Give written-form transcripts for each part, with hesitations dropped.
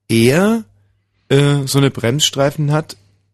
eher so eine Bremsstreifen hat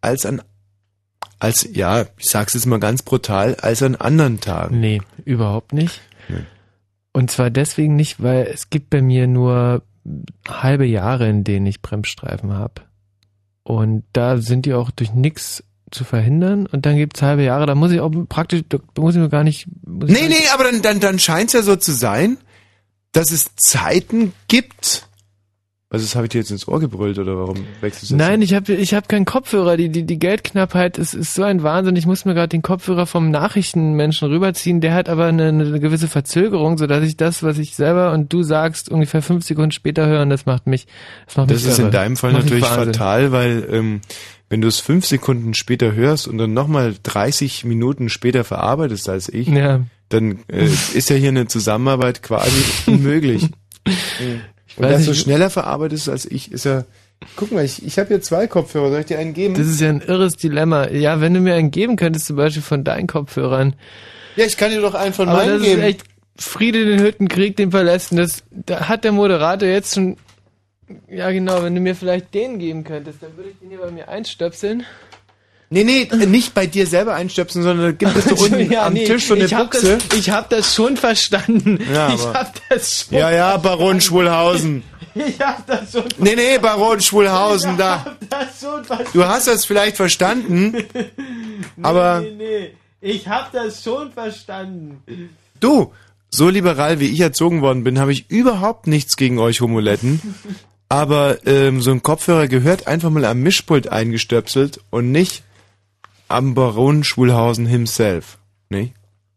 als ich sag's jetzt mal ganz brutal, als an anderen Tagen. Nee, überhaupt nicht. Nee. Und zwar deswegen nicht, weil es gibt bei mir nur halbe Jahre, in denen ich Bremsstreifen habe. Und da sind die auch durch nichts zu verhindern. Und dann gibt's halbe Jahre, da muss ich auch praktisch, da muss ich mir gar nicht... Aber dann scheint's ja so zu sein, dass es Zeiten gibt. Also das habe ich dir jetzt ins Ohr gebrüllt, oder warum wechselst du das? Nein, ich hab keinen Kopfhörer. Die Geldknappheit ist so ein Wahnsinn. Ich muss mir gerade den Kopfhörer vom Nachrichtenmenschen rüberziehen. Der hat aber eine gewisse Verzögerung, sodass ich das, was ich selber und du sagst, ungefähr 5 Sekunden später hören. Das macht mich Das ist in deinem Fall natürlich fatal, weil wenn du es 5 Sekunden später hörst und dann nochmal 30 Minuten später verarbeitest als ich, dann ist ja hier eine Zusammenarbeit quasi unmöglich. Und dass du schneller verarbeitest als ich, ist ja... Guck mal, ich habe hier 2 Kopfhörer, soll ich dir einen geben? Das ist ja ein irres Dilemma. Ja, wenn du mir einen geben könntest, zum Beispiel von deinen Kopfhörern. Ja, ich kann dir doch einen von aber meinen das geben. Ist echt Friede den Hüttenkrieg, den Palästen. Da hat der Moderator jetzt schon... Ja genau, wenn du mir vielleicht den geben könntest, dann würde ich den hier bei mir einstöpseln. Nee, nicht bei dir selber einstöpseln, sondern da gibt es da unten am Tisch so eine Buchse. Ich hab das schon verstanden. Ja, ich hab das schon Ja, Baron Schwulhausen. Ich hab das schon verstanden. Nee, Baron Schwulhausen, da. Das schon verstanden. Du hast das vielleicht verstanden, aber... Nee, ich hab das schon verstanden. Du, so liberal wie ich erzogen worden bin, habe ich überhaupt nichts gegen euch Homoletten. Aber so ein Kopfhörer gehört einfach mal am Mischpult eingestöpselt und nicht am Baron Schwulhausen himself. Nicht?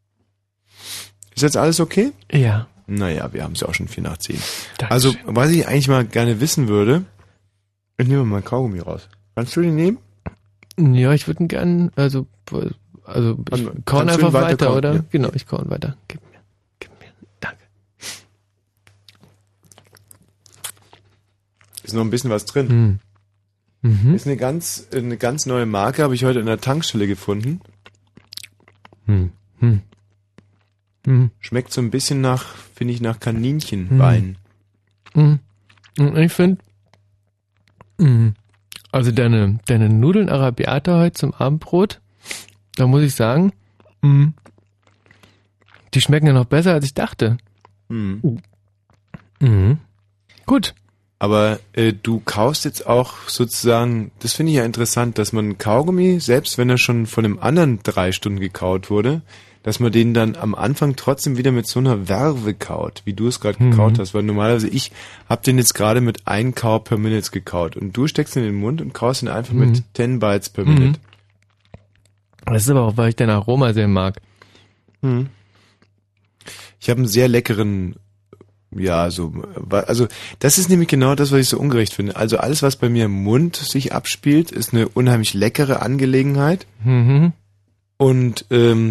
Ist jetzt alles okay? Ja. Naja, wir haben es ja auch schon 4 nach 10. Dankeschön. Also, was ich eigentlich mal gerne wissen würde, ich nehme mal Kaugummi raus. Kannst du den nehmen? Ja, ich würde ihn gern, also ich kauen einfach weiter, oder? Ja. Genau, ich kauen weiter. Gib mir. Danke. Ist noch ein bisschen was drin. Mhm. Ist eine ganz neue Marke, habe ich heute in der Tankstelle gefunden. Schmeckt so ein bisschen finde ich, nach Kaninchenbein. Ich finde, also deine Nudeln Arabiata heute zum Abendbrot, da muss ich sagen, die schmecken ja noch besser, als ich dachte. Gut. Aber du kaust jetzt auch sozusagen, das finde ich ja interessant, dass man Kaugummi, selbst wenn er schon von einem anderen 3 Stunden gekaut wurde, dass man den dann am Anfang trotzdem wieder mit so einer Werve kaut, wie du es gerade gekaut hast. Weil normalerweise ich habe den jetzt gerade mit 1 Kau per Minute gekaut und du steckst ihn in den Mund und kaust ihn einfach mit 10 Bites per Minute. Das ist aber auch, weil ich dein Aroma sehr mag. Ich habe einen sehr leckeren, also das ist nämlich genau das, was ich so ungerecht finde. Also alles, was bei mir im Mund sich abspielt, ist eine unheimlich leckere Angelegenheit. Und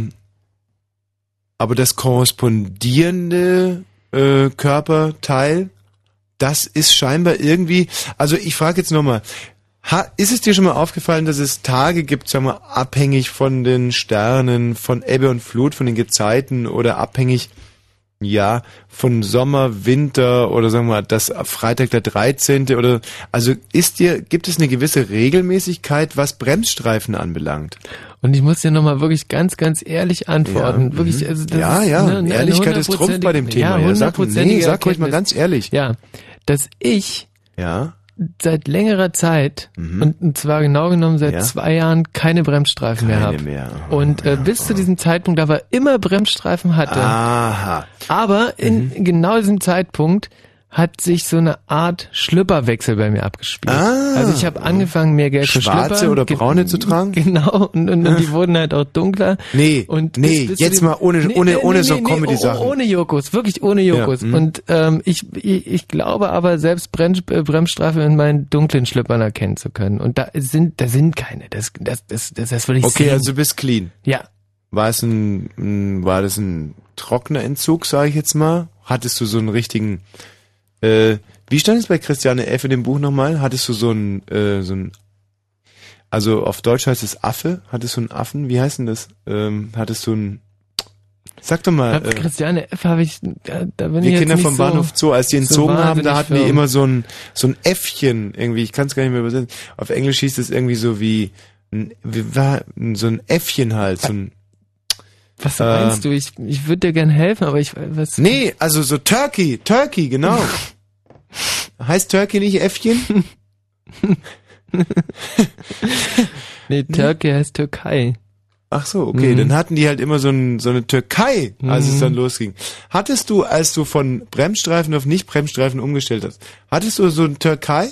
aber das korrespondierende Körperteil, das ist scheinbar irgendwie, also ich frage jetzt nochmal, ist es dir schon mal aufgefallen, dass es Tage gibt, sagen wir, abhängig von den Sternen, von Ebbe und Flut, von den Gezeiten oder abhängig, von Sommer, Winter oder sagen wir mal, das Freitag der 13. oder, also gibt es eine gewisse Regelmäßigkeit, was Bremsstreifen anbelangt? Und ich muss dir nochmal wirklich ganz, ganz ehrlich antworten. Wirklich, also das ist Ehrlichkeit ist Trumpf bei dem Thema. Sag ruhig mal ganz ehrlich. Ja, dass ich seit längerer Zeit, und zwar genau genommen seit 2 Jahren, keine Bremsstreifen mehr habe. Und bis zu diesem Zeitpunkt aber immer Bremsstreifen hatte. Aha. Aber in genau diesem Zeitpunkt hat sich so eine Art Schlüpperwechsel bei mir abgespielt. Also ich habe angefangen, mehr Geld für Schlüpper. Schwarze oder braune zu tragen? Genau, und die wurden halt auch dunkler. Jetzt mal ohne so Comedy-Sachen. Ohne Jokos, wirklich ohne Jokos. Und ich glaube aber, selbst Bremsstreifen in meinen dunklen Schlüppern erkennen zu können. Und da sind keine. Das will ich sehen. Okay, also du bist clean. Ja. War das ein trockener Entzug, sage ich jetzt mal? Hattest du so einen richtigen... wie stand es bei Christiane F. in dem Buch nochmal? Hattest du so ein, also auf Deutsch heißt es Affe? Hattest du einen Affen? Wie heißt denn das? Hattest du Sag doch mal. Christiane F. habe ich, da bin wir ich jetzt Kinder nicht vom so, Bahnhof Zoo, als die so entzogen haben, da hatten die firm. immer so ein Äffchen irgendwie, ich kann es gar nicht mehr übersetzen. Auf Englisch hieß es irgendwie so wie so ein Äffchen halt, so ein Was meinst du? Ich würde dir gern helfen, aber was? Nee, also so Turkey, genau. Heißt Turkey nicht Äffchen? Nee, Turkey heißt Türkei. Ach so, okay, dann hatten die halt immer so eine Türkei, als es dann losging. Hattest du, als du von Bremsstreifen auf Nicht-Bremsstreifen umgestellt hast, hattest du so eine Türkei?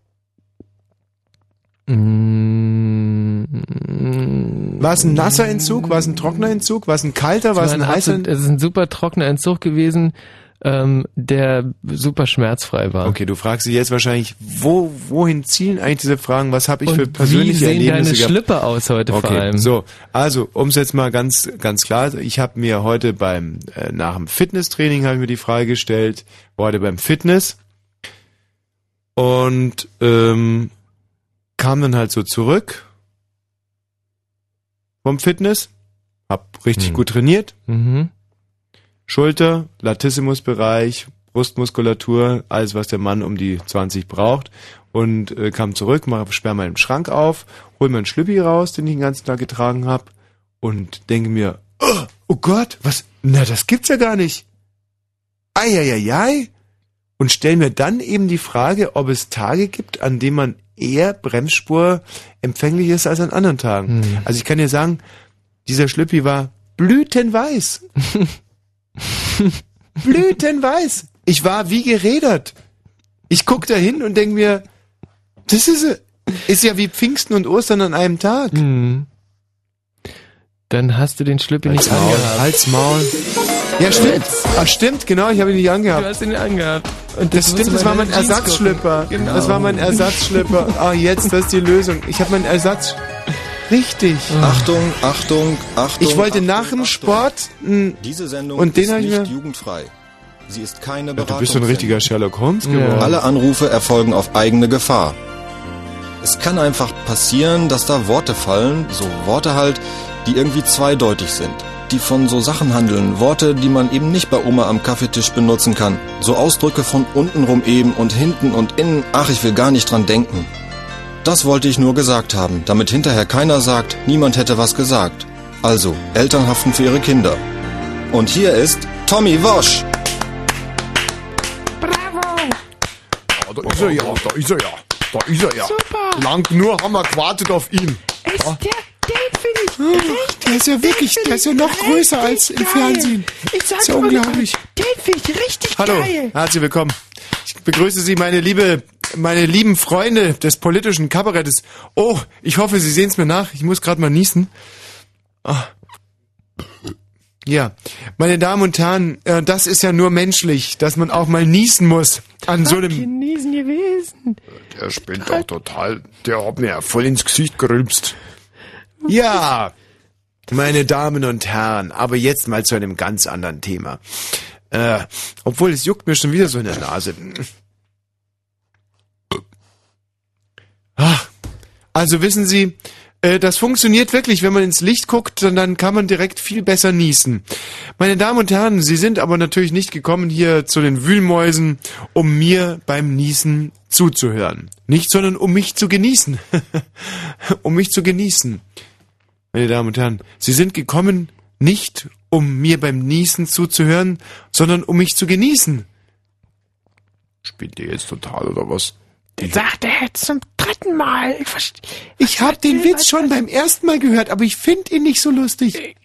War es ein nasser Entzug? War es ein trockener Entzug? War es ein kalter? War es ein heißer Entzug? Es ist ein super trockener Entzug gewesen, der super schmerzfrei war. Okay, du fragst dich jetzt wahrscheinlich, wohin zielen eigentlich diese Fragen? Was habe ich für Und persönliche wie sehen Erlebnisse deine Schlipper aus heute vor Okay, allem? so, also um es jetzt mal ganz klar, ich habe mir heute nach dem Fitnesstraining habe ich mir die Frage gestellt, war heute beim Fitness und kam dann halt so zurück vom Fitness, hab richtig gut trainiert. Schulter, Latissimusbereich, Brustmuskulatur, alles was der Mann um die 20 braucht und kam zurück, sperr meinen Schrank auf, hol meinen Schlüppi raus, den ich den ganzen Tag getragen habe und denke mir, oh Gott, was, na das gibt's ja gar nicht. Eieiei. Und stell mir dann eben die Frage, ob es Tage gibt, an denen man eher Bremsspur empfänglich ist als an anderen Tagen. Also ich kann dir sagen, dieser Schlüppi war blütenweiß. Blütenweiß. Ich war wie gerädert. Ich guck da hin und denk mir, das ist ja wie Pfingsten und Ostern an einem Tag. Dann hast du den Schlüppi nicht angehabt. Halt's Maul. Ja, stimmt. Ach, stimmt, genau, ich habe ihn nicht angehabt. Du hast ihn nicht angehabt. Und Das stimmt, das war mein Ersatzschlipper. Genau. Das war mein Ersatzschlipper. Ah, jetzt, das ist die Lösung. Ich habe meinen Ersatz... Richtig. Achtung, Achtung, Achtung. Ich wollte Achtung, nach dem Achtung. Sport... Diese Sendung und den ist habe ich nicht mir... jugendfrei. Sie ist keine Ja, Beratung. du bist so ein richtiger Sherlock Holmes geworden. Alle Anrufe erfolgen auf eigene Gefahr. Es kann einfach passieren, dass da Worte fallen, so Worte halt, die irgendwie zweideutig sind. Die von so Sachen handeln, Worte, die man eben nicht bei Oma am Kaffeetisch benutzen kann. So Ausdrücke von untenrum eben und hinten und innen, ach, ich will gar nicht dran denken. Das wollte ich nur gesagt haben, damit hinterher keiner sagt, niemand hätte was gesagt. Also, Eltern haften für ihre Kinder. Und hier ist Tommy Wosch. Da ist er ja, da ist er ja. Da ist er ja. Super. Lang nur haben wir gewartet auf ihn. Ist der finde ich richtig. Der ist ja wirklich, der ist ja noch größer als im geil. Fernsehen. Ich sag ist ja mal, unglaublich. Den finde ich richtig Hallo, geil. herzlich willkommen. Ich begrüße Sie, meine lieben Freunde des politischen Kabaretts. Oh, ich hoffe, Sie sehen es mir nach. Ich muss gerade mal niesen. Ah. Ja, meine Damen und Herren, das ist ja nur menschlich, dass man auch mal niesen muss an so einem... Niesen gewesen. Der spinnt doch total. Der hat mir ja voll ins Gesicht gerülpst. Ja, meine Damen und Herren, aber jetzt mal zu einem ganz anderen Thema. Obwohl, es juckt mir schon wieder so in der Nase. Also wissen Sie, das funktioniert wirklich, wenn man ins Licht guckt, dann kann man direkt viel besser niesen. Meine Damen und Herren, Sie sind aber natürlich nicht gekommen hier zu den Wühlmäusen, um mir beim Niesen zuzuhören. Nicht, sondern um mich zu genießen. Um mich zu genießen. Meine Damen und Herren, Sie sind gekommen, nicht um mir beim Niesen zuzuhören, sondern um mich zu genießen. Spielt ihr jetzt total oder was? Den sagt er jetzt zum 3. Mal. Ich hab den Witz schon beim ersten Mal gehört, aber ich find ihn nicht so lustig.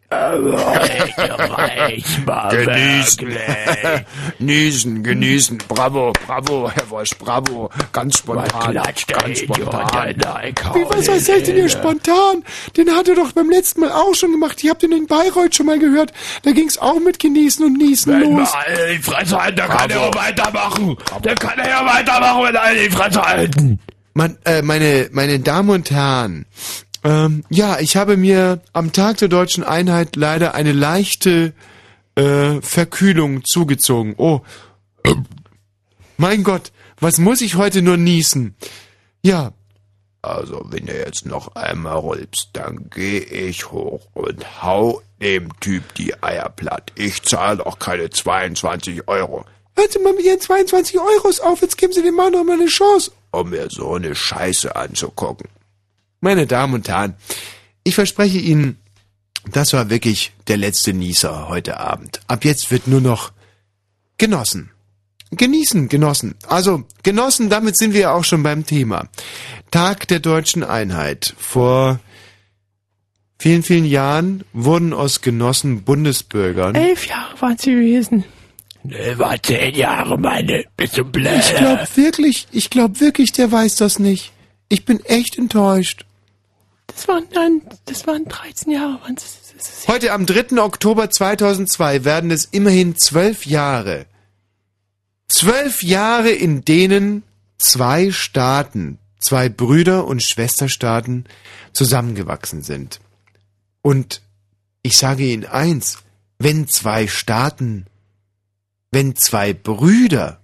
Genießen. Niesen, genießen. Bravo, Herr Wosch, bravo. Ganz spontan. Ganz spontan. Wie, was heißt denn hier spontan? Den hat er doch beim letzten Mal auch schon gemacht. Ich hab den in Bayreuth schon mal gehört. Da ging's auch mit Genießen und Niesen los. Die Fresse halten, da kann er ja weitermachen. Der kann er ja weitermachen, wenn alle die Fresse halten. Meine Damen und Herren, ja, ich habe mir am Tag der Deutschen Einheit leider eine leichte Verkühlung zugezogen. Oh, mein Gott, was muss ich heute nur niesen? Ja, Also, wenn er jetzt noch einmal rülpst, dann gehe ich hoch und hau dem Typ die Eier platt. Ich zahle doch keine 22 Euro. Hören Sie mal mit Ihren 22 Euros auf, jetzt geben Sie dem Mann noch mal eine Chance, um mir so eine Scheiße anzugucken. Meine Damen und Herren, ich verspreche Ihnen, das war wirklich der letzte Nieser heute Abend. Ab jetzt wird nur noch genossen. Genießen, genossen. Also, genossen, damit sind wir auch schon beim Thema. Tag der deutschen Einheit. Vor vielen, vielen Jahren wurden aus Genossen Bundesbürgern. 11 Jahre waren sie gewesen. Nee, war 10 Jahre, meine. Bist du blöd? Ich glaub wirklich, der weiß das nicht. Ich bin echt enttäuscht. Das waren 13 Jahre. Heute am 3. Oktober 2002 werden es immerhin 12 Jahre. 12 Jahre, in denen 2 Staaten, 2 Brüder- und Schwesterstaaten zusammengewachsen sind. Und ich sage Ihnen eins, wenn 2 Staaten, wenn 2 Brüder...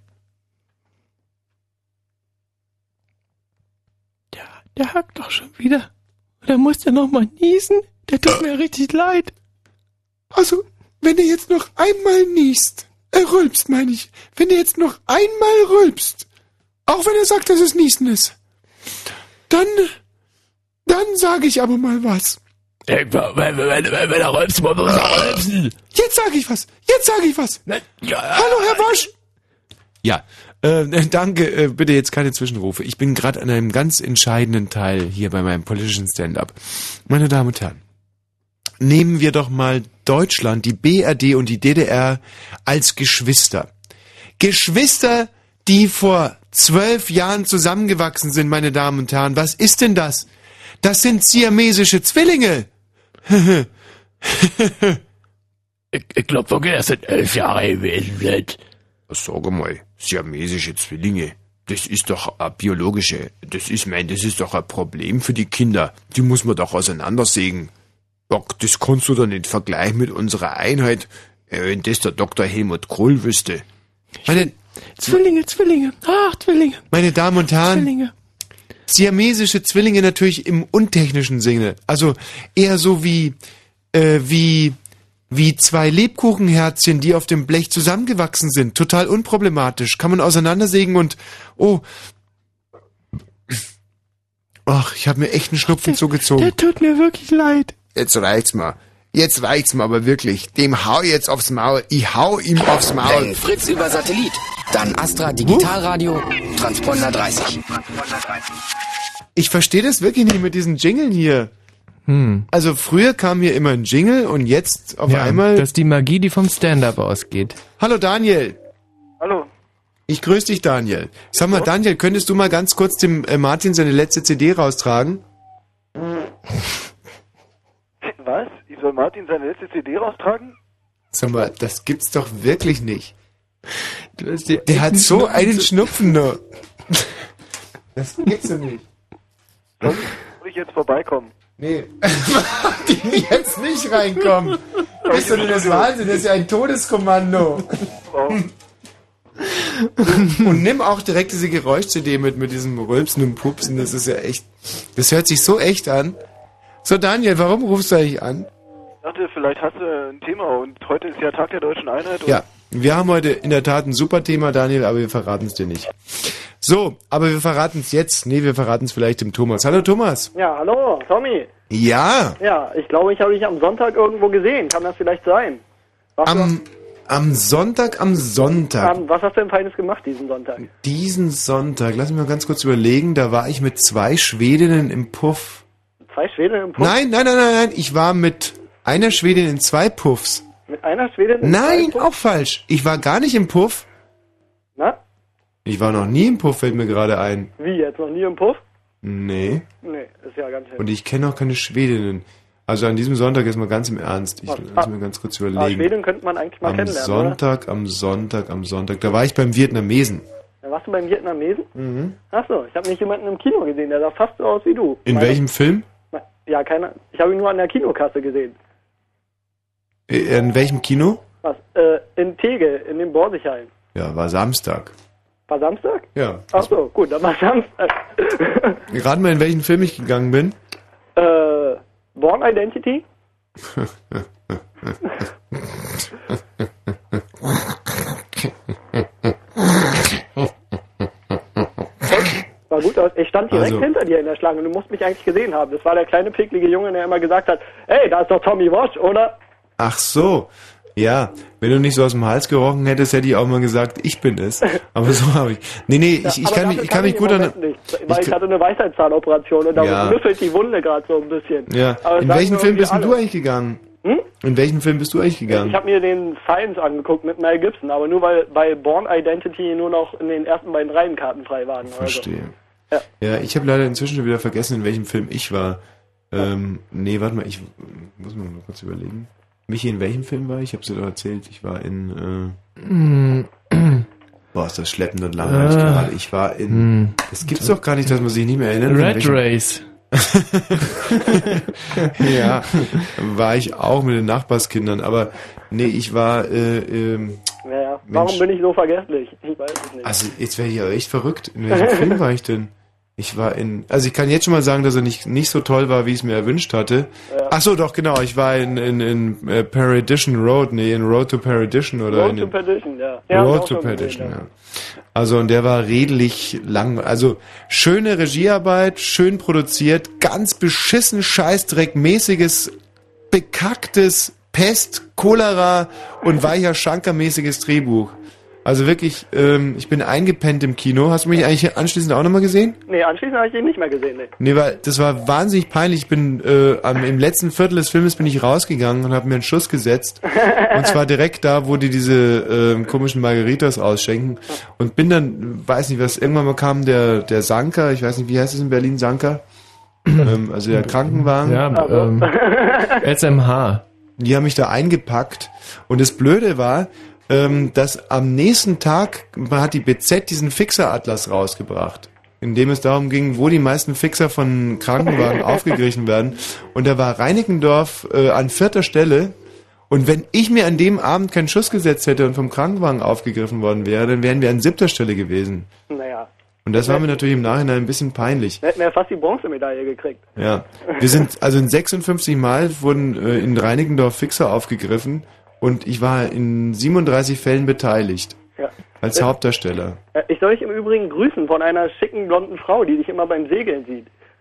Der hackt doch schon wieder. Oder muss der noch mal niesen? Der tut mir richtig leid. Also, wenn er jetzt noch einmal niest, rülpst, meine ich. Wenn er jetzt noch einmal rülpst, auch wenn er sagt, dass es Niesen ist, dann sage ich aber mal was. Wenn er rülpst, muss er rülpsen. Jetzt sage ich was. Hallo, Herr Wosch. Ja, danke, bitte jetzt keine Zwischenrufe. Ich bin gerade an einem ganz entscheidenden Teil hier bei meinem politischen Stand-up. Meine Damen und Herren, nehmen wir doch mal Deutschland, die BRD und die DDR als Geschwister. Geschwister, die vor 12 Jahren zusammengewachsen sind, meine Damen und Herren. Was ist denn das? Das sind siamesische Zwillinge. Ich glaube wirklich, dass es 11 Jahre gewesen sind. Sag mal, siamesische Zwillinge, das ist doch ein biologische, das ist doch ein Problem für die Kinder. Die muss man doch auseinandersägen. Doc, das kannst du doch nicht vergleichen mit unserer Einheit, wenn das der Dr. Helmut Kohl wüsste. Zwillinge. Ach, Zwillinge. Meine Damen und Herren, Zwillinge. siamesische Zwillinge natürlich im untechnischen Sinne. Also eher so wie 2 Lebkuchenherzchen, die auf dem Blech zusammengewachsen sind. Total unproblematisch. Kann man auseinandersägen und... Ach, ich habe mir echt einen Schnupfen zugezogen. Der tut mir wirklich leid. Jetzt reicht's mal, aber wirklich. Dem hau jetzt aufs Maul. Ich hau ihm aufs Maul. Wenn Fritz über Satellit, dann Astra Digitalradio, Transponder 30. Ich verstehe das wirklich nicht mit diesen Jingeln hier. Also früher kam hier immer ein Jingle und jetzt auf einmal... Das ist die Magie, die vom Stand-up ausgeht. Hallo Daniel. Hallo. Ich grüße dich, Daniel. Sag mal, Daniel, könntest du mal ganz kurz dem Martin seine letzte CD raustragen? Was? Ich soll Martin seine letzte CD raustragen? Sag mal, das gibt's doch wirklich nicht. Der hat so einen Schnupfen nur. Das gibt's doch nicht. Soll ich jetzt vorbeikommen? Nee. Martin, jetzt nicht reinkommen. Bist du denn das Wahnsinn? Das ist ja ein Todeskommando. Wow. Und nimm auch direkt diese Geräusch-CD mit diesem Rülpsen und Pupsen. Das ist ja echt... Das hört sich so echt an. So, Daniel, warum rufst du eigentlich an? Ich dachte, vielleicht hast du ein Thema und heute ist ja Tag der deutschen Einheit. Und Ja, wir haben heute in der Tat ein super Thema, Daniel, aber wir verraten es dir nicht. So, aber wir verraten es jetzt. Nee, wir verraten es vielleicht dem Thomas. Hallo, Thomas. Ja, hallo, Tommy. Ja. Ja, ich glaube, ich habe dich am Sonntag irgendwo gesehen. Kann das vielleicht sein? Am Sonntag. Was hast du denn Feines gemacht diesen Sonntag? Diesen Sonntag, lass mich mal ganz kurz überlegen, da war ich mit 2 Schwedinnen im Puff. 2 Schwedinnen im Puff? Nein, ich war mit einer Schwedin in 2 Puffs. Mit einer Schwedin in 2 Nein, Puffs? auch falsch. Ich war gar nicht im Puff. Na? Ich war noch nie im Puff, fällt mir gerade ein. Wie, jetzt noch nie im Puff? Nee. Nee, ist ja ganz schön. Und ich kenne auch keine Schwedinnen. Also an diesem Sonntag ist mal ganz im Ernst. Ich lass mir ganz kurz überlegen. Schweden könnte man eigentlich mal kennenlernen, Am Sonntag. Da war ich beim Vietnamesen. Da warst du beim Vietnamesen? Mhm. Achso, ich habe nicht jemanden im Kino gesehen, der sah fast so aus wie du. In welchem Film? Ja, keiner. Ich habe ihn nur an der Kinokasse gesehen. In welchem Kino? Was? In Tegel, in dem Borsigheim. Ja, war Samstag. War Samstag? Ja. Ach so, gut, dann war Samstag. Rat mal, in welchen Film ich gegangen bin. Born Identity? War gut aus. Ich stand direkt hinter dir in der Schlange und du musst mich eigentlich gesehen haben. Das war der kleine picklige Junge, der immer gesagt hat, ey, da ist doch Tommy Walsh, oder? Ach so. Ja, wenn du nicht so aus dem Hals gerochen hättest, hätte ich auch mal gesagt, ich bin es. Aber so habe ich. Nee, ich kann mich gut an. Weil ich hatte eine Weisheitszahnoperation und da müffelt die Wunde gerade so ein bisschen. Ja. In welchen Film bist denn du eigentlich gegangen? In welchen Film bist du eigentlich gegangen? Ich habe mir den Science angeguckt mit Mel Gibson, aber nur weil bei Born Identity nur noch in den ersten beiden Reihen Karten frei waren. Verstehe. Also. Ja, ich habe leider inzwischen schon wieder vergessen, in welchem Film ich war. Nee, warte mal, ich muss mal kurz überlegen. Michi, in welchem Film war ich? Ich habe es dir doch erzählt. Ich war in... Boah, ist das schleppend und langweilig gerade. Ich war in... Das gibt's doch gar nicht, dass man sich nicht mehr erinnert. Red Race. Ja, war ich auch mit den Nachbarskindern, aber nee, ich war... warum bin ich so vergesslich? Ich weiß es nicht. Also, jetzt wäre ich ja echt verrückt. In welchem Film war ich denn? Ich war in... Also, ich kann jetzt schon mal sagen, dass er nicht so toll war, wie ich es mir erwünscht hatte. Ja. Ach so, doch, genau. Ich war in Perdition Road. Nee, in Road to Perdition oder Road to Perdition, ja. Road to Perdition, ja. Also, und der war redlich lang. Also, schöne Regiearbeit, schön produziert, ganz beschissen Scheißdreckmäßiges, bekacktes Pest, Cholera und weicher Schanker-mäßiges Drehbuch. Also wirklich, ich bin eingepennt im Kino. Hast du mich eigentlich anschließend auch nochmal gesehen? Nee, anschließend habe ich ihn nicht mehr gesehen, nee. Nee, weil das war wahnsinnig peinlich. Ich bin im letzten Viertel des Filmes bin ich rausgegangen und habe mir einen Schuss gesetzt. Und zwar direkt da, wo die diese komischen Margaritas ausschenken. Und bin dann, weiß nicht was, irgendwann mal kam der Sanker, ich weiß nicht, wie heißt es in Berlin, Sanker? Also der Krankenwagen. Ja, SMH. Die haben mich da eingepackt. Und das Blöde war, dass am nächsten Tag hat die BZ diesen Fixeratlas rausgebracht, in dem es darum ging, wo die meisten Fixer von Krankenwagen aufgegriffen werden. Und da war Reinickendorf an 4. Stelle. Und wenn ich mir an dem Abend keinen Schuss gesetzt hätte und vom Krankenwagen aufgegriffen worden wäre, dann wären wir an 7. Stelle gewesen. Naja. Und das war mir natürlich im Nachhinein ein bisschen peinlich. Wir hätten ja fast die Bronzemedaille gekriegt. Ja. Wir sind, also in 56 Mal wurden in Reinickendorf Fixer aufgegriffen. Und ich war in 37 Fällen beteiligt. Ja. Als Hauptdarsteller. Ich soll dich im Übrigen grüßen von einer schicken, blonden Frau, die dich immer beim Segeln sieht.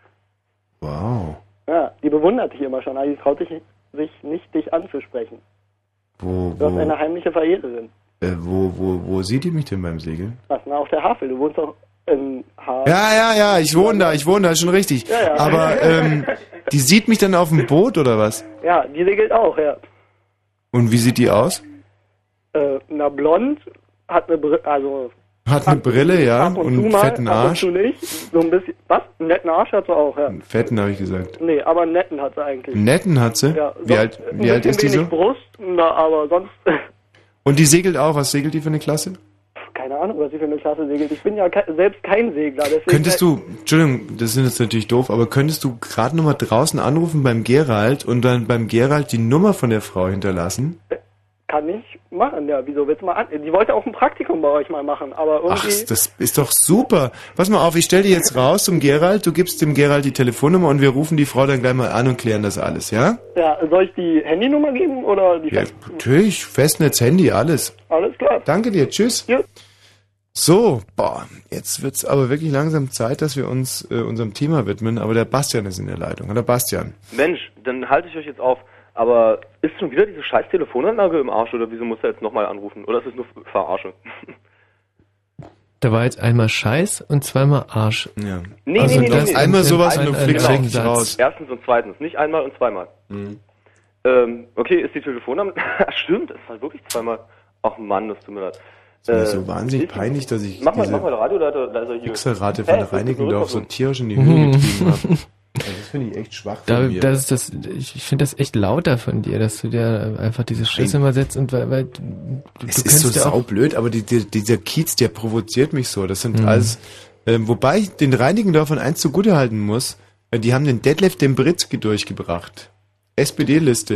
Wow. Ja, die bewundert dich immer schon, aber die traut sich nicht, dich anzusprechen. Du hast eine heimliche Verehrerin. Wo sieht die mich denn beim Segeln? Was, na, auf der Havel. Du wohnst doch in Havel. Ja, ich wohne da, ist schon richtig. Ja. Aber die sieht mich dann auf dem Boot, oder was? Ja, die segelt auch, ja. Und wie sieht die aus? Na, blond, hat eine Brille, also... Hat eine Brille, ja, und einen fetten Arsch. Ab und zu nicht, so ein bisschen... Was? Einen netten Arsch hat sie auch, ja. Einen fetten, habe ich gesagt. Nee, aber einen netten hat sie eigentlich. Einen netten hat sie? Ja. Wie alt ist die so? Brust, na, aber sonst... Und die segelt auch, was segelt die für eine Klasse? Keine Ahnung, was sie für eine Klasse segelt. Ich bin ja selbst kein Segler. Deswegen könntest du, Entschuldigung, das ist jetzt natürlich doof, aber könntest du gerade nochmal draußen anrufen beim Gerald und dann beim Gerald die Nummer von der Frau hinterlassen? Kann ich machen, ja. Wieso willst du mal an? Die wollte auch ein Praktikum bei euch mal machen, aber irgendwie... Ach, das ist doch super. Pass mal auf, ich stelle dir jetzt raus zum Gerald, du gibst dem Gerald die Telefonnummer und wir rufen die Frau dann gleich mal an und klären das alles, ja? Ja, soll ich die Handynummer geben oder die Festnetz? Ja, natürlich, Festnetz, Handy, alles. Alles klar. Danke dir, tschüss. Ja. So, jetzt wird's aber wirklich langsam Zeit, dass wir uns unserem Thema widmen, aber der Bastian ist in der Leitung. Oder Bastian? Mensch, dann halte ich euch jetzt auf. Aber ist schon wieder diese scheiß Telefonanlage im Arsch oder wieso muss er jetzt nochmal anrufen? Oder ist es nur Verarsche? Da war jetzt einmal Scheiß und zweimal Arsch. Ja. Nee, einmal sowas und du fliegst richtig raus. Erstens und zweitens, nicht einmal und zweimal. Mhm. Okay, ist die Telefonanlage... Stimmt, es war wirklich zweimal. Ach Mann, das tut mir leid. Das ist mir so wahnsinnig peinlich, dass ich mach mal Radio, da ist er hier. Pixelrate von Reinickendorf so tierisch in die Höhe getrieben habe. Also das finde ich echt schwach von mir. Ich finde das echt lauter von dir, dass du dir einfach diese Schüsse mal setzt und weil du es ist so saublöd, aber dieser Kiez, der provoziert mich so. Das sind alles, wobei ich den Reinickendorfern eins zugutehalten muss, die haben den Detlef Dembritzky durchgebracht. SPD-Liste, ja.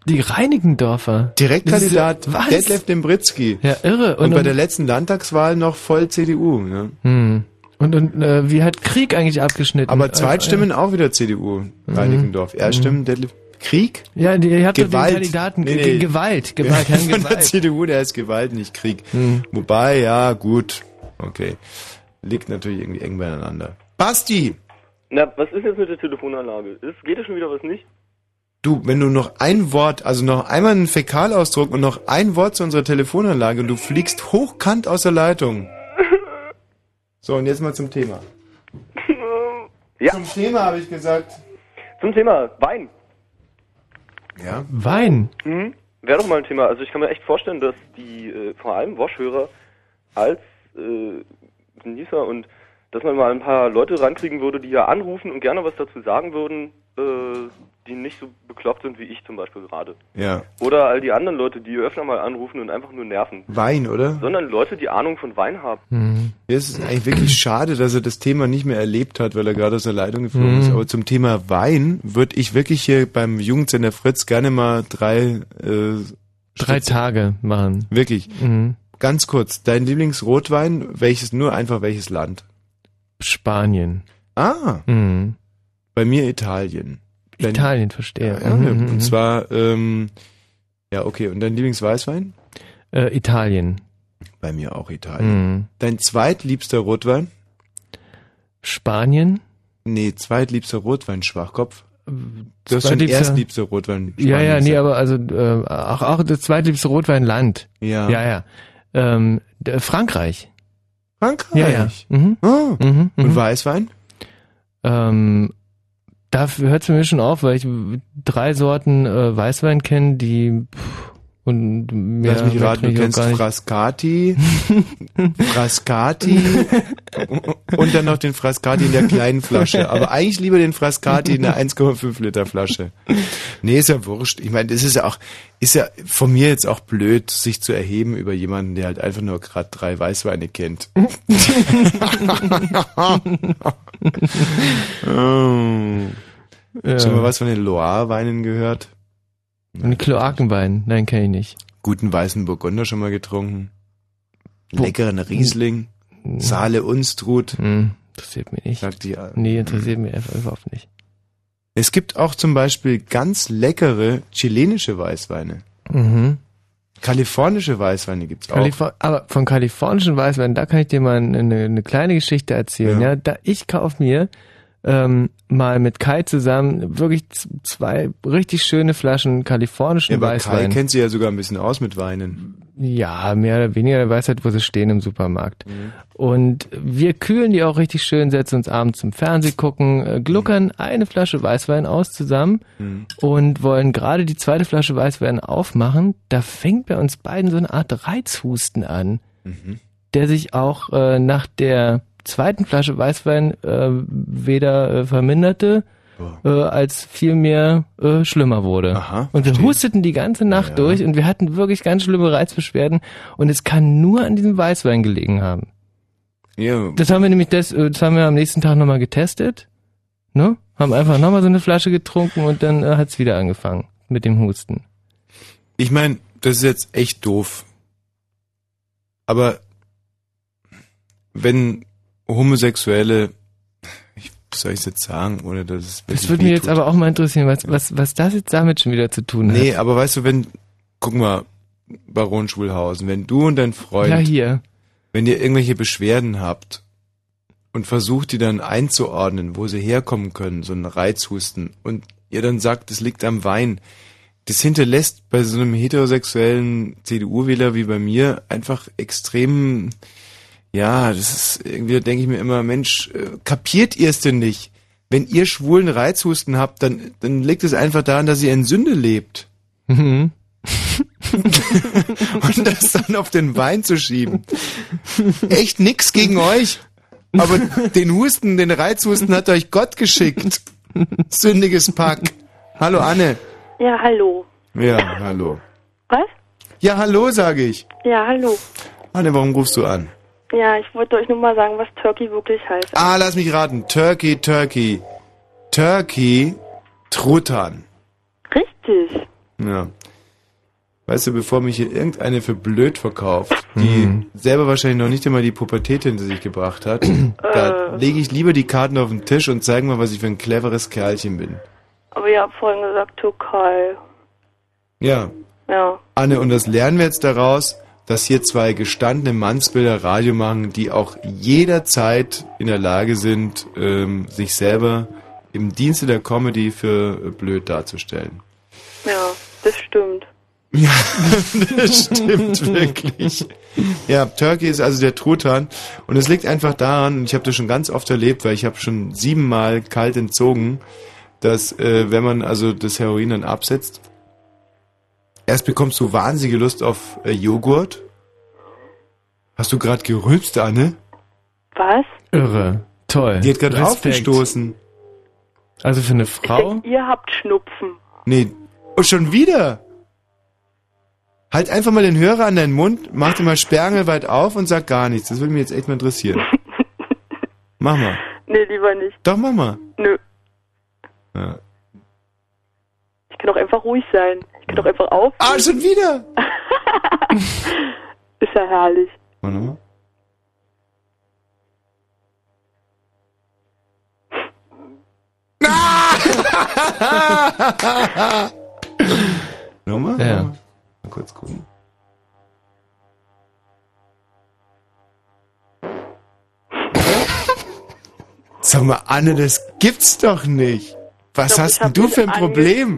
Die Reinickendorfer. Direktkandidat Was? Detlef Dembritzky. Ja, irre. Und bei der letzten Landtagswahl noch voll CDU. Ne? Und wie hat Krieg eigentlich abgeschnitten? Aber Zweitstimmen auch wieder CDU, Reinickendorf. Erststimmen Detlef Krieg? Ja, ihr habt Gewalt. doch den Kandidaten. Nee. Gewalt, Herrn Von der Gewalt. CDU, der heißt Gewalt, nicht Krieg. Wobei, ja, gut. Okay. Liegt natürlich irgendwie eng beieinander. Basti! Na, was ist jetzt mit der Telefonanlage? Geht da schon wieder was nicht? Du, wenn du noch ein Wort, also noch einmal einen Fäkalausdruck und noch ein Wort zu unserer Telefonanlage und du fliegst hochkant aus der Leitung. So, und jetzt mal zum Thema. Ja. Zum Thema habe ich gesagt. Zum Thema Wein. Ja. Wein? Wäre doch mal ein Thema. Also ich kann mir echt vorstellen, dass die vor allem Wosch-Hörer als Genießer und dass man mal ein paar Leute rankriegen würde, die ja anrufen und gerne was dazu sagen würden, die nicht so bekloppt sind wie ich zum Beispiel gerade. Ja. Oder all die anderen Leute, die öfter mal anrufen und einfach nur nerven. Wein, oder? Sondern Leute, die Ahnung von Wein haben. Ja, es ist eigentlich wirklich schade, dass er das Thema nicht mehr erlebt hat, weil er gerade aus der Leitung geflogen ist. Aber zum Thema Wein würde ich wirklich hier beim Jugendsender Fritz gerne mal 3 Tage machen. Wirklich. Ganz kurz, dein Lieblingsrotwein, welches Land? Spanien. Ah. Bei mir Italien. Italien, verstehe. Ja, und zwar, ja, okay. Und dein Lieblingsweißwein? Italien. Bei mir auch Italien. Dein zweitliebster Rotwein? Spanien. Nee, zweitliebster Rotwein, Schwachkopf. Du hast schon erstliebster Rotwein. Spanien Ja, nee, aber also auch das zweitliebste Rotweinland. Ja. Ja. Frankreich. Frankreich? Ja. Und Weißwein? Da hört es für mich schon auf, weil ich 3 Sorten Weißwein kenne, die und mehr lass mich raten, du kennst Frascati, und dann noch den Frascati in der kleinen Flasche. Aber eigentlich lieber den Frascati in der 1,5 Liter Flasche. Nee, ist ja wurscht. Ich meine, das ist ja von mir jetzt auch blöd, sich zu erheben über jemanden, der halt einfach nur gerade 3 Weißweine kennt. Schon mal was von den Loire-Weinen gehört? Ein Kloakenwein, nein, kenne ich nicht. Guten weißen Burgunder schon mal getrunken. Leckeren Riesling. Saale Unstrut. Interessiert mich nicht. Nee, interessiert mich einfach überhaupt nicht. Es gibt auch zum Beispiel ganz leckere chilenische Weißweine. Kalifornische Weißweine gibt's auch. Aber von kalifornischen Weißweinen, da kann ich dir mal eine kleine Geschichte erzählen. Ja, ich kaufe mir mal mit Kai zusammen wirklich 2 richtig schöne Flaschen kalifornischen Weißwein. Kai kennt sich ja sogar ein bisschen aus mit Weinen. Ja, mehr oder weniger, der weiß halt, wo sie stehen im Supermarkt. Und wir kühlen die auch richtig schön, setzen uns abends zum Fernsehen gucken, gluckern eine Flasche Weißwein aus zusammen und wollen gerade die 2. Flasche Weißwein aufmachen. Da fängt bei uns beiden so eine Art Reizhusten an, der sich auch nach der 2. Flasche Weißwein weder verminderte, als vielmehr schlimmer wurde. Aha, und wir husteten die ganze Nacht durch und wir hatten wirklich ganz schlimme Reizbeschwerden und es kann nur an diesem Weißwein gelegen haben. Ja. Das haben wir nämlich das haben wir am nächsten Tag nochmal getestet, ne? Haben einfach nochmal so eine Flasche getrunken und dann hat's wieder angefangen mit dem Husten. Ich meine, das ist jetzt echt doof. Aber wenn Homosexuelle, wie soll ich es jetzt sagen, oder dass es das würde mich jetzt aber auch mal interessieren, was das jetzt damit schon wieder zu tun hat. Nee, aber weißt du, guck mal, Baron Schulhausen, wenn du und dein Freund, wenn ihr irgendwelche Beschwerden habt und versucht die dann einzuordnen, wo sie herkommen können, so ein Reizhusten, und ihr dann sagt, das liegt am Wein, das hinterlässt bei so einem heterosexuellen CDU-Wähler wie bei mir einfach extrem. Ja, das ist irgendwie, denke ich mir immer, Mensch, kapiert ihr es denn nicht? Wenn ihr schwulen Reizhusten habt, dann liegt es einfach daran, dass ihr in Sünde lebt. Und das dann auf den Wein zu schieben. Echt nix gegen euch. Aber den Husten, den Reizhusten hat euch Gott geschickt. Sündiges Pack. Hallo Anne. Ja, hallo. Ja, hallo. Was? Ja, hallo, sage ich. Ja, hallo. Anne, warum rufst du an? Ja, ich wollte euch nur mal sagen, was Turkey wirklich heißt. Ah, lass mich raten. Turkey. Turkey, Truthahn. Richtig. Ja. Weißt du, bevor mich hier irgendeine für blöd verkauft, die selber wahrscheinlich noch nicht einmal die Pubertät hinter sich gebracht hat, da lege ich lieber die Karten auf den Tisch und zeige mal, was ich für ein cleveres Kerlchen bin. Aber ihr habt vorhin gesagt Türkei. Ja. Ja. Anne, und das lernen wir jetzt daraus, dass hier zwei gestandene Mannsbilder Radio machen, die auch jederzeit in der Lage sind, sich selber im Dienste der Comedy für blöd darzustellen. Ja, das stimmt. Ja, das stimmt wirklich. Ja, Turkey ist also der Truthahn und es liegt einfach daran, und ich habe das schon ganz oft erlebt, weil ich habe schon 7-mal kalt entzogen, dass wenn man also das Heroin dann absetzt, erst bekommst du wahnsinnige Lust auf Joghurt. Hast du gerade gerülpst, Anne? Was? Irre. Toll. Die hat gerade Respekt. aufgestoßen. Also für eine Frau? Ihr habt Schnupfen. Nee, oh, schon wieder? Halt einfach mal den Hörer an deinen Mund, mach den mal sperrangelweit auf und sag gar nichts. Das würde mich jetzt echt mal interessieren. Mach mal. Nee, lieber nicht. Doch, mach mal. Nö. Ja. Ich kann doch einfach ruhig sein. Ich kann doch einfach auf. Ah, schon wieder? Ist ja herrlich. Warte mal. Nochmal? Ja. Mal kurz gucken. Sag mal, Anne, das gibt's doch nicht. Was hast denn du für ein Problem?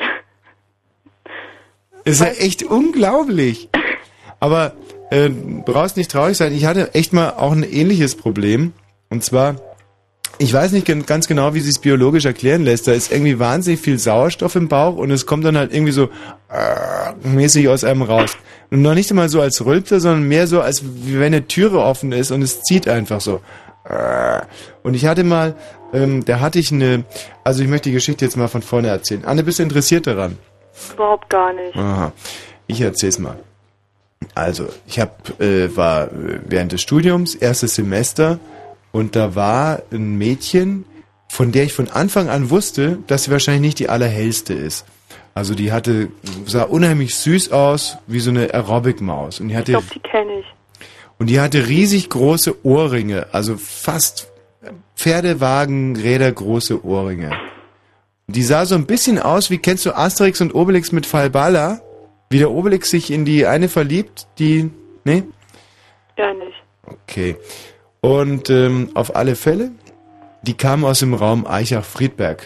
Ist ja echt unglaublich. Aber brauchst nicht traurig sein. Ich hatte echt mal auch ein ähnliches Problem. Und zwar, ich weiß nicht ganz genau, wie sie es biologisch erklären lässt. Da ist irgendwie wahnsinnig viel Sauerstoff im Bauch und es kommt dann halt irgendwie so mäßig aus einem raus. Und noch nicht einmal so als Rülpser, sondern mehr so, als wenn eine Türe offen ist und es zieht einfach so. Und ich hatte mal, da hatte ich also ich möchte die Geschichte jetzt mal von vorne erzählen. Anne, bist du interessiert daran? Überhaupt gar nicht. Aha, ich erzähl's mal. Also, ich war während des Studiums, erstes Semester, und da war ein Mädchen, von der ich von Anfang an wusste, dass sie wahrscheinlich nicht die allerhellste ist. Also die sah unheimlich süß aus, wie so eine Aerobic-Maus. Und ich glaube, die kenne ich. Und die hatte riesig große Ohrringe, also fast Pferdewagenräder große Ohrringe. Die sah so ein bisschen aus, wie kennst du Asterix und Obelix mit Falbala? Wie der Obelix sich in die eine verliebt, ne? Ja, nicht. Okay. Und auf alle Fälle, die kam aus dem Raum Aichach-Friedberg.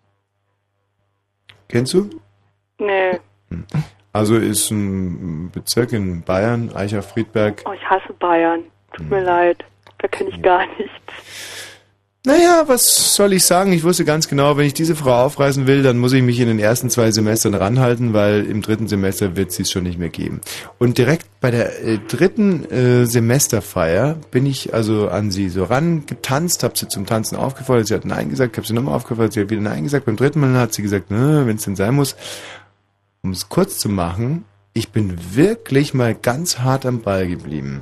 Kennst du? Nee. Also ist ein Bezirk in Bayern, Aichach-Friedberg. Oh, ich hasse Bayern. Tut mir leid. Da kenne ich gar nichts. Naja, was soll ich sagen? Ich wusste ganz genau, wenn ich diese Frau aufreißen will, dann muss ich mich in den ersten 2 Semestern ranhalten, weil im 3. Semester wird sie es schon nicht mehr geben. Und direkt bei der 3. Semesterfeier bin ich also an sie so rangetanzt, habe sie zum Tanzen aufgefordert, sie hat Nein gesagt, habe sie nochmal aufgefordert, sie hat wieder Nein gesagt. Beim 3. Mal hat sie gesagt, wenn es denn sein muss. Um es kurz zu machen, ich bin wirklich mal ganz hart am Ball geblieben.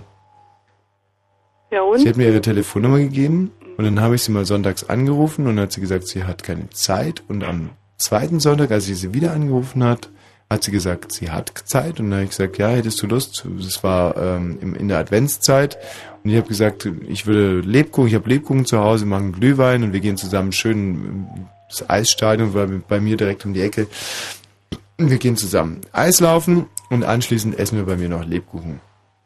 Ja, und? Sie hat mir ihre Telefonnummer gegeben und dann habe ich sie mal sonntags angerufen und dann hat sie gesagt, sie hat keine Zeit. Und am 2. Sonntag, als ich sie wieder angerufen hat sie gesagt, sie hat Zeit. Und dann habe ich gesagt, ja, hättest du Lust? Das war in der Adventszeit. Und ich habe gesagt, ich habe Lebkuchen zu Hause, machen Glühwein und wir gehen zusammen schön ins Eisstadion, weil bei mir direkt um die Ecke. Wir gehen zusammen Eislaufen und anschließend essen wir bei mir noch Lebkuchen.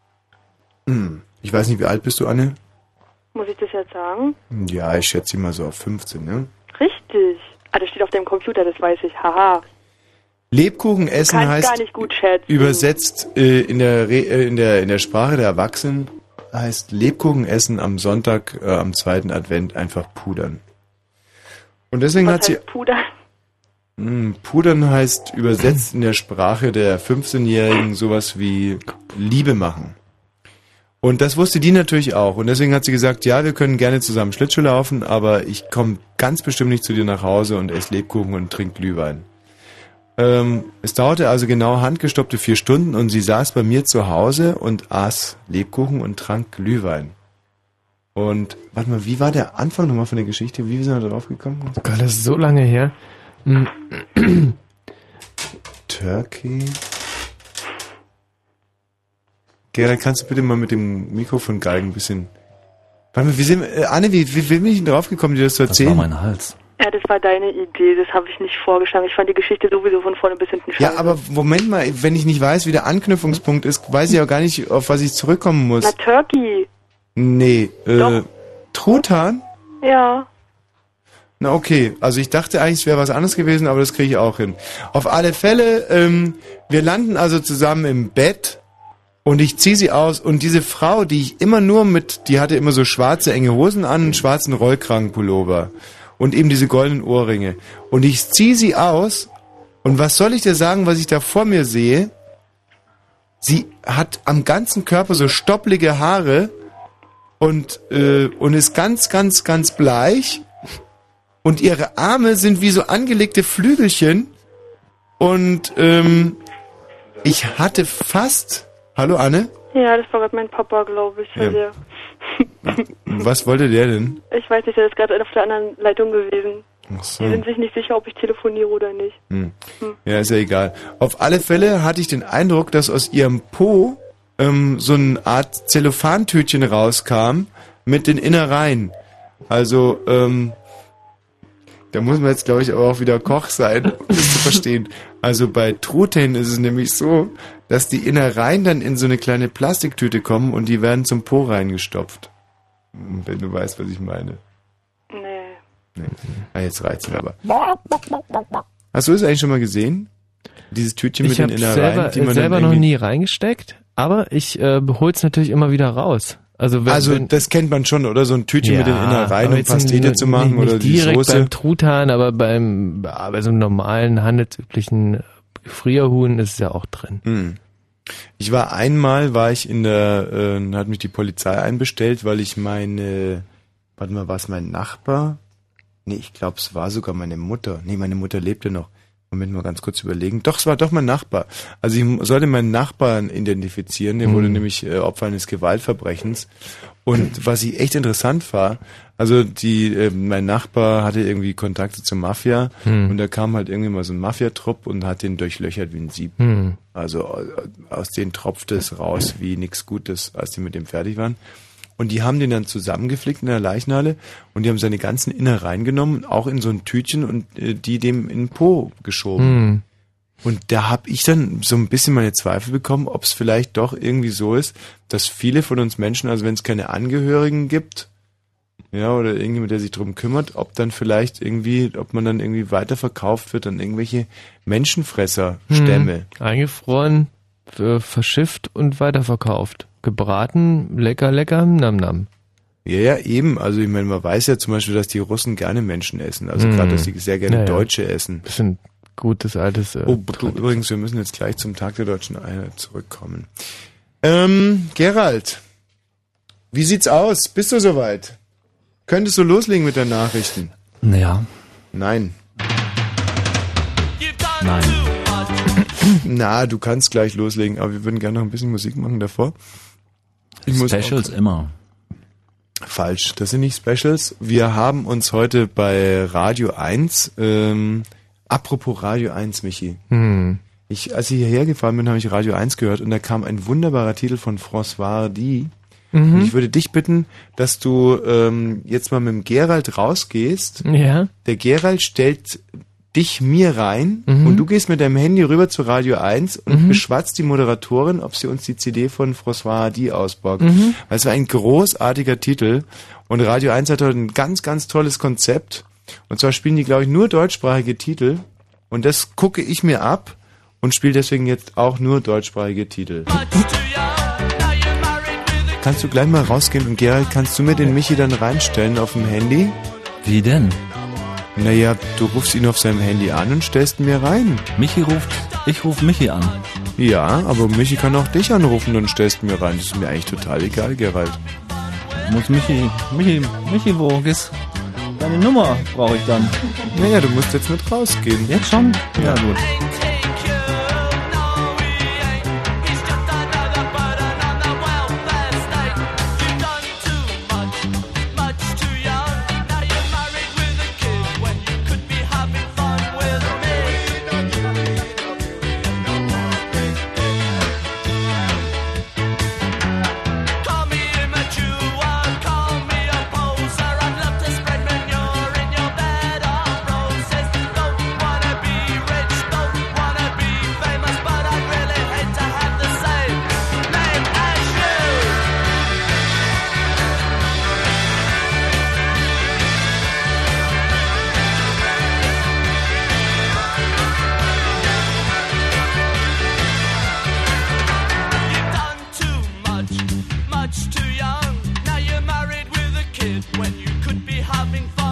Ich weiß nicht, wie alt bist du, Anne? Muss ich das jetzt sagen? Ja, ich schätze mal so auf 15, ne? Richtig. Ah, das steht auf dem Computer, das weiß ich. Haha. Lebkuchen essen heißt, gar nicht gut schätzen. Übersetzt in der Sprache der Erwachsenen, heißt Lebkuchen essen am Sonntag, am 2. Advent einfach pudern. Und deswegen Was hat sie... heißt pudern? Pudern heißt übersetzt in der Sprache der 15-Jährigen sowas wie Liebe machen. Und das wusste die natürlich auch. Und deswegen hat sie gesagt, ja, wir können gerne zusammen Schlittschuh laufen, aber ich komme ganz bestimmt nicht zu dir nach Hause und esse Lebkuchen und trinke Glühwein. Es dauerte also genau handgestoppte 4 Stunden und sie saß bei mir zu Hause und aß Lebkuchen und trank Glühwein. Und, warte mal, wie war der Anfang nochmal von der Geschichte? Wie sind wir da drauf gekommen? Oh Gott, das ist so lange her. Turkey. Gerald, kannst du bitte mal mit dem Mikrofongalgen ein bisschen... Warte mal, Anne, wie bin ich denn drauf gekommen, dir das zu erzählen? Das war mein Hals. Ja, das war deine Idee, das habe ich nicht vorgeschlagen. Ich fand die Geschichte sowieso von vorne bis hinten scheiße. Ja, aber Moment mal, wenn ich nicht weiß, wie der Anknüpfungspunkt ist, weiß ich auch gar nicht, auf was ich zurückkommen muss. Na, Turkey. Nee, Truthahn? Ja. Na okay, also ich dachte eigentlich, es wäre was anderes gewesen, aber das kriege ich auch hin. Auf alle Fälle, wir landen also zusammen im Bett und ich ziehe sie aus und diese Frau, die ich immer nur die hatte immer so schwarze enge Hosen an, einen schwarzen Rollkragenpullover und eben diese goldenen Ohrringe. Und ich ziehe sie aus und was soll ich dir sagen, was ich da vor mir sehe? Sie hat am ganzen Körper so stopplige Haare und ist ganz, ganz, ganz bleich. Und ihre Arme sind wie so angelegte Flügelchen. Und ich hatte fast... Hallo Anne? Ja, das war gerade mein Papa, glaube ich. Ja. Was wollte der denn? Ich weiß nicht, der ist gerade auf der anderen Leitung gewesen. Ach so. Die sind sich nicht sicher, ob ich telefoniere oder nicht. Ja, ist ja egal. Auf alle Fälle hatte ich den Eindruck, dass aus ihrem Po so eine Art Zellophantütchen rauskam mit den Innereien. Also, da muss man jetzt, glaube ich, aber auch wieder Koch sein, um das zu verstehen. Also bei Truthähnen ist es nämlich so, dass die Innereien dann in so eine kleine Plastiktüte kommen und die werden zum Po reingestopft. Wenn du weißt, was ich meine. Nee. Ah, jetzt reizt es aber. Hast du es eigentlich schon mal gesehen? Dieses Tütchen mit den Innereien, die man selber noch nie reingesteckt, aber ich hol's natürlich immer wieder raus. Also das kennt man schon, oder? So ein Tütchen mit den Innereien, um Pastete zu machen nicht oder die direkt Soße. Beim Truthahn, aber bei so einem normalen, handelsüblichen Gefrierhuhn ist es ja auch drin. Ich war hat mich die Polizei einbestellt, weil ich war es mein Nachbar? Nee, ich glaube, es war sogar meine Mutter. Nee, meine Mutter lebte noch. Moment mal ganz kurz überlegen. Doch, es war doch mein Nachbar. Also ich sollte meinen Nachbarn identifizieren, der wurde nämlich Opfer eines Gewaltverbrechens. Und was ich echt interessant war, also mein Nachbar hatte irgendwie Kontakte zur Mafia und da kam halt irgendwie mal so ein Mafiatrupp und hat den durchlöchert wie ein Sieb. Also aus denen tropfte es raus wie nichts Gutes, als die mit dem fertig waren. Und die haben den dann zusammengeflickt in der Leichnhalle und die haben seine ganzen Innereien genommen, auch in so ein Tütchen und die dem in den Po geschoben. Und da habe ich dann so ein bisschen meine Zweifel bekommen, ob es vielleicht doch irgendwie so ist, dass viele von uns Menschen, also wenn es keine Angehörigen gibt, ja, oder irgendjemand, der sich drum kümmert, ob man dann irgendwie weiterverkauft wird an irgendwelche Menschenfresserstämme. Eingefroren, verschifft und weiterverkauft. Gebraten, lecker, nam nam. Ja, eben. Also ich meine, man weiß ja zum Beispiel, dass die Russen gerne Menschen essen. Also gerade, dass sie sehr gerne Deutsche essen. Das ist ein gutes altes... übrigens, wir müssen jetzt gleich zum Tag der Deutschen Einheit zurückkommen. Gerald, wie sieht's aus? Bist du soweit? Könntest du loslegen mit den Nachrichten? Ja. Nein. Nein. Na, du kannst gleich loslegen, aber wir würden gerne noch ein bisschen Musik machen davor. Specials immer. Falsch, das sind nicht Specials. Wir haben uns heute bei Radio 1, apropos Radio 1, Michi. Als ich hierher gefahren bin, habe ich Radio 1 gehört und da kam ein wunderbarer Titel von François Hardy. Und ich würde dich bitten, dass du jetzt mal mit dem Gerald rausgehst. Ja. Der Gerald stellt dich mir rein und du gehst mit deinem Handy rüber zu Radio 1 und beschwatzt die Moderatorin, ob sie uns die CD von François Hardy ausborgt. Weil es war ein großartiger Titel und Radio 1 hat heute ein ganz, ganz tolles Konzept. Und zwar spielen die, glaube ich, nur deutschsprachige Titel und das gucke ich mir ab und spiele deswegen jetzt auch nur deutschsprachige Titel. Kannst du gleich mal rausgehen und Gerald, kannst du mir den Michi dann reinstellen auf dem Handy? Wie denn? Naja, du rufst ihn auf seinem Handy an und stellst ihn mir rein. Ich ruf Michi an. Ja, aber Michi kann auch dich anrufen und stellst mir rein. Das ist mir eigentlich total egal, Gerald. Muss Michi, wo ist deine Nummer? Brauche ich dann. Naja, du musst jetzt mit rausgehen. Jetzt schon? Ja, gut.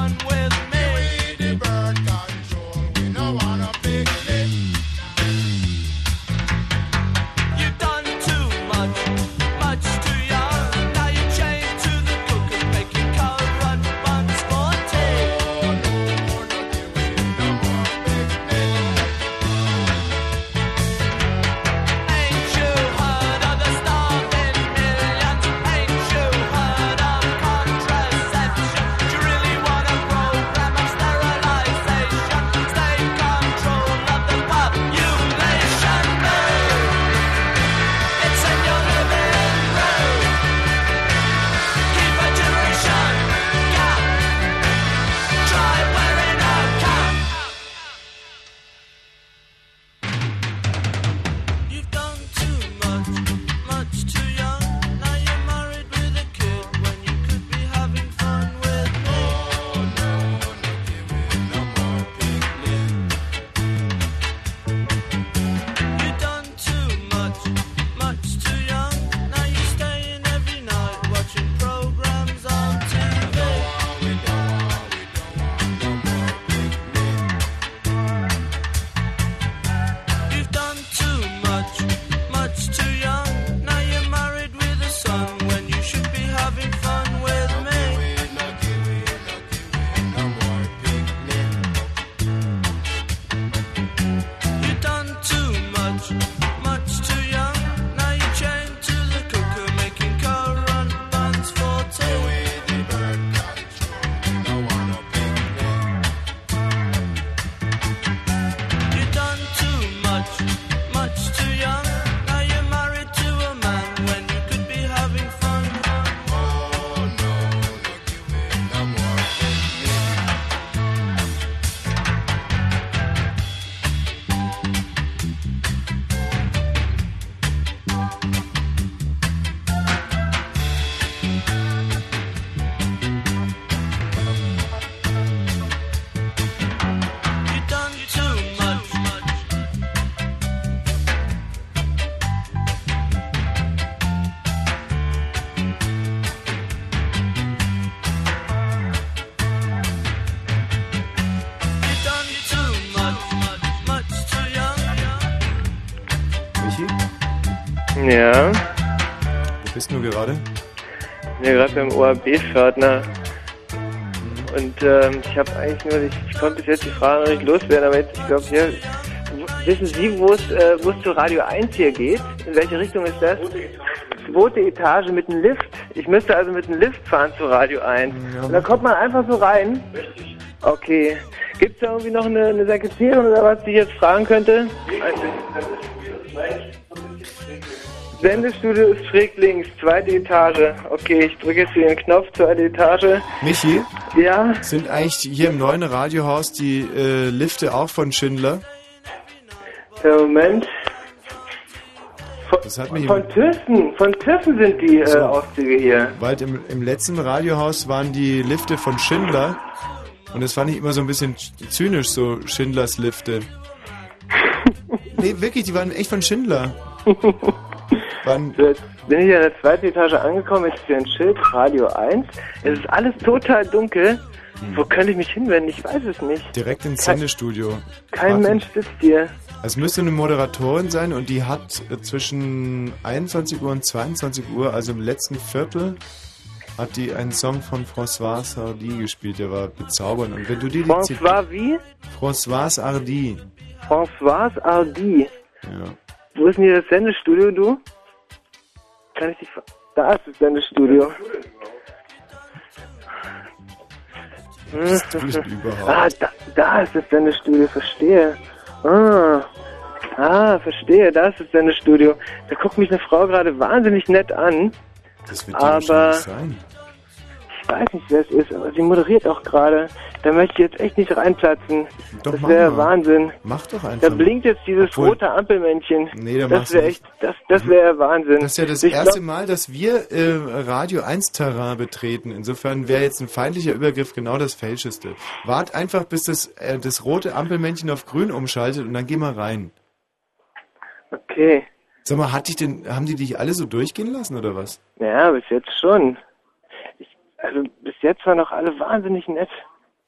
Ja. Wo bist du gerade? Ja, gerade beim ORB-Pförtner. Und ich habe eigentlich nur, ich konnte bis jetzt die Frage noch nicht loswerden, aber jetzt, ich glaube, hier, wissen Sie, wo es zu Radio 1 hier geht? In welche Richtung ist das? Zweite Etage mit einem Lift. Ich müsste also mit einem Lift fahren zu Radio 1. Ja. Und da kommt man einfach so rein? Richtig. Okay. Gibt es da irgendwie noch eine Sekretärin oder was, die ich jetzt fragen könnte? Sendestudio ist schräg links, zweite Etage. Okay, ich drücke jetzt hier den Knopf, zweite Etage. Michi? Ja? Sind eigentlich hier im neuen Radiohaus die Lifte auch von Schindler? Moment. Von Thyssen sind die Auszüge hier. Weil im letzten Radiohaus waren die Lifte von Schindler und das fand ich immer so ein bisschen zynisch, so Schindlers Lifte. Nee, wirklich, die waren echt von Schindler. Jetzt bin ich an der zweiten Etage angekommen, jetzt ist hier ein Schild, Radio 1. Es ist alles total dunkel. Wo könnte ich mich hinwenden? Ich weiß es nicht. Direkt ins Sendestudio. Kein Mensch sitzt hier. Es müsste eine Moderatorin sein und die hat zwischen 21 Uhr und 22 Uhr, also im letzten Viertel, hat die einen Song von François Hardy gespielt, der war bezaubernd. Und wenn du die François wie? François Hardy. François Hardy. Ja. Wo ist denn hier das Sendestudio, du? Kann ich dich... Da ist das Sendestudio. Da ist das Sendestudio, verstehe. Verstehe, da ist das Sendestudio. Da guckt mich eine Frau gerade wahnsinnig nett an. Das wird ja wahrscheinlich sein. Ich weiß nicht, wer es ist, aber sie moderiert auch gerade. Da möchte ich jetzt echt nicht reinplatzen. Doch, das wäre Wahnsinn. Mach doch einfach. Da blinkt jetzt dieses rote Ampelmännchen. Nee, da das wäre echt, das wäre Wahnsinn. Das ist ja das erste Mal, dass wir Radio 1 Terrain betreten. Insofern wäre jetzt ein feindlicher Übergriff genau das Falscheste. Wart einfach, bis das rote Ampelmännchen auf grün umschaltet und dann geh mal rein. Okay. Sag mal, haben die dich alle so durchgehen lassen oder was? Ja, bis jetzt schon. Also bis jetzt waren doch alle wahnsinnig nett.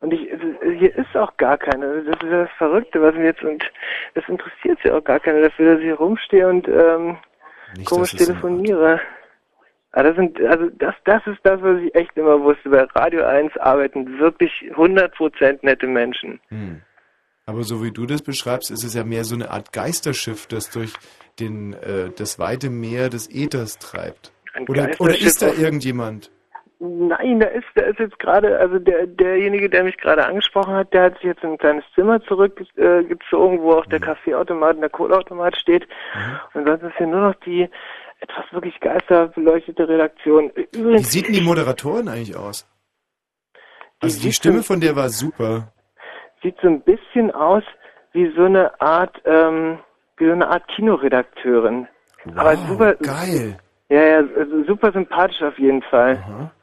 Und hier ist auch gar keine. Das ist das Verrückte, was mir jetzt, und das interessiert sich auch gar keiner dafür, dass ich hier rumstehe und komisch telefoniere. Aber das ist das, was ich echt immer wusste. Bei Radio 1 arbeiten wirklich 100% nette Menschen. Aber so wie du das beschreibst, ist es ja mehr so eine Art Geisterschiff, das durch das weite Meer des Äthers treibt. Oder ist da irgendjemand? Nein, da ist jetzt gerade, also derjenige, der mich gerade angesprochen hat, der hat sich jetzt in ein kleines Zimmer zurückgezogen, wo auch der Kaffeeautomat und der Kohleautomat steht. Und sonst ist hier nur noch die etwas wirklich geisterbeleuchtete Redaktion. Übrigens, wie sieht denn die Moderatorin eigentlich aus? Also die Stimme von der war super. Sieht so ein bisschen aus wie so eine Art Kinoredakteurin. Wow, aber super geil. Ja, also super sympathisch auf jeden Fall. Aha.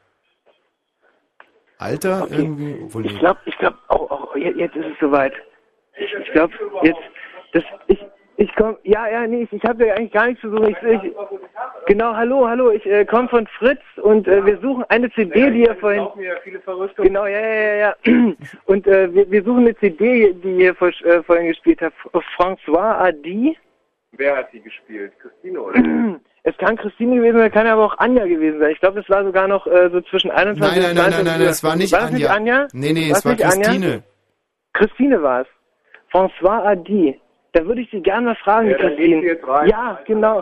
Alter, okay. Irgendwie? Obwohl ich glaube, jetzt ist es soweit. Ich glaube, ich komme, ich habe ja eigentlich gar nichts zu suchen. Genau, hallo, ich komme von Fritz und wir suchen eine CD, die ihr vorhin... Genau, ja. Und wir suchen eine CD, die ihr vorhin gespielt habt. François Hardy. Wer hat die gespielt? Christine, oder? Es kann Christine gewesen sein, kann aber auch Anja gewesen sein. Ich glaube, das war sogar noch so zwischen 21 und 22. Nein, das war nicht Anja. War das nicht Anja? Nee, es war Christine. Anja? Christine war es. François Hardy. Da würde ich Sie gerne mal fragen, Christine. Jetzt rein. Ja, genau.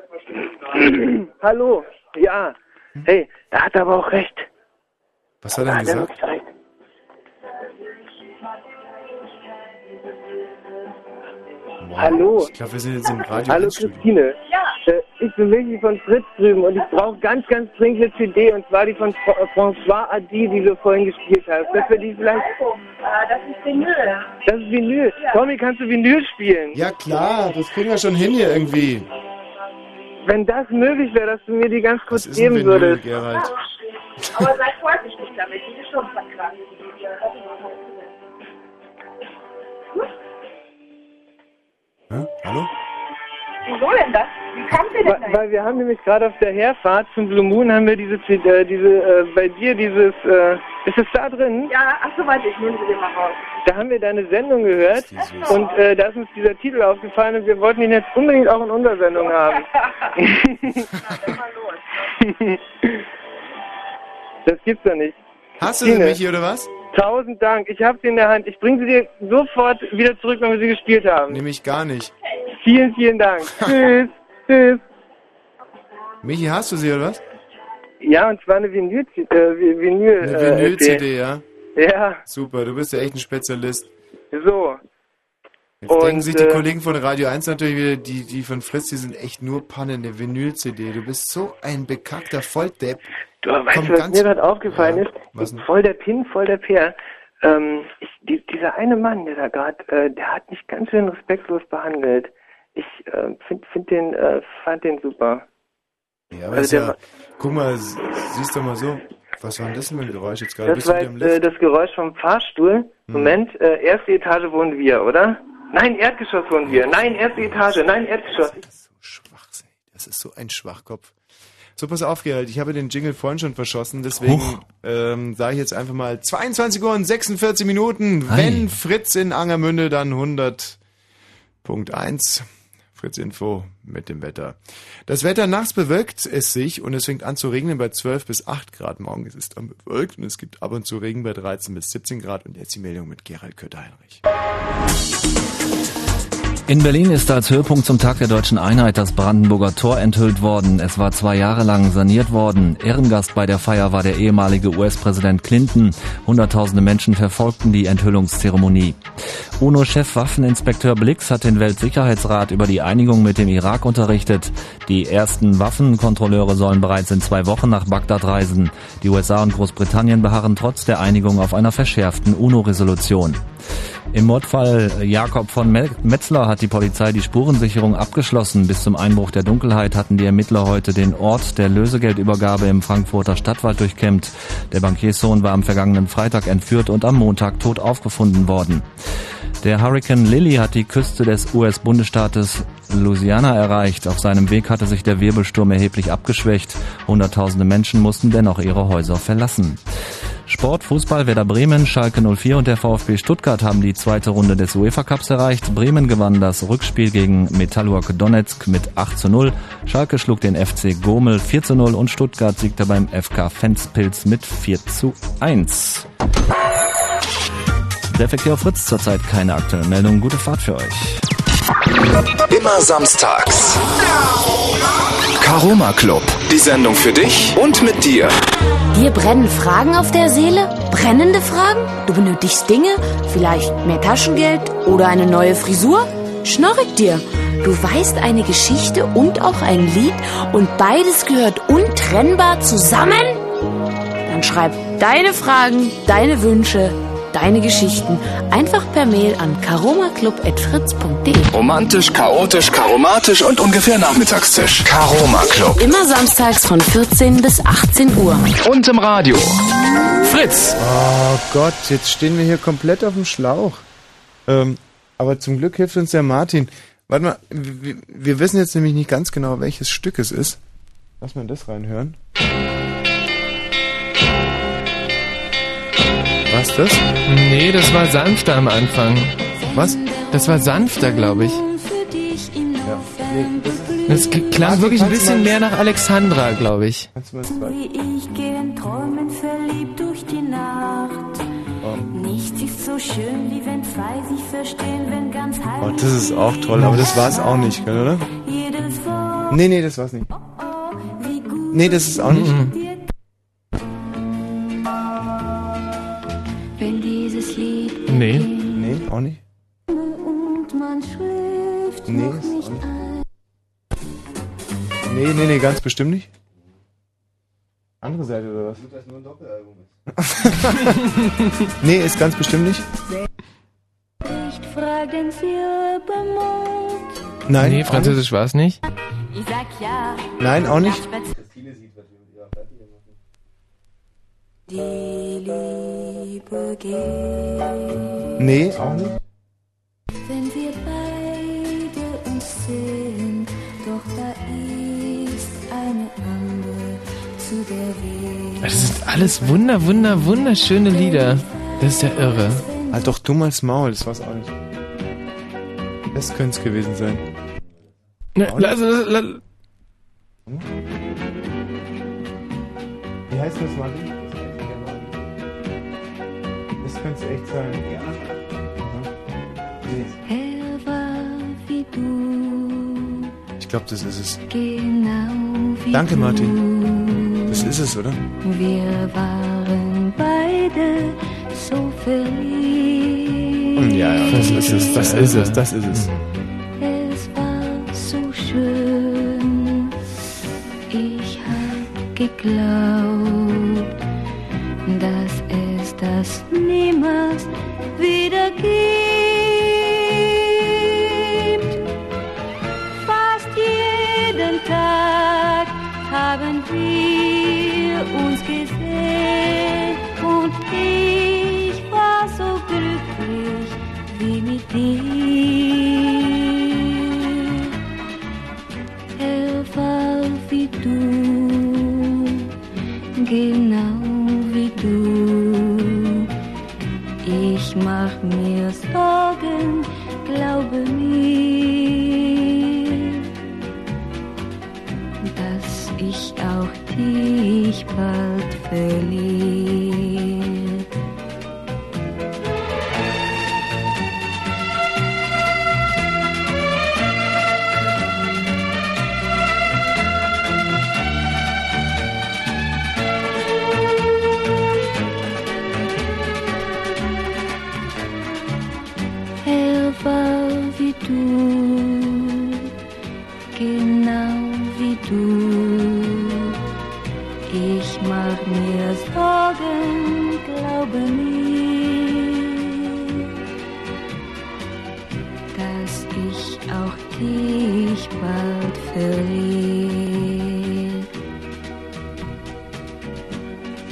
Hallo. Ja. Hey, er hat aber auch recht. Was hat er denn gesagt? Wow. Hallo. Ich glaube, wir sind jetzt im Radio. Hallo Christine. Ja. Ich bin wirklich von Fritz drüben und ich brauche ganz, ganz dringend eine CD und zwar die von François Hardy, die du vorhin gespielt hast. Dass wir die vielleicht... Das ist Vinyl. Das ist Vinyl. Ja. Tommy, kannst du Vinyl spielen? Ja klar, das kriegen wir schon hin hier irgendwie. Wenn das möglich wäre, dass du mir die ganz kurz das geben ist ein Vinyl, würdest. Gerald. Aber sei vorsichtig damit, die ist schon verkrankt. Hallo? Wieso denn das? Wie kommt ihr denn da? Weil wir haben nämlich gerade auf der Herfahrt zum Blue Moon haben wir bei dir dieses, ist es da drin? Ja, ach so, warte, ich nehme sie dir mal raus. Da haben wir deine Sendung gehört und da ist uns dieser Titel aufgefallen und wir wollten ihn jetzt unbedingt auch in unserer Sendung haben. Dann mal los. Das gibt's doch nicht. Hast du sie, Michi, oder was? 1000 Dank, ich habe sie in der Hand. Ich bringe sie dir sofort wieder zurück, wenn wir sie gespielt haben. Nämlich gar nicht. Vielen, vielen Dank. Tschüss. Tschüss. Michi, hast du sie, oder was? Ja, und zwar eine Vinyl-CD, ja? Ja. Super, du bist ja echt ein Spezialist. So. Jetzt denken sich die Kollegen von Radio 1 natürlich wieder, die von Fritz, die sind echt nur Pannen, eine Vinyl-CD. Du bist so ein bekackter Volldepp. Du, weißt du, was mir gerade aufgefallen ist? Voll der Pin, voll der Peer. Dieser eine Mann, der da gerade, der hat mich ganz schön respektlos behandelt. Ich fand den super. Ja, aber also guck mal, siehst du mal so. Was war denn das denn für ein Geräusch jetzt gerade? Das war das Geräusch vom Fahrstuhl. Moment, erste Etage wohnen wir, oder? Nein, Erdgeschoss wohnen wir. Nein, erste Etage. Nein, Erdgeschoss. Das ist so schwach, das ist so ein Schwachkopf. So, pass auf, Gerald, ich habe den Jingle vorhin schon verschossen, deswegen sage ich jetzt einfach mal 22 Uhr und 46 Minuten. Hi. Wenn Fritz in Angermünde, dann 100.1. Fritz Info mit dem Wetter. Das Wetter nachts bewölkt es sich und es fängt an zu regnen bei 12 bis 8 Grad. Morgen ist es dann bewölkt und es gibt ab und zu Regen bei 13 bis 17 Grad. Und jetzt die Meldung mit Gerald Kötter-Heinrich. In Berlin ist als Höhepunkt zum Tag der Deutschen Einheit das Brandenburger Tor enthüllt worden. Es war 2 Jahre lang saniert worden. Ehrengast bei der Feier war der ehemalige US-Präsident Clinton. Hunderttausende Menschen verfolgten die Enthüllungszeremonie. UNO-Chef Waffeninspekteur Blix hat den Weltsicherheitsrat über die Einigung mit dem Irak unterrichtet. Die ersten Waffenkontrolleure sollen bereits in 2 Wochen nach Bagdad reisen. Die USA und Großbritannien beharren trotz der Einigung auf einer verschärften UNO-Resolution. Im Mordfall Jakob von Metzler hat die Polizei die Spurensicherung abgeschlossen. Bis zum Einbruch der Dunkelheit hatten die Ermittler heute den Ort der Lösegeldübergabe im Frankfurter Stadtwald durchkämmt. Der Bankierssohn war am vergangenen Freitag entführt und am Montag tot aufgefunden worden. Der Hurrikan Lily hat die Küste des US-Bundesstaates Louisiana erreicht. Auf seinem Weg hatte sich der Wirbelsturm erheblich abgeschwächt. Hunderttausende Menschen mussten dennoch ihre Häuser verlassen. Sport, Fußball, Werder Bremen, Schalke 04 und der VfB Stuttgart haben die zweite Runde des UEFA Cups erreicht. Bremen gewann das Rückspiel gegen Metalurg Donetsk mit 8:0. Schalke schlug den FC Gomel 4:0 und Stuttgart siegte beim FK Ventspils mit 4:1. Der Verkehr auf Fritz, zurzeit keine aktuellen Meldungen. Gute Fahrt für euch. Immer samstags. Karoma Club. Die Sendung für dich und mit dir. Dir brennen Fragen auf der Seele? Brennende Fragen? Du benötigst Dinge? Vielleicht mehr Taschengeld oder eine neue Frisur? Schnorrig dir. Du weißt eine Geschichte und auch ein Lied und beides gehört untrennbar zusammen? Dann schreib deine Fragen, deine Wünsche, deine Geschichten einfach per Mail an karomaclub@fritz.de. Romantisch, chaotisch, karomatisch und ungefähr Nachmittagstisch. Karoma Club. Immer samstags von 14 bis 18 Uhr. Und im Radio. Fritz. Oh Gott, jetzt stehen wir hier komplett auf dem Schlauch. Aber zum Glück hilft uns der Martin. Warte mal, wir wissen jetzt nämlich nicht ganz genau, welches Stück es ist. Lass mal das reinhören. Was das? Nee, das war sanfter am Anfang. Was? Das war sanfter, glaube ich. Ja. Nee, das klang wirklich ein bisschen mehr nach Alexandra, glaube ich. Kannst du mal das Wie ich gehe in Träumen verliebt durch die Nacht. Nichts ist so schön, wie wenn zwei sich verstehen, wenn ganz Oh, das ist auch toll, aber das war's auch nicht, oder? Nee, das war's nicht. Nee, das ist auch nicht. Wenn dieses Lied Nee, auch nicht. und man schläft Nee, noch ist nicht auch nicht. Nee, ganz bestimmt nicht. Andere Seite oder was? Gut, dass nur ein Doppelalbum ist. Nee, ist ganz bestimmt nicht. nicht, fragen Sie über Mond. Nein. Nee, französisch war es nicht. Ich sag ja. Nein, auch nicht. Die Liebe geht. Nee, auch nicht. Wenn wir beide uns sehen, doch da ist eine andere, zu der wir. Das sind alles wunderschöne Lieder. Das ist ja irre. Halt doch dumm als Maul, das war's auch nicht. Das könnte es gewesen sein. Wie heißt das, Martin? Das könnte es echt sein. Er war wie du. Ich glaube, das ist es. Genau wie Danke, du. Martin. Das ist es, oder? Wir waren beide so verliebt. Ja, das ist es. Das ist es. Das ist es. Es war so schön. Ich hab geglaubt, dass es das niemals wieder gibt. Fast jeden Tag haben wir uns gesehen und ich war so glücklich wie mit dir. Er war wie du, genau wie du. Ich mach mir Sorgen, glaube mir, dass ich auch dich bald verliere. Er war wie du, genau wie du. Ich mach mir Sorgen, glaube mir, dass ich auch dich bald verliere.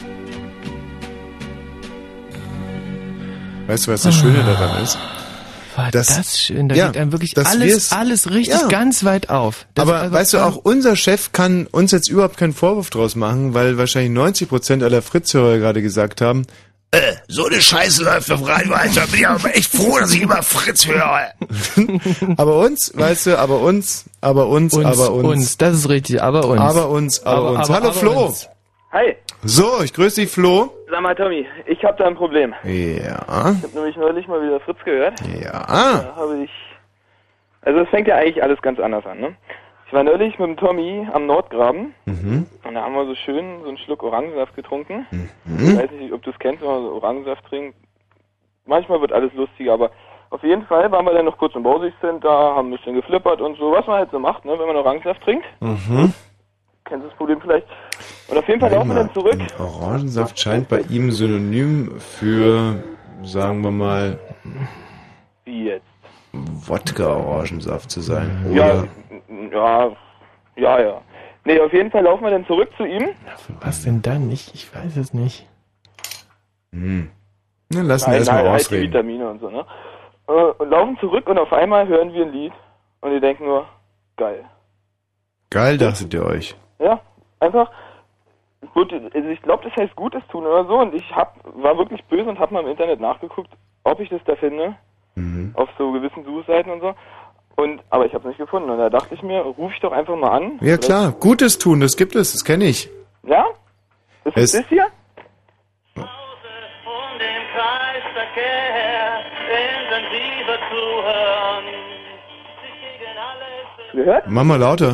Weißt du, was das Schöne daran ist? das ist schön, da geht einem wirklich alles richtig ganz weit auf. Aber weißt du, auch unser Chef kann uns jetzt überhaupt keinen Vorwurf draus machen, weil wahrscheinlich 90% aller Fritz-Hörer gerade gesagt haben, so eine Scheiße läuft auf Radio 1, da bin ich aber echt froh, dass ich immer Fritz höre. Aber uns, weißt du, aber uns. Uns, das ist richtig, aber uns. Aber uns. Hallo Flo. Hi. So, ich grüße dich, Flo. Sag mal, Tommy, ich habe da ein Problem. Ja. Ich habe nämlich neulich mal wieder Fritz gehört. Ja. Da habe ich... Also es fängt ja eigentlich alles ganz anders an, ne? Ich war neulich mit dem Tommy am Nordgraben und da haben wir so schön so einen Schluck Orangensaft getrunken. Ich weiß nicht, ob du es kennst, wenn man so Orangensaft trinkt. Manchmal wird alles lustiger, aber auf jeden Fall waren wir dann noch kurz im Bausichtcenter, haben ein bisschen geflippert und so, was man halt so macht, ne, wenn man Orangensaft trinkt. Kennst du das Problem vielleicht? Und auf jeden Fall laufen wir dann zurück. Orangensaft scheint bei ihm synonym für, sagen wir mal, wie jetzt? Wodka-Orangensaft zu sein. Ja. Nee, auf jeden Fall laufen wir dann zurück zu ihm. Was denn dann? Ich weiß es nicht. Dann lassen wir erstmal ausreden. Die Vitamine und so, ne? Und laufen zurück und auf einmal hören wir ein Lied und wir denken nur, geil. Geil, dachtet ihr euch? Ja, einfach, gut, also ich glaube, das heißt Gutes tun oder so und ich war wirklich böse und habe mal im Internet nachgeguckt, ob ich das da finde, auf so gewissen Suchseiten und so. Aber ich habe es nicht gefunden und da dachte ich mir, ruf ich doch einfach mal an. Ja klar, Gutes tun, das gibt es, das kenne ich. Ja? Ist das hier? Gehört? Mach mal lauter.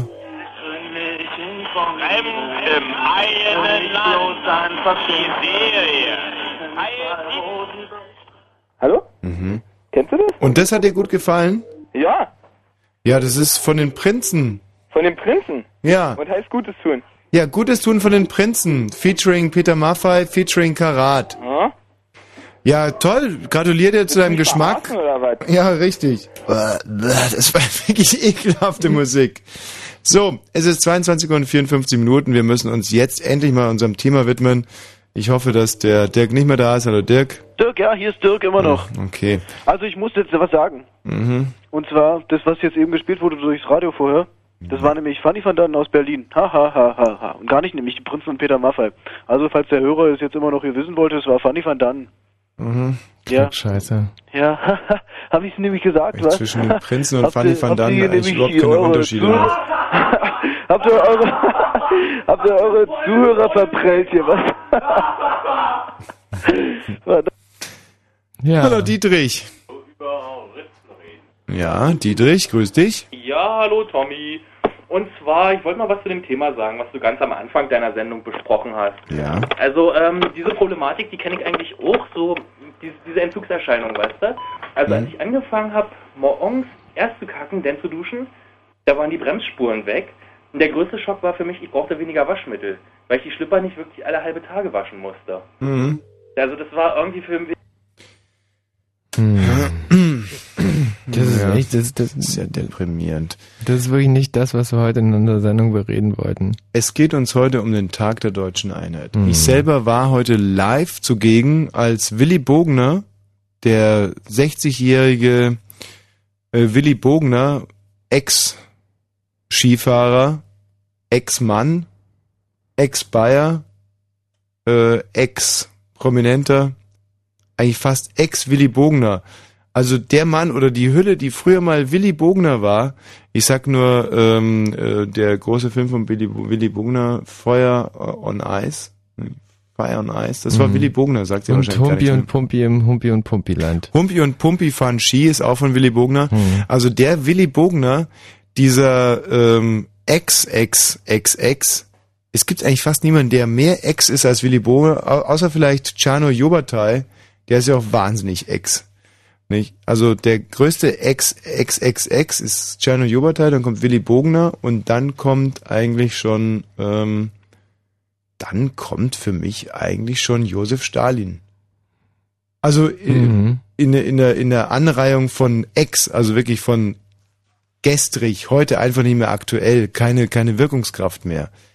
Hallo? Kennst du das? Und das hat dir gut gefallen? Ja. Ja, das ist von den Prinzen. Von den Prinzen? Ja. Und heißt Gutes tun? Ja, Gutes tun von den Prinzen. Featuring Peter Maffay, featuring Karat. Ja, toll. Gratuliere dir zu deinem Geschmack. Oder was? Ja, richtig. Das war wirklich ekelhafte Musik. So, es ist 22:54. Wir müssen uns jetzt endlich mal unserem Thema widmen. Ich hoffe, dass der Dirk nicht mehr da ist. Hallo Dirk. Dirk, ja, hier ist Dirk immer noch. Okay. Also ich muss jetzt was sagen. Und zwar, das, was jetzt eben gespielt wurde durchs Radio vorher, das war nämlich Fanny van Dannen aus Berlin. Ha. Und gar nicht nämlich die Prinzen und Peter Maffay. Also falls der Hörer es jetzt immer noch hier wissen wollte, es war Fanny van Dannen. Ja. Scheiße. Ja, habe ich nämlich gesagt, was? Zwischen den Prinzen und Fanny van Dannen eigentlich überhaupt keine Unterschiede. Habt ihr eure Zuhörer verprellt hier, was? Ja. Hallo Dietrich. Ja, Dietrich, grüß dich. Ja, hallo Tommy. Und zwar, ich wollte mal was zu dem Thema sagen, was du ganz am Anfang deiner Sendung besprochen hast. Ja. Also, diese Problematik, die kenne ich eigentlich auch so, diese Entzugserscheinung, weißt du? Also, als ich angefangen habe, morgens erst zu kacken, dann zu duschen, da waren die Bremsspuren weg. Und der größte Schock war für mich, ich brauchte weniger Waschmittel, weil ich die Schlipper nicht wirklich alle halbe Tage waschen musste. Also, das war irgendwie für mich... Das ist echt, das ist ja deprimierend. Das ist wirklich nicht das, was wir heute in unserer Sendung bereden wollten. Es geht uns heute um den Tag der Deutschen Einheit. Ich selber war heute live zugegen, als Willi Bogner, der 60-jährige Willi Bogner, Ex-Skifahrer, Ex-Mann, Ex-Bayer, Ex-Prominenter, eigentlich fast Ex-Willi Bogner. Also der Mann oder die Hülle, die früher mal Willi Bogner war, ich sag nur der große Film von Willi Bogner, Fire on Ice, das war Willi Bogner, sagt ihr wahrscheinlich Humpi und Pumpi im Humpi und Pumpi-Land. Humpi und Pumpi fahren Ski ist auch von Willi Bogner. Also der Willi Bogner, dieser Ex, es gibt eigentlich fast niemanden, der mehr Ex ist als Willi Bogner, außer vielleicht Czarno Jobatai, der ist ja auch wahnsinnig Ex. Nicht? Also der größte Ex ist Czarno Jobatai, dann kommt Willi Bogner und dann kommt eigentlich schon, dann kommt für mich eigentlich schon Josef Stalin. Also in der Anreihung von Ex, also wirklich von gestrig, heute einfach nicht mehr aktuell, keine Wirkungskraft mehr.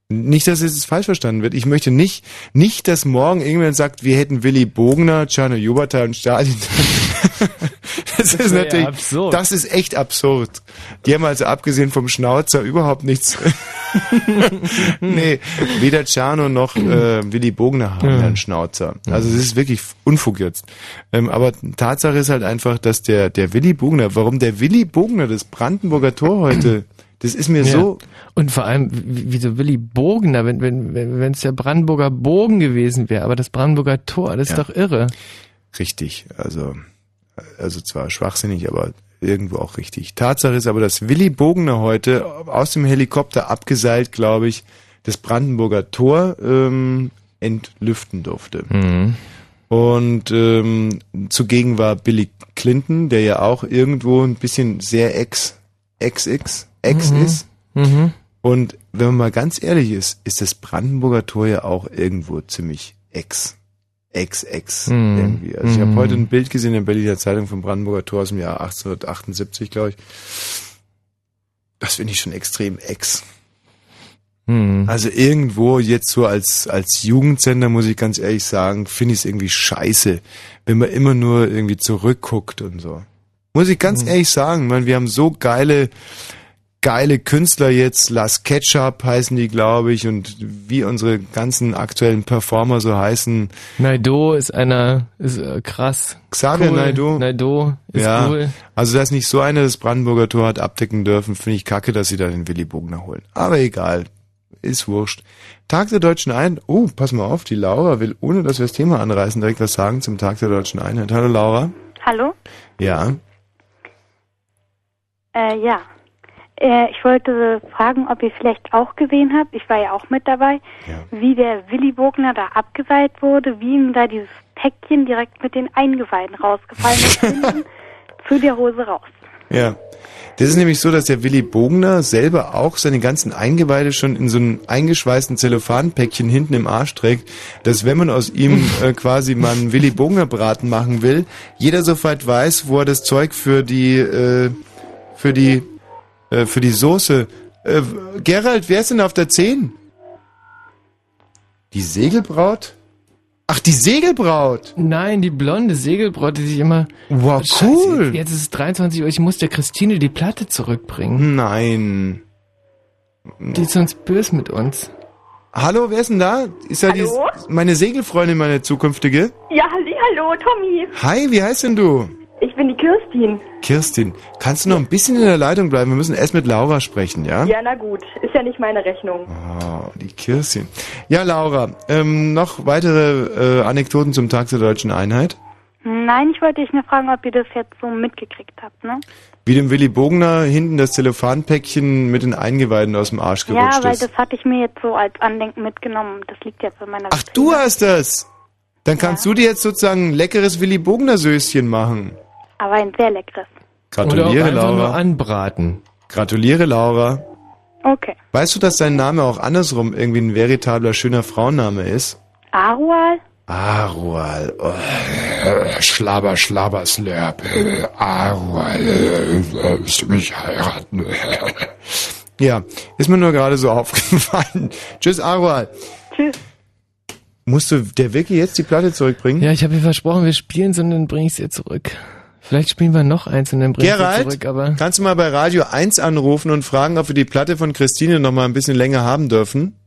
Nicht, dass es falsch verstanden wird. Ich möchte nicht, dass morgen irgendjemand sagt, wir hätten Willy Bogner, Czarno Jubata und Stalin. Das ist natürlich absurd. Das ist echt absurd. Die haben also abgesehen vom Schnauzer überhaupt nichts. Nee, weder Czarno noch Willy Bogner haben einen Schnauzer. Also es ist wirklich Unfug jetzt. Aber Tatsache ist halt einfach, dass der Willy Bogner, warum der Willy Bogner das Brandenburger Tor heute, das ist mir so... Und vor allem, wieso Willy Bogner, wenn es der Brandenburger Bogen gewesen wäre, aber das Brandenburger Tor, das ist doch irre. Richtig, also zwar schwachsinnig, aber irgendwo auch richtig. Tatsache ist aber, dass Willy Bogner heute aus dem Helikopter abgeseilt, glaube ich, das Brandenburger Tor entlüften durfte. Mhm. Und zugegen war Billy Clinton, der ja auch irgendwo ein bisschen sehr ex ist. Mhm. Und wenn man mal ganz ehrlich ist das Brandenburger Tor ja auch irgendwo ziemlich ex irgendwie. Also ich habe heute ein Bild gesehen in der Berliner Zeitung vom Brandenburger Tor aus dem Jahr 1878, glaube ich. Das finde ich schon extrem ex. Also irgendwo jetzt so als Jugendsender, muss ich ganz ehrlich sagen, finde ich es irgendwie scheiße, wenn man immer nur irgendwie zurückguckt und so. Muss ich ganz ehrlich sagen, man, wir haben so geile Künstler jetzt, Las Ketchup heißen die, glaube ich, und wie unsere ganzen aktuellen Performer so heißen. Naido ist krass. Xavier cool. Naido ist cool. Also, dass nicht so einer das Brandenburger Tor hat abdecken dürfen, finde ich kacke, dass sie da den Willy Bogner holen. Aber egal. Ist wurscht. Tag der Deutschen Einheit. Oh, pass mal auf, die Laura will, ohne dass wir das Thema anreißen, direkt was sagen zum Tag der Deutschen Einheit. Hallo, Laura. Hallo? Ja. Ja. Ich wollte fragen, ob ihr vielleicht auch gesehen habt, ich war ja auch mit dabei, wie der Willy Bogner da abgeweiht wurde, wie ihm da dieses Päckchen direkt mit den Eingeweiden rausgefallen ist, hinten zu der Hose raus. Ja. Das ist nämlich so, dass der Willy Bogner selber auch seine ganzen Eingeweide schon in so einem eingeschweißten Zellophanpäckchen hinten im Arsch trägt, dass wenn man aus ihm quasi mal einen Willy Bogner Braten machen will, jeder sofort weiß, wo er das Zeug für die Soße. Gerald, wer ist denn auf der 10? Die Segelbraut? Ach, die Segelbraut! Nein, die blonde Segelbraut, die sich immer... Wow, cool! Jetzt ist es 23 Uhr, ich muss der Christine die Platte zurückbringen. Nein. Die ist sonst böse mit uns. Hallo, wer ist denn da? Ist ja meine Segelfreundin, meine zukünftige? Ja, hallo, Tommy. Hi, wie heißt denn du? Ich bin die Kirstin. Kirstin, kannst du noch ein bisschen in der Leitung bleiben? Wir müssen erst mit Laura sprechen, ja? Ja, na gut. Ist ja nicht meine Rechnung. Oh, die Kirstin. Ja, Laura, noch weitere Anekdoten zum Tag der Deutschen Einheit? Nein, ich wollte dich nur fragen, ob ihr das jetzt so mitgekriegt habt, ne? Wie dem Willy Bogner hinten das Zellophanpäckchen mit den Eingeweiden aus dem Arsch gerutscht ist. Ja, weil das hatte ich mir jetzt so als Andenken mitgenommen. Das liegt jetzt in meiner Ach, du hast das! Dann kannst du dir jetzt sozusagen ein leckeres Willy Bogner Söschen machen. Aber ein sehr leckeres. Gratuliere, Oder Laura. nur anbraten. Gratuliere, Laura. Okay. Weißt du, dass dein Name auch andersrum irgendwie ein veritabler, schöner Frauenname ist? Arual? Arual. Oh. Schlabber, slurp. Arual. Willst du mich heiraten? Ja, ist mir nur gerade so aufgefallen. Tschüss, Arual. Tschüss. Musst du der Vicky jetzt die Platte zurückbringen? Ja, ich habe ihr versprochen, wir spielen es und dann bring ich sie ihr zurück. Vielleicht spielen wir noch eins und dann bring ich sie zurück, aber... Kannst du mal bei Radio 1 anrufen und fragen, ob wir die Platte von Christine noch mal ein bisschen länger haben dürfen?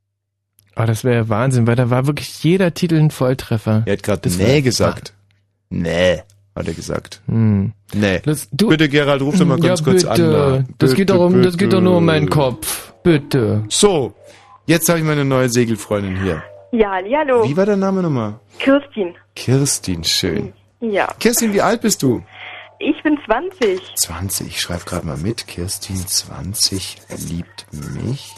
Oh, das wäre ja Wahnsinn, weil da war wirklich jeder Titel ein Volltreffer. Er hat gerade nee gesagt. Nee, hat er gesagt. Nee. Bitte, Gerald, ruf doch mal ganz kurz an. Das geht doch nur um meinen Kopf. Bitte. So, jetzt habe ich meine neue Segelfreundin hier. Ja, hallo. Wie war der Name nochmal? Kirstin. Kirstin, schön. Ja. Kirstin, wie alt bist du? Ich bin 20. 20, ich schreibe gerade mal mit. Kirstin, 20, liebt mich.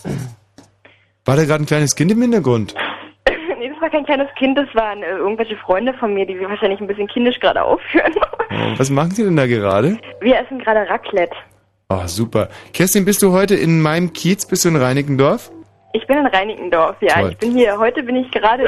War da gerade ein kleines Kind im Hintergrund? Nee, das war kein kleines Kind, das waren irgendwelche Freunde von mir, die wir wahrscheinlich ein bisschen kindisch gerade aufführen. Oh, was machen Sie denn da gerade? Wir essen gerade Raclette. Oh, super. Kirstin, bist du heute in meinem Kiez? Bist du in Reinickendorf? Ich bin in Reinickendorf, ja. Toll. Ich bin hier, heute bin ich gerade...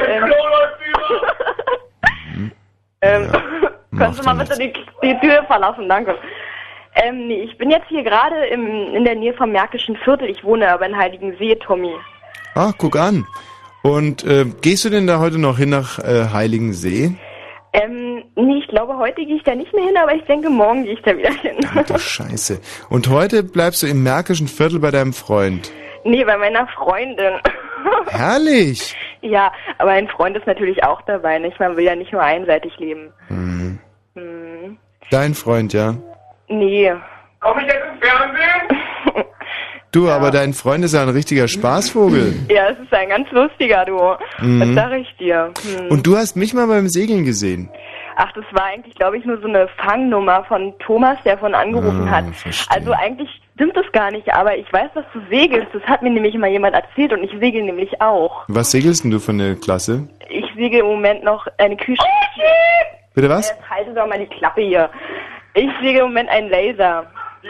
Können Sie mal bitte die Tür verlassen, danke. Nee, ich bin jetzt hier gerade in der Nähe vom Märkischen Viertel. Ich wohne aber in Heiligensee, Tommy. Ach, guck an. Und gehst du denn da heute noch hin nach Heiligensee? Nee, ich glaube, heute gehe ich da nicht mehr hin, aber ich denke, morgen gehe ich da wieder hin. Ach, Scheiße. Und heute bleibst du im Märkischen Viertel bei deinem Freund? Nee, bei meiner Freundin. Herrlich. Ja, aber ein Freund ist natürlich auch dabei, nicht? Man will ja nicht nur einseitig leben. Mhm. Hm. Dein Freund, ja? Nee. Komm ich jetzt ins Fernsehen? Du, aber dein Freund ist ja ein richtiger Spaßvogel. Ja, es ist ein ganz lustiger, du. Mhm. Das sag ich dir. Und du hast mich mal beim Segeln gesehen. Ach, das war eigentlich, glaube ich, nur so eine Fangnummer von Thomas, der von angerufen hat. Verstehe. Also eigentlich stimmt das gar nicht, aber ich weiß, dass du segelst. Das hat mir nämlich mal jemand erzählt und ich segel nämlich auch. Was segelst denn du von der Klasse? Ich segel im Moment noch eine Küche. Bitte was? Jetzt halte doch mal die Klappe hier. Ich segel im Moment einen Laser.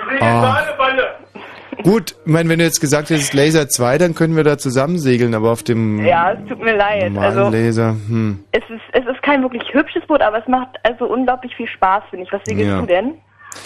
Gut, ich meine, wenn du jetzt gesagt hättest Laser 2, dann können wir da zusammen segeln, aber auf dem Ja, es tut mir leid. normalen Also Laser, es ist kein wirklich hübsches Boot, aber es macht also unglaublich viel Spaß, finde ich. Was segelst Ja. du denn?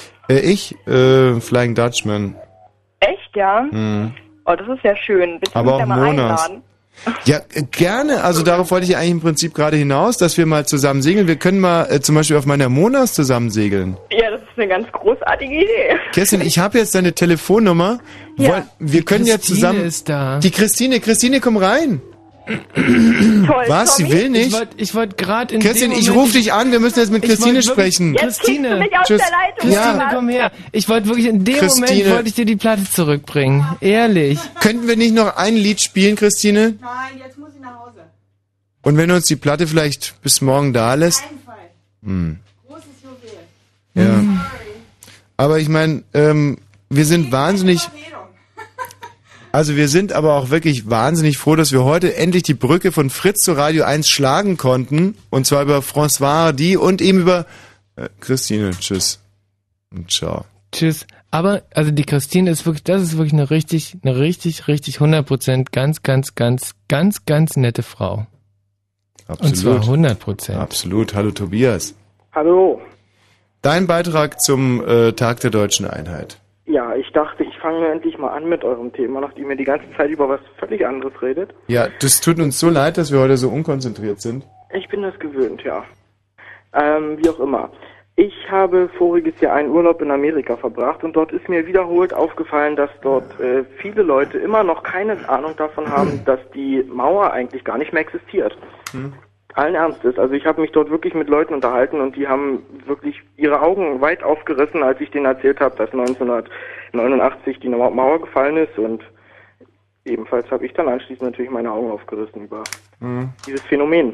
Flying Dutchman. Echt, ja? Hm. Oh, das ist ja schön. Willst du Aber mich da auch mal Monas. einladen? Ja, gerne. Also darauf wollte ich eigentlich im Prinzip gerade hinaus, dass wir mal zusammen segeln. Wir können mal zum Beispiel auf meiner Monas zusammen segeln. Ja, das ist eine ganz großartige Idee. Kerstin, ich habe jetzt deine Telefonnummer. Ja. Wir können ja Christine zusammen... ist da. Die Christine, komm rein. Toll, Was? Sie will nicht? Ich wollte gerade in Kerstin, dem ich Moment- rufe dich an. Wir müssen jetzt mit Ich Christine wollte wirklich- sprechen. Jetzt kriegst du mich aus Tschüss. der Leitung. Christine, oder was? komm her. Ich wollte wirklich in dem Moment Christine. wollte ich dir die Platte zurückbringen. Ehrlich. Könnten wir nicht noch ein Lied spielen, Christine? Nein, jetzt muss ich nach Hause. Und wenn du uns die Platte vielleicht bis morgen da lässt? Auf jeden Fall. Hm. Großes Juwel. Ja. Aber ich meine, wir sind wahnsinnig... Also wir sind aber auch wirklich wahnsinnig froh, dass wir heute endlich die Brücke von Fritz zu Radio 1 schlagen konnten. Und zwar über François Hardy und eben über Christine. Tschüss. Und ciao. Tschüss. Aber, also die Christine ist wirklich, das ist wirklich eine richtig 100% ganz nette Frau. Absolut. Und zwar 100%. Absolut. Hallo Tobias. Hallo. Dein Beitrag zum Tag der Deutschen Einheit. Ja, ich dachte, ich fange endlich mal an mit eurem Thema, nachdem ihr die ganze Zeit über was völlig anderes redet. Ja, das tut uns so leid, dass wir heute so unkonzentriert sind. Ich bin das gewöhnt, ja. Wie auch immer. Ich habe voriges Jahr einen Urlaub in Amerika verbracht und dort ist mir wiederholt aufgefallen, dass dort viele Leute immer noch keine Ahnung davon haben, dass die Mauer eigentlich gar nicht mehr existiert. Allen Ernstes. Also ich habe mich dort wirklich mit Leuten unterhalten und die haben wirklich ihre Augen weit aufgerissen, als ich denen erzählt habe, dass 1989 die Mauer gefallen ist und ebenfalls habe ich dann anschließend natürlich meine Augen aufgerissen über dieses Phänomen.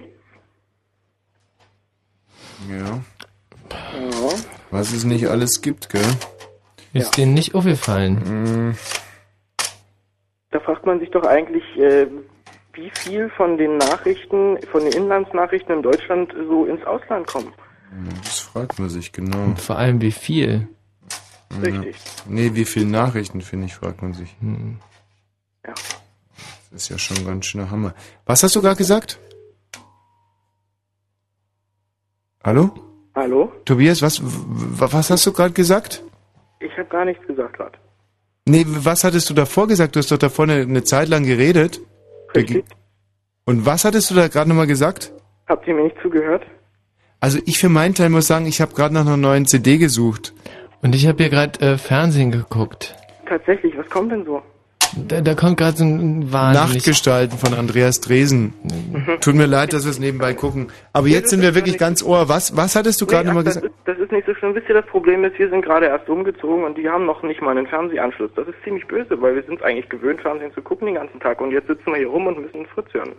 Ja. Ja. Was es nicht alles gibt, gell? Ist denen nicht aufgefallen. Da fragt man sich doch eigentlich, wie viel von den Nachrichten, von den Inlandsnachrichten in Deutschland so ins Ausland kommen. Das fragt man sich, genau. Und vor allem wie viel. Richtig. Nee, wie viele Nachrichten, finde ich, fragt man sich. Ja. Das ist ja schon ganz schöner Hammer. Was hast du gerade gesagt? Hallo? Hallo? Tobias, was hast du gerade gesagt? Ich habe gar nichts gesagt gerade. Nee, was hattest du davor gesagt? Du hast doch davor eine Zeit lang geredet. Richtig. Und was hattest du da gerade nochmal gesagt? Habt ihr mir nicht zugehört? Also ich für meinen Teil muss sagen, ich habe gerade nach einer neuen CD gesucht. Und ich habe hier gerade Fernsehen geguckt. Tatsächlich, was kommt denn so? Da kommt gerade so ein wahnsinnig... Nachtgestalten von Andreas Dresen. Tut mir leid, dass wir es nebenbei gucken. Aber jetzt sind wir wirklich ganz ohr. Was hattest du gerade nochmal gesagt? Das ist nicht so schlimm. Wisst ihr, das Problem ist, wir sind gerade erst umgezogen und die haben noch nicht mal einen Fernsehanschluss. Das ist ziemlich böse, weil wir sind es eigentlich gewöhnt, Fernsehen zu gucken den ganzen Tag. Und jetzt sitzen wir hier rum und müssen Fritz hören.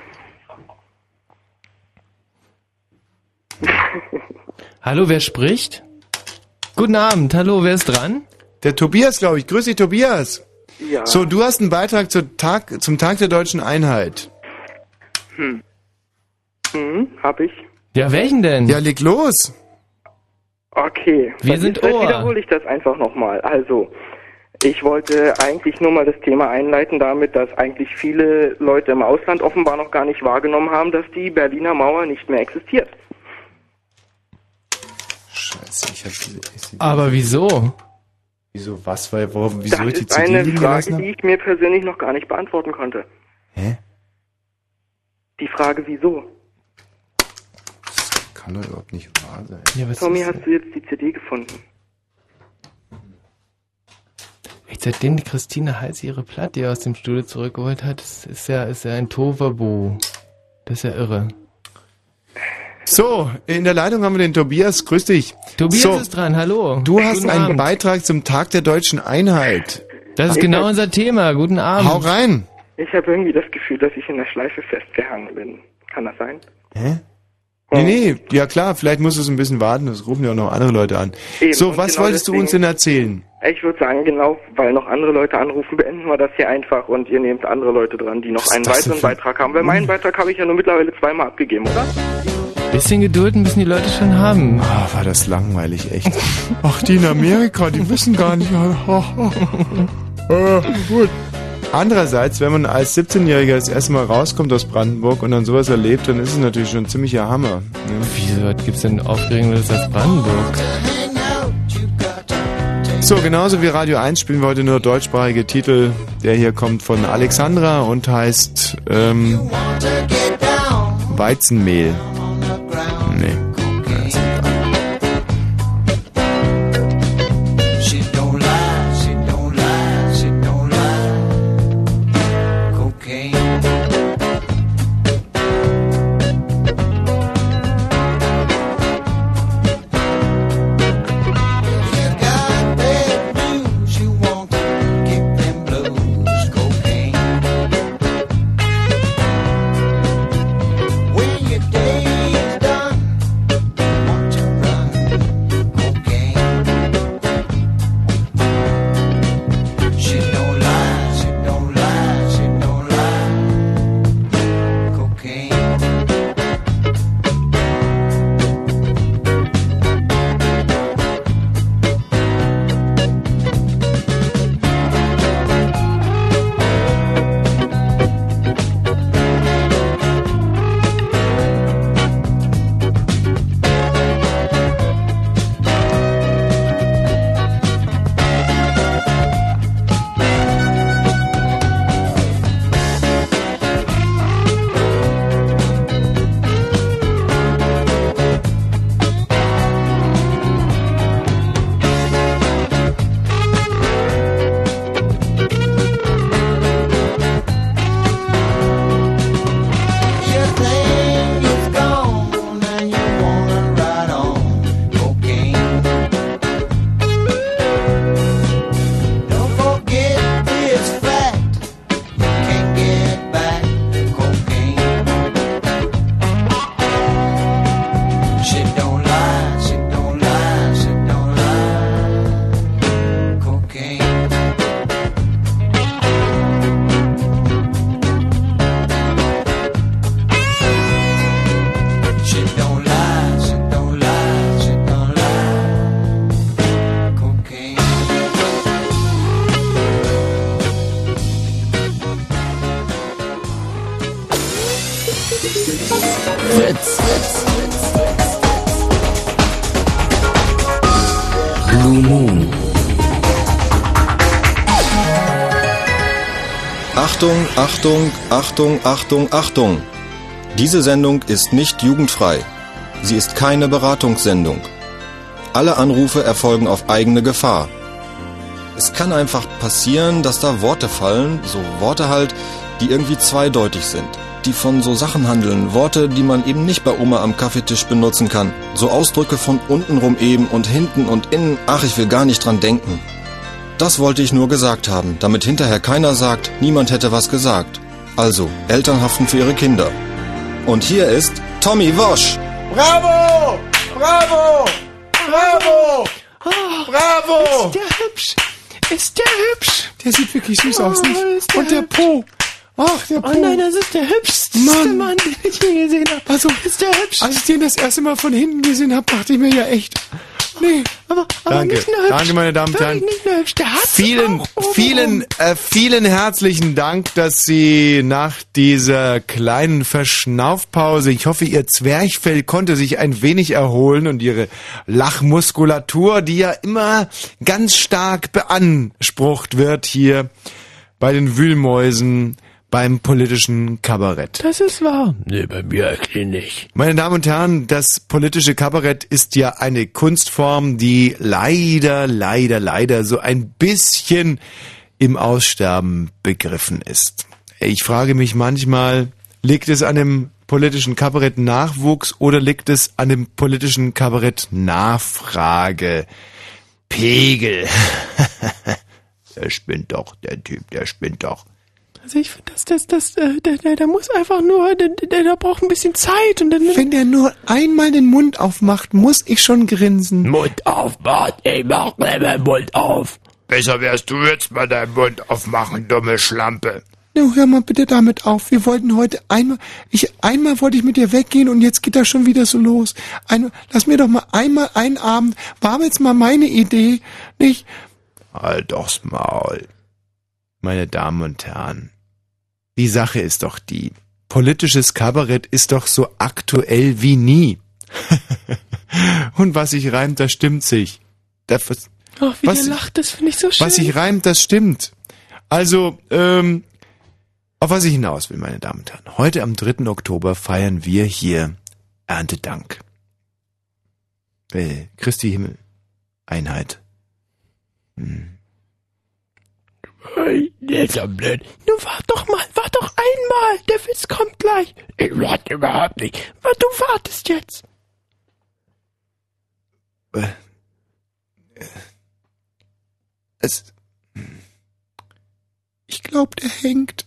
Hallo, wer spricht? Guten Abend, hallo, wer ist dran? Der Tobias, glaube ich. Grüß dich, Tobias. Ja. So, du hast einen Beitrag zum Tag der Deutschen Einheit. Hab ich. Ja, welchen denn? Ja, leg los. Okay. Wir sind Jetzt Ohr. wiederhole ich das einfach nochmal. Also, ich wollte eigentlich nur mal das Thema einleiten damit, dass eigentlich viele Leute im Ausland offenbar noch gar nicht wahrgenommen haben, dass die Berliner Mauer nicht mehr existiert. Scheiße, Aber wieso? Wieso, was? Wieso Das ich die ist CD eine liegen Frage, gelassen habe? die ich mir persönlich noch gar nicht beantworten konnte. Hä? Die Frage, wieso? Das kann doch überhaupt nicht wahr sein. Ja, was Tommy, ist hast du jetzt die CD gefunden? echt, seitdem die Christine Heiß ihre Platte aus dem Studio zurückgeholt hat, ist ja ein Tohuwabohu. Das ist ja irre. So, in der Leitung haben wir den Tobias. Grüß dich. Tobias ist dran, hallo. Du hast Guten einen Abend. Beitrag zum Tag der deutschen Einheit. Das ist genau unser Thema. Guten Abend. Hau rein. Ich habe irgendwie das Gefühl, dass ich in der Schleife festgehangen bin. Kann das sein? Hä? Nee, ja klar, vielleicht musst du es ein bisschen warten, das rufen ja auch noch andere Leute an. Eben, so, und was genau wolltest du uns denn erzählen? Ich würde sagen, genau, weil noch andere Leute anrufen, beenden wir das hier einfach und ihr nehmt andere Leute dran, die noch einen weiteren Beitrag haben. Weil meinen Beitrag habe ich ja nur mittlerweile 2-mal abgegeben, oder? Bisschen Geduld müssen die Leute schon haben. Ah, war das langweilig, echt. Ach, die in Amerika, die wissen gar nicht. Gut. Andererseits, wenn man als 17-Jähriger das erste Mal rauskommt aus Brandenburg und dann sowas erlebt, dann ist es natürlich schon ein ziemlicher Hammer. Ne? Wieso, was gibt's denn Aufregendes als Brandenburg? So, genauso wie Radio 1 spielen wir heute nur deutschsprachige Titel. Der hier kommt von Alexandra und heißt Weizenmehl. Nee. Blue Moon. Achtung, Achtung, Achtung, Achtung, Achtung. Diese Sendung ist nicht jugendfrei. Sie ist keine Beratungssendung. Alle Anrufe erfolgen auf eigene Gefahr. Es kann einfach passieren, dass da Worte fallen, so Worte halt, die irgendwie zweideutig sind. Die von so Sachen handeln, Worte, die man eben nicht bei Oma am Kaffeetisch benutzen kann. So Ausdrücke von untenrum eben und hinten und innen, ach, ich will gar nicht dran denken. Das wollte ich nur gesagt haben, damit hinterher keiner sagt, niemand hätte was gesagt. Also, Eltern haften für ihre Kinder. Und hier ist Tommy Wosch. Bravo! Bravo! Bravo! Bravo! Ist der hübsch? Ist der hübsch? Der sieht wirklich süß aus, nicht? Ist der Und der hübsch. Po. Ach, der Po. Oh nein, das ist der hübschste Mann, den ich je gesehen habe. Also, ist der hübsch? als ich den das erste Mal von hinten gesehen habe, dachte ich mir ja echt, nee. Aber Danke, nicht nur hübsch. danke meine Damen und Herren. Wirklich nicht nur hübsch. Der hat's Vielen herzlichen Dank, dass Sie nach dieser kleinen Verschnaufpause, ich hoffe, Ihr Zwerchfell konnte sich ein wenig erholen und Ihre Lachmuskulatur, die ja immer ganz stark beansprucht wird hier bei den Wühlmäusen, beim politischen Kabarett. Das ist wahr. Nee, bei mir eigentlich nicht. Meine Damen und Herren, das politische Kabarett ist ja eine Kunstform, die leider so ein bisschen im Aussterben begriffen ist. Ich frage mich manchmal, liegt es an dem politischen Kabarett-Nachwuchs oder liegt es an dem politischen Kabarett-Nachfrage? Pegel. Der spinnt doch, der Typ, der spinnt doch. Also ich finde, der muss einfach nur, der braucht ein bisschen Zeit und dann... Wenn der nur einmal den Mund aufmacht, muss ich schon grinsen. Mund auf, Bart, ey, mach mal den Mund auf. Besser wärst du jetzt mal deinen Mund aufmachen, dumme Schlampe. Na, hör mal bitte damit auf. Wir wollten heute einmal wollte ich mit dir weggehen und jetzt geht das schon wieder so los. Lass mir doch mal einmal einen Abend, war jetzt mal meine Idee, nicht? Halt doch's Maul. Meine Damen und Herren, die Sache ist doch die, politisches Kabarett ist doch so aktuell wie nie. Und was sich reimt, das stimmt sich. Ach, wie der lacht, das finde ich so schön. Was sich reimt, das stimmt. Also, auf was ich hinaus will, meine Damen und Herren. Heute am 3. Oktober feiern wir hier Erntedank. Christi Himmel. Einheit. Der ist ja blöd. Nun wart doch einmal, der Witz kommt gleich. Ich warte überhaupt nicht. Du wartest jetzt. Ich glaube, der hängt.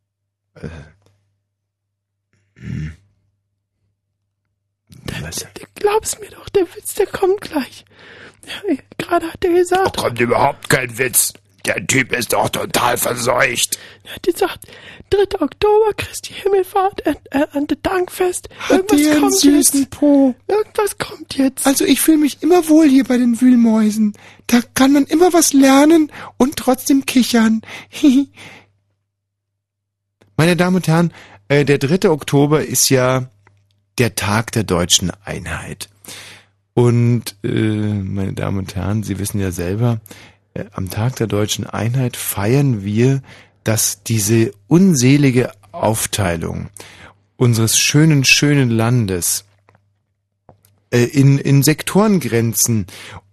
Glaub's mir doch, der Witz, der kommt gleich. Ja, gerade hat er gesagt... Da kommt überhaupt kein Witz. Der Typ ist doch total verseucht. Er hat gesagt, 3. Oktober, Christi Himmelfahrt, Erntedankfest. Hat der einen süßen Po? Irgendwas kommt jetzt. Also ich fühle mich immer wohl hier bei den Wühlmäusen. Da kann man immer was lernen und trotzdem kichern. Meine Damen und Herren, der 3. Oktober ist ja der Tag der deutschen Einheit. Und, meine Damen und Herren, Sie wissen ja selber, am Tag der deutschen Einheit feiern wir, dass diese unselige Aufteilung unseres schönen Landes in Sektorengrenzen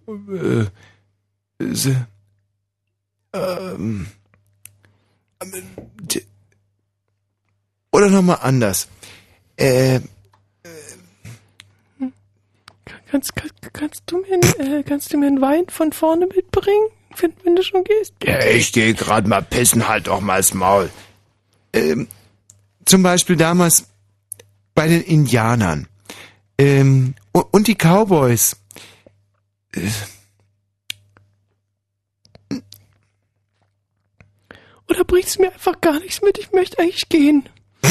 oder nochmal anders. Kannst du mir einen Wein von vorne mitbringen, wenn du schon gehst? Ja, ich gehe gerade mal pissen, halt doch mal das Maul. Zum Beispiel damals bei den Indianern und die Cowboys. Oder bringst du mir einfach gar nichts mit? Ich möchte eigentlich gehen.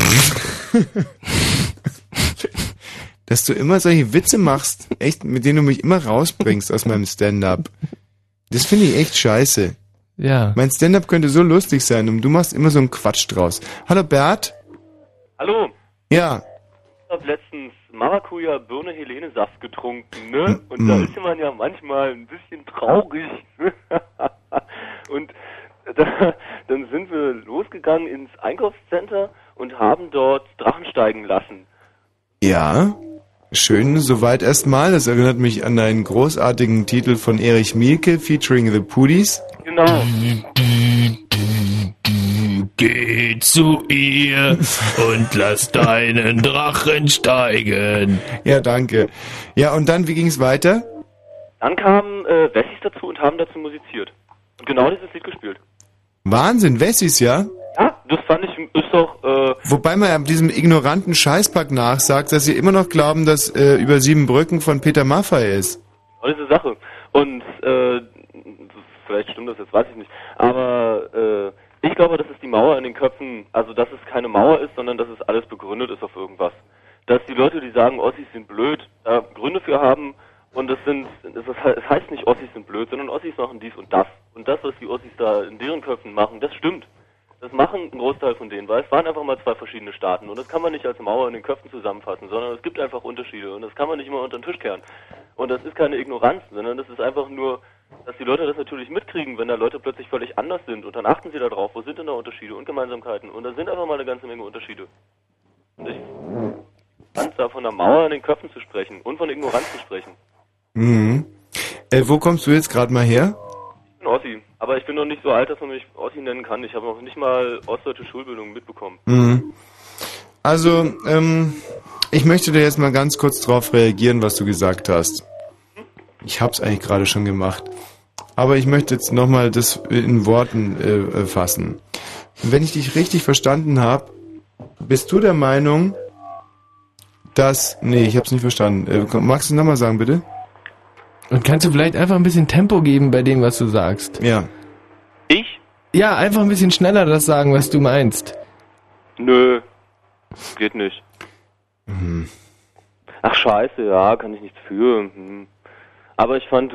Dass du immer solche Witze machst, echt, mit denen du mich immer rausbringst aus meinem Stand-up. Das finde ich echt scheiße. Ja. Mein Stand-up könnte so lustig sein und du machst immer so einen Quatsch draus. Hallo Bert? Hallo. Ja. Ich habe letztens Maracuja-Birne-Helene-Saft getrunken, ne? Und da ist man ja manchmal ein bisschen traurig. Und dann sind wir losgegangen ins Einkaufscenter und haben dort Drachen steigen lassen. Ja, schön, soweit erstmal. Das erinnert mich an einen großartigen Titel von Erich Mielke featuring The Pudis. Genau. Geh zu ihr und lass deinen Drachen steigen. Ja, danke. Ja, und dann, wie ging's weiter? Dann kamen Wessis dazu und haben dazu musiziert. Und genau dieses Lied gespielt. Wahnsinn, Wessis, ja? Ja, das fand ich, ist doch... Wobei man ja diesem ignoranten Scheißpack nachsagt, dass sie immer noch glauben, dass über 7 Brücken von Peter Maffay ist. Diese Sache. Und vielleicht stimmt das jetzt, weiß ich nicht. Aber ich glaube, dass es die Mauer in den Köpfen, also dass es keine Mauer ist, sondern dass es alles begründet ist auf irgendwas. Dass die Leute, die sagen, Ossis sind blöd, da Gründe für haben und es heißt nicht, Ossis sind blöd, sondern Ossis machen dies und das. Und das, was die Ossis da in deren Köpfen machen, das stimmt. Das machen ein Großteil von denen, weil es waren einfach mal 2 verschiedene Staaten und das kann man nicht als Mauer in den Köpfen zusammenfassen, sondern es gibt einfach Unterschiede und das kann man nicht immer unter den Tisch kehren. Und das ist keine Ignoranz, sondern das ist einfach nur dass die Leute das natürlich mitkriegen, wenn da Leute plötzlich völlig anders sind. Und dann achten sie da drauf, wo sind denn da Unterschiede und Gemeinsamkeiten? Und da sind einfach mal eine ganze Menge Unterschiede. Und ich fand da von der Mauer in den Köpfen zu sprechen und von Ignoranz zu sprechen. Mhm. Wo kommst du jetzt gerade mal her? Ich bin Ossi, aber ich bin noch nicht so alt, dass man mich Ossi nennen kann. Ich habe noch nicht mal ostdeutsche Schulbildung mitbekommen. Mhm. Also, ich möchte da jetzt mal ganz kurz drauf reagieren, was du gesagt hast. Ich hab's eigentlich gerade schon gemacht. Aber ich möchte jetzt nochmal das in Worten fassen. Wenn ich dich richtig verstanden habe, bist du der Meinung, dass... Nee, ich hab's nicht verstanden. Magst du es nochmal sagen, bitte? Und kannst du vielleicht einfach ein bisschen Tempo geben bei dem, was du sagst? Ja. Ich? Ja, einfach ein bisschen schneller das sagen, was du meinst. Nö, geht nicht. Mhm. Ach scheiße, ja, kann ich nichts für. Aber ich fand...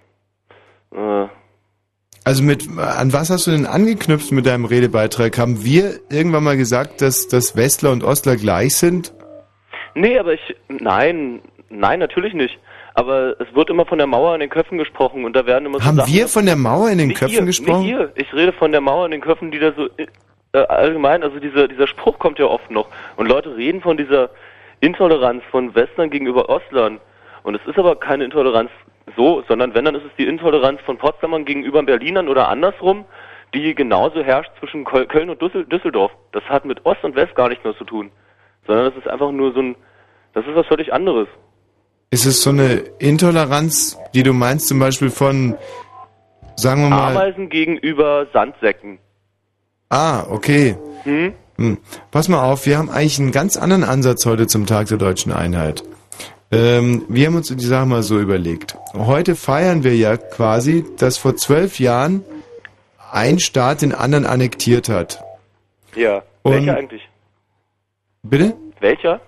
Also an was hast du denn angeknüpft mit deinem Redebeitrag? Haben wir irgendwann mal gesagt, dass Westler und Ostler gleich sind? Nee, aber Nein, natürlich nicht. Aber es wird immer von der Mauer in den Köpfen gesprochen und da werden immer so Haben Sachen... wir von der Mauer in den Köpfen gesprochen? Nicht ihr. Ich rede von der Mauer in den Köpfen, die da so... allgemein, also dieser Spruch kommt ja oft noch. Und Leute reden von dieser Intoleranz von Westlern gegenüber Ostlern. Und es ist aber keine Intoleranz so, sondern wenn, dann ist es die Intoleranz von Potsdamern gegenüber Berlinern oder andersrum, die genauso herrscht zwischen Köln und Düsseldorf. Das hat mit Ost und West gar nichts mehr zu tun. Sondern es ist einfach nur das ist was völlig anderes. Ist es so eine Intoleranz, die du meinst zum Beispiel von, sagen wir mal... Ameisen gegenüber Sandsäcken. Ah, okay. Pass mal auf, wir haben eigentlich einen ganz anderen Ansatz heute zum Tag der Deutschen Einheit. Wir haben uns die Sache mal so überlegt. Heute feiern wir ja quasi, dass vor 12 Jahren ein Staat den anderen annektiert hat. Ja, welcher eigentlich? Bitte? Welcher?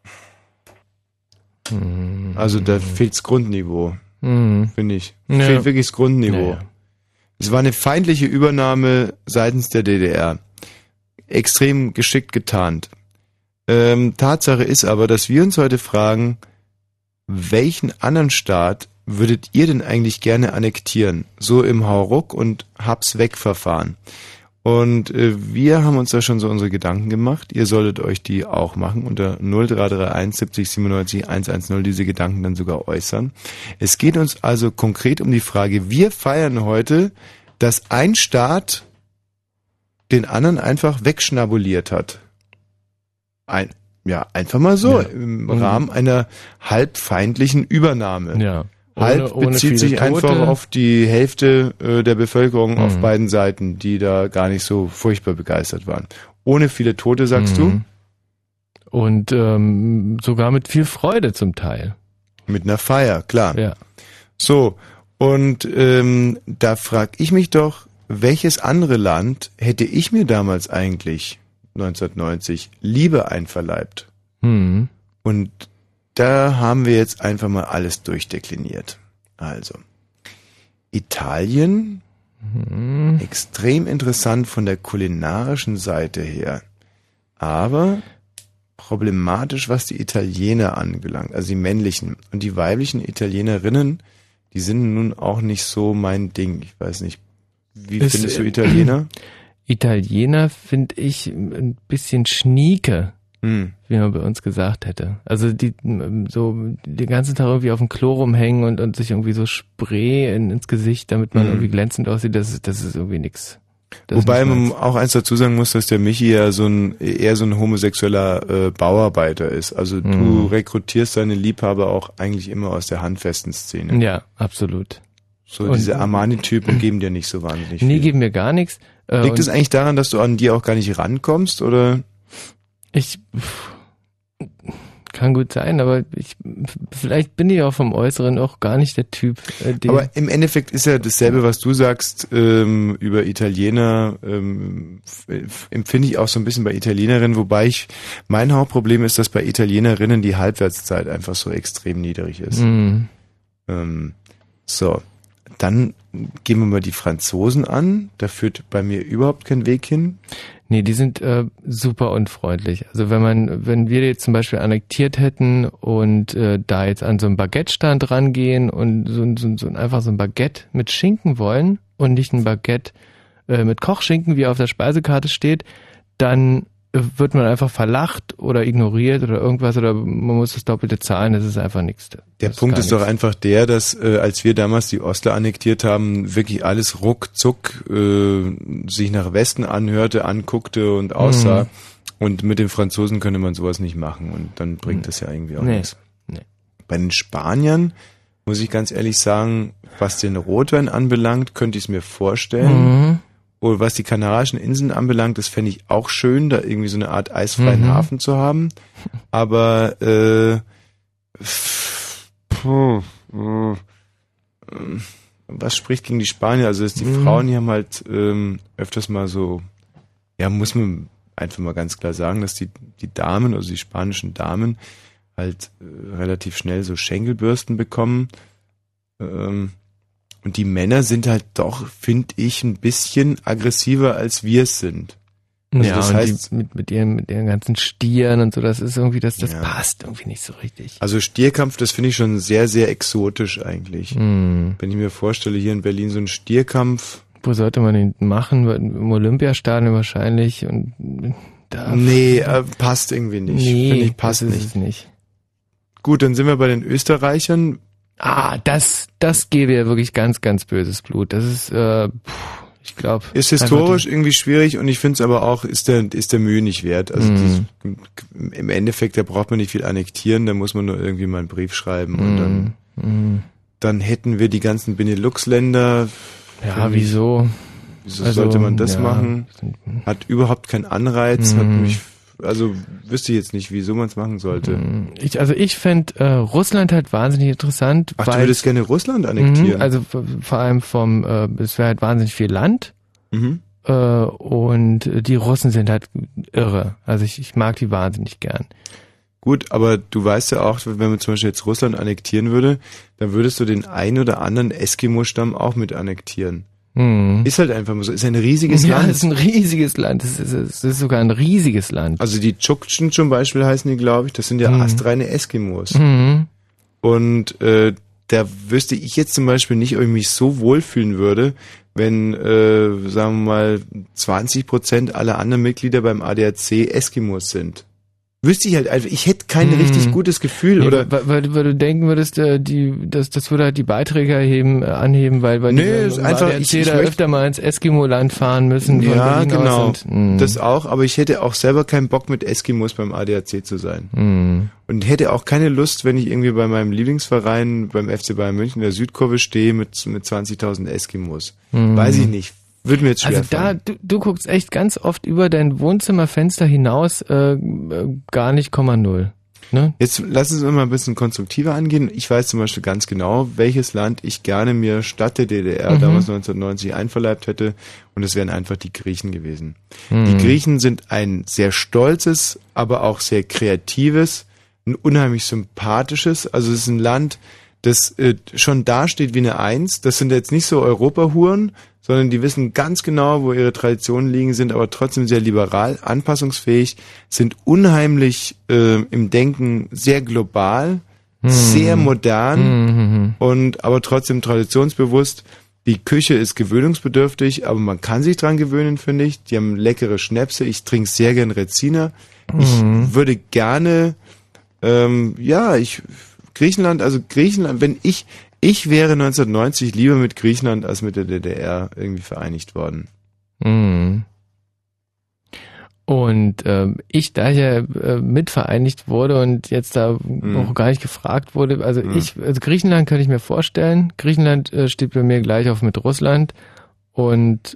Also da fehlt das Grundniveau, finde ich. Ja. Fehlt wirklich das Grundniveau. Ja. Es war eine feindliche Übernahme seitens der DDR. Extrem geschickt getarnt. Tatsache ist aber, dass wir uns heute fragen, welchen anderen Staat würdet ihr denn eigentlich gerne annektieren? So im Hauruck und Hab's weg Verfahren. Und wir haben uns da schon so unsere Gedanken gemacht. Ihr solltet euch die auch machen unter 0331 70 97 110 diese Gedanken dann sogar äußern. Es geht uns also konkret um die Frage, wir feiern heute, dass ein Staat den anderen einfach wegschnabuliert hat. Einfach mal so, im Rahmen einer halbfeindlichen Übernahme. Ja. Halb bezieht sich einfach auf die Hälfte der Bevölkerung auf beiden Seiten, die da gar nicht so furchtbar begeistert waren. Ohne viele Tote, sagst du? Und sogar mit viel Freude zum Teil. Mit einer Feier, klar. Ja. So, und da frage ich mich doch, welches andere Land hätte ich mir damals eigentlich 1990 Liebe einverleibt? Und da haben wir jetzt einfach mal alles durchdekliniert. Also, Italien, extrem interessant von der kulinarischen Seite her, aber problematisch, was die Italiener anbelangt, also die männlichen. Und die weiblichen Italienerinnen, die sind nun auch nicht so mein Ding. Ich weiß nicht, wie findest du Italiener? Italiener finde ich ein bisschen schnieke. Wie man bei uns gesagt hätte. Also die so den ganzen Tag irgendwie auf dem Klo rumhängen und sich irgendwie so Spray ins Gesicht, damit man irgendwie glänzend aussieht, das ist irgendwie nix. Wobei man auch eins dazu sagen muss, dass der Michi ja eher so ein homosexueller Bauarbeiter ist. Also du rekrutierst deine Liebhaber auch eigentlich immer aus der handfesten Szene. Ja, absolut. So und diese Armani-Typen geben dir nicht so wahnsinnig viel. Nee, geben mir gar nichts. Liegt es eigentlich daran, dass du an die auch gar nicht rankommst, oder? Kann gut sein, aber vielleicht bin ich auch vom Äußeren auch gar nicht der Typ. Aber im Endeffekt ist ja dasselbe, was du sagst über Italiener, empfinde ich auch so ein bisschen bei Italienerinnen, wobei mein Hauptproblem ist, dass bei Italienerinnen die Halbwertszeit einfach so extrem niedrig ist. So, Dann gehen wir mal die Franzosen an. Da führt bei mir überhaupt kein Weg hin. Nee, die sind super unfreundlich. Also wenn wir jetzt zum Beispiel annektiert hätten und da jetzt an so einen Baguette-Stand rangehen und so einfach so ein Baguette mit Schinken wollen und nicht ein Baguette mit Kochschinken, wie auf der Speisekarte steht, dann wird man einfach verlacht oder ignoriert oder irgendwas oder man muss das Doppelte zahlen, das ist einfach nichts. Der Punkt ist doch einfach der, dass als wir damals die Ostler annektiert haben, wirklich alles ruckzuck sich nach Westen anhörte, anguckte und aussah. Und mit den Franzosen könnte man sowas nicht machen und dann bringt das ja irgendwie auch nichts. Nee. Bei den Spaniern muss ich ganz ehrlich sagen, was den Rotwein anbelangt, könnte ich es mir vorstellen. Oder was die Kanarischen Inseln anbelangt, das fände ich auch schön, da irgendwie so eine Art eisfreien Hafen zu haben. Aber was spricht gegen die Spanier? Also die Frauen, die haben halt öfters mal so, ja, muss man einfach mal ganz klar sagen, dass die Damen, also die spanischen Damen, halt relativ schnell so Schenkelbürsten bekommen. Und die Männer sind halt doch, finde ich, ein bisschen aggressiver, als wir es sind. Also ja, das heißt, mit ihren ganzen Stieren und so, das ist irgendwie, das passt irgendwie nicht so richtig. Also Stierkampf, das finde ich schon sehr, sehr exotisch eigentlich. Wenn ich mir vorstelle, hier in Berlin so ein Stierkampf. Wo sollte man den machen? Im Olympiastadion wahrscheinlich. Und da passt irgendwie nicht. Nee, finde ich, passt nicht. Gut, dann sind wir bei den Österreichern. Das gebe ja wirklich ganz, ganz böses Blut. Das ist, ich glaube... Ist historisch irgendwie schwierig und ich finde es aber auch, ist der Mühe nicht wert. Also im Endeffekt, da braucht man nicht viel annektieren, da muss man nur irgendwie mal einen Brief schreiben und dann hätten wir die ganzen Benelux-Länder. Ja, wieso? Wieso sollte man das machen? Hat überhaupt keinen Anreiz, wüsste ich jetzt nicht, wieso man es machen sollte. Ich fände Russland halt wahnsinnig interessant. Ach, du würdest gerne Russland annektieren? Also vor allem es wäre halt wahnsinnig viel Land. Und die Russen sind halt irre. Also ich mag die wahnsinnig gern. Gut, aber du weißt ja auch, wenn man zum Beispiel jetzt Russland annektieren würde, dann würdest du den einen oder anderen Eskimo-Stamm auch mit annektieren. Ist halt einfach so, ist ein riesiges Land. Ja, ist ein riesiges Land, es ist sogar ein riesiges Land. Also die Tschuktschen zum Beispiel heißen die, glaube ich, das sind ja astreine Eskimos. Und da wüsste ich jetzt zum Beispiel nicht, ob ich mich so wohlfühlen würde, wenn, sagen wir mal, 20% aller anderen Mitglieder beim ADAC Eskimos sind. Wüsste ich halt einfach, ich hätte kein richtig gutes Gefühl, oder? Weil du denken würdest, das würde halt die Beiträge anheben, weil ist einfach, ich da öfter mal ins Eskimo-Land fahren müssen. Ja, genau. Das auch, aber ich hätte auch selber keinen Bock mit Eskimos beim ADAC zu sein. Und hätte auch keine Lust, wenn ich irgendwie bei meinem Lieblingsverein, beim FC Bayern München in der Südkurve stehe mit 20.000 Eskimos. Weiß ich nicht. Würde mir jetzt schwer fallen. Du guckst echt ganz oft über dein Wohnzimmerfenster hinaus, gar nicht 0,0. Ne? Jetzt lass uns mal ein bisschen konstruktiver angehen. Ich weiß zum Beispiel ganz genau, welches Land ich gerne mir statt der DDR damals 1990 einverleibt hätte, und es wären einfach die Griechen gewesen. Die Griechen sind ein sehr stolzes, aber auch sehr kreatives, ein unheimlich sympathisches, also es ist ein Land, das schon dasteht wie eine Eins. Das sind jetzt nicht so Europahuren, sondern die wissen ganz genau, wo ihre Traditionen liegen, sind aber trotzdem sehr liberal, anpassungsfähig, sind unheimlich im Denken sehr global, sehr modern und aber trotzdem traditionsbewusst. Die Küche ist gewöhnungsbedürftig, aber man kann sich dran gewöhnen, finde ich. Die haben leckere Schnäpse. Ich trinke sehr gern Reziner. Ich würde gerne, Griechenland, wenn ich wäre 1990 lieber mit Griechenland als mit der DDR irgendwie vereinigt worden. Und da ich ja mit vereinigt wurde und jetzt da auch gar nicht gefragt wurde, also Griechenland könnte ich mir vorstellen. Griechenland steht bei mir gleich auf mit Russland. Und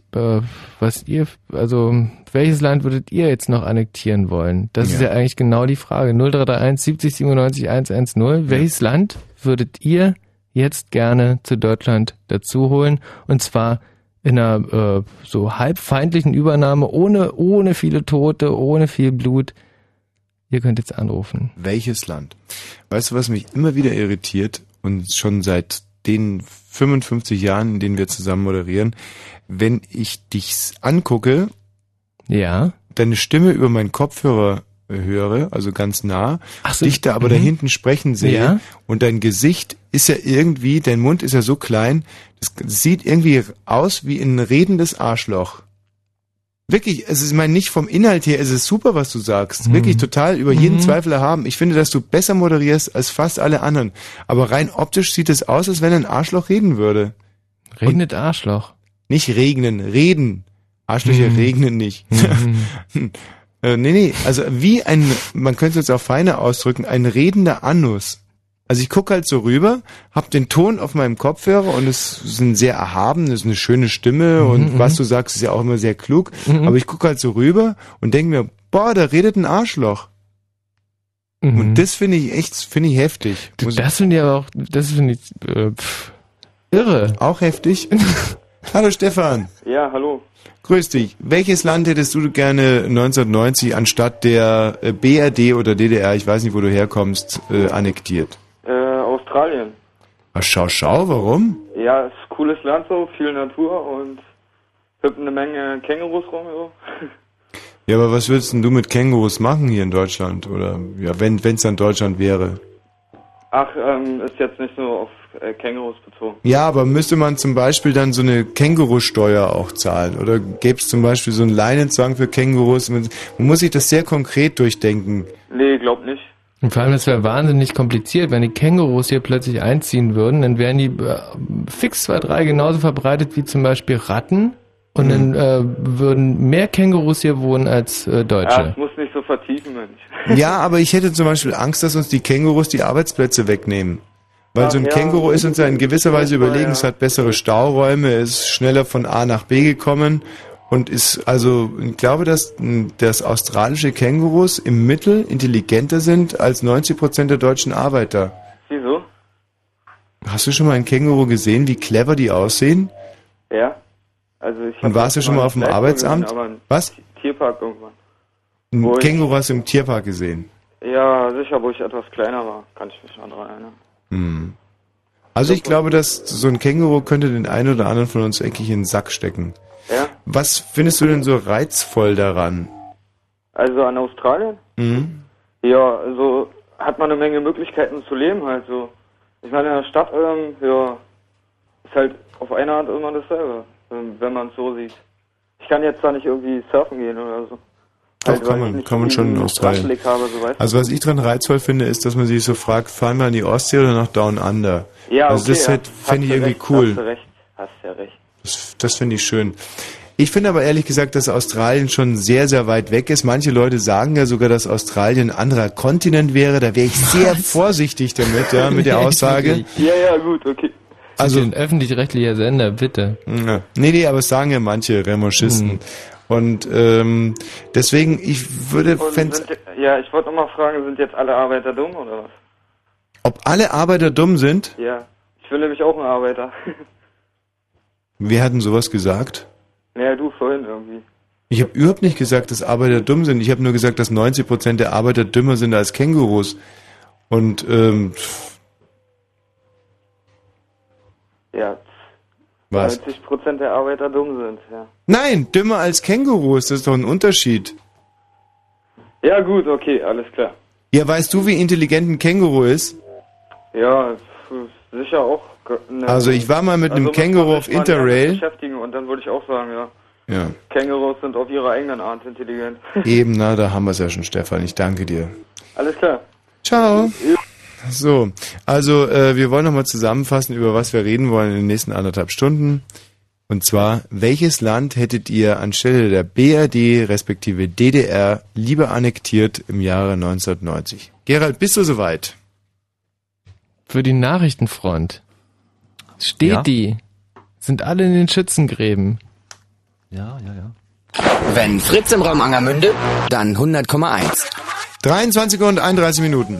welches Land würdet ihr jetzt noch annektieren wollen? Das ist ja eigentlich genau die Frage. 0331 70 97 110. Welches Land würdet ihr jetzt gerne zu Deutschland dazu holen? Und zwar in einer so halb feindlichen Übernahme, ohne viele Tote, ohne viel Blut. Ihr könnt jetzt anrufen. Welches Land? Weißt du, was mich immer wieder irritiert und schon seit den 55 Jahren, in denen wir zusammen moderieren, wenn ich dich angucke, deine Stimme über meinen Kopfhörer höre, also ganz nah, dich da aber da hinten sprechen sehe und dein Gesicht ist ja irgendwie, dein Mund ist ja so klein, das sieht irgendwie aus wie ein redendes Arschloch. Wirklich, ich meine nicht vom Inhalt her, es ist super, was du sagst. Wirklich total über jeden Zweifel erhaben. Ich finde, dass du besser moderierst als fast alle anderen. Aber rein optisch sieht es aus, als wenn ein Arschloch reden würde. Redet Arschloch? Nicht regnen, reden. Arschlöcher regnen nicht. Nee, also wie man könnte es auch feiner ausdrücken, ein redender Anus. Also ich gucke halt so rüber, hab den Ton auf meinem Kopfhörer und es ist ein sehr erhaben, es ist eine schöne Stimme und was du sagst, ist ja auch immer sehr klug. Aber ich gucke halt so rüber und denke mir, boah, da redet ein Arschloch. Und das finde ich heftig. Das finde ich aber auch, irre. Auch heftig? Hallo Stefan. Ja, hallo. Grüß dich. Welches Land hättest du gerne 1990 anstatt der BRD oder DDR, ich weiß nicht, wo du herkommst, annektiert? Australien. Ach, schau, warum? Ja, ist ein cooles Land so, viel Natur und gibt eine Menge Kängurus rum. So. Ja, aber was würdest denn du mit Kängurus machen hier in Deutschland? Oder ja, wenn es dann Deutschland wäre? Ach, ist jetzt nicht nur auf Kängurus bezogen. Ja, aber müsste man zum Beispiel dann so eine Kängurusteuer auch zahlen? Oder gäbe es zum Beispiel so einen Leinenzwang für Kängurus? Man muss sich das sehr konkret durchdenken. Nee, glaub nicht. Und vor allem, das wäre wahnsinnig kompliziert. Wenn die Kängurus hier plötzlich einziehen würden, dann wären die fix 2, 3 genauso verbreitet wie zum Beispiel Ratten. Und dann würden mehr Kängurus hier wohnen als Deutsche. Ja, das muss nicht so vertiefen, Mensch. Ja, aber ich hätte zum Beispiel Angst, dass uns die Kängurus die Arbeitsplätze wegnehmen. Weil so ein Känguru ist uns ja in gewisser Weise überlegen, es hat bessere Stauräume, ist schneller von A nach B gekommen und ist, also ich glaube, dass australische Kängurus im Mittel intelligenter sind als 90% der deutschen Arbeiter. Wieso? Hast du schon mal ein Känguru gesehen, wie clever die aussehen? Ja. Also und warst du schon mal auf dem Arbeitsamt? Was? Tierpark irgendwann. Ein Känguru hast du im Tierpark gesehen? Ja, sicher, wo ich etwas kleiner war. Kann ich mich noch daran erinnern. Also ich glaube, dass so ein Känguru könnte den einen oder anderen von uns eigentlich in den Sack stecken. Ja? Was findest du denn so reizvoll daran? Also an Australien? Ja, also hat man eine Menge Möglichkeiten zu leben halt so. Ich meine, in der Stadt, ist halt auf eine Art immer dasselbe, wenn man es so sieht. Ich kann jetzt da nicht irgendwie surfen gehen oder so. Doch, kann man schon in Australien. Also was ich dran reizvoll finde, ist, dass man sich so fragt, fahren wir an die Ostsee oder nach Down Under? Ja, also das fände ich irgendwie cool. Hast ja recht. Das finde ich schön. Ich finde aber ehrlich gesagt, dass Australien schon sehr, sehr weit weg ist. Manche Leute sagen ja sogar, dass Australien ein anderer Kontinent wäre. Da wäre ich sehr vorsichtig damit, ja, mit der Aussage. Ja, gut, okay. Also ein öffentlich-rechtlicher Sender, bitte. Ja. Nee, aber es sagen ja manche Remonchisten. Und deswegen, ich würde... ich wollte noch mal fragen, sind jetzt alle Arbeiter dumm oder was? Ob alle Arbeiter dumm sind? Ja, ich bin nämlich auch ein Arbeiter. Wer hat denn sowas gesagt? Ja, du vorhin irgendwie. Ich habe überhaupt nicht gesagt, dass Arbeiter dumm sind. Ich habe nur gesagt, dass 90% der Arbeiter dümmer sind als Kängurus. Und ja, was? 90% der Arbeiter dumm sind, ja. Nein, dümmer als Kängurus, das ist doch ein Unterschied. Ja gut, okay, alles klar. Ja, weißt du, wie intelligent ein Känguru ist? Ja, sicher auch. Also ich war mal mit einem Känguru auf Interrail. Beschäftigen und dann würde ich auch sagen, ja. Kängurus sind auf ihre eigenen Art intelligent. Eben, na, da haben wir es ja schon, Stefan. Ich danke dir. Alles klar. Ciao. So, also wir wollen nochmal zusammenfassen, über was wir reden wollen in den nächsten 1,5 Stunden. Und zwar, welches Land hättet ihr anstelle der BRD respektive DDR lieber annektiert im Jahre 1990? Gerald, bist du soweit? Für die Nachrichtenfront steht die. Sind alle in den Schützengräben. Ja. Wenn Fritz im Raum Angermünde, dann 100,1. 23 und 31 Minuten.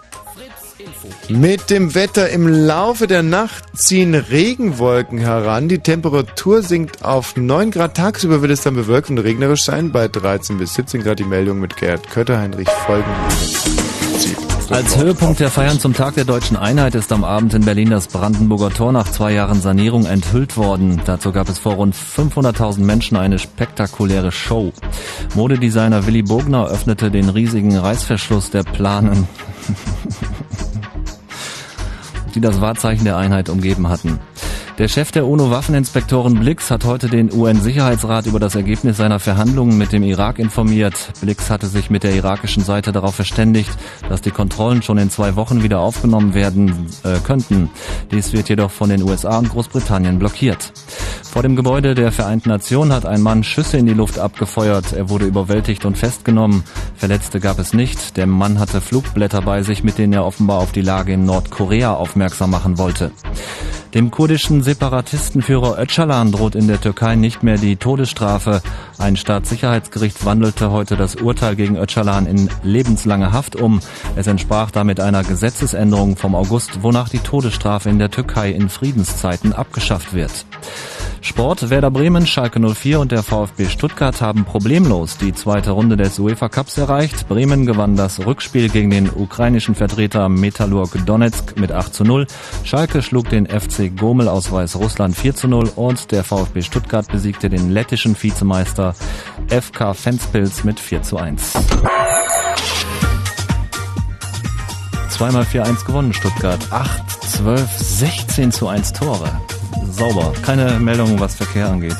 Mit dem Wetter im Laufe der Nacht ziehen Regenwolken heran. Die Temperatur sinkt auf 9 Grad. Tagsüber wird es dann bewölkt und regnerisch sein. Bei 13 bis 17 Grad die Meldung mit Gerhard Kötter, Heinrich Folgen. Als Höhepunkt der Feiern zum Tag der Deutschen Einheit ist am Abend in Berlin das Brandenburger Tor nach 2 Jahren Sanierung enthüllt worden. Dazu gab es vor rund 500.000 Menschen eine spektakuläre Show. Modedesigner Willy Bogner öffnete den riesigen Reißverschluss der Planen, die das Wahrzeichen der Einheit umgeben hatten. Der Chef der UNO-Waffeninspektoren Blix hat heute den UN-Sicherheitsrat über das Ergebnis seiner Verhandlungen mit dem Irak informiert. Blix hatte sich mit der irakischen Seite darauf verständigt, dass die Kontrollen schon in 2 Wochen wieder aufgenommen werden könnten. Dies wird jedoch von den USA und Großbritannien blockiert. Vor dem Gebäude der Vereinten Nationen hat ein Mann Schüsse in die Luft abgefeuert. Er wurde überwältigt und festgenommen. Verletzte gab es nicht. Der Mann hatte Flugblätter bei sich, mit denen er offenbar auf die Lage in Nordkorea aufmerksam machen wollte. Dem kurdischen Separatistenführer Öcalan droht in der Türkei nicht mehr die Todesstrafe. Ein Staatssicherheitsgericht wandelte heute das Urteil gegen Öcalan in lebenslange Haft um. Es entsprach damit einer Gesetzesänderung vom August, wonach die Todesstrafe in der Türkei in Friedenszeiten abgeschafft wird. Sport: Werder Bremen, Schalke 04 und der VfB Stuttgart haben problemlos die 2. Runde des UEFA Cups erreicht. Bremen gewann das Rückspiel gegen den ukrainischen Vertreter Metalurg Donetsk mit 8:0. Schalke schlug den FC Gomel aus Weißrussland 4:0 und der VfB Stuttgart besiegte den lettischen Vizemeister FK Ventspils mit 4:1. 2x4-1 gewonnen Stuttgart. 8-12, 16:1 Tore. Sauber. Keine Meldung, was Verkehr angeht.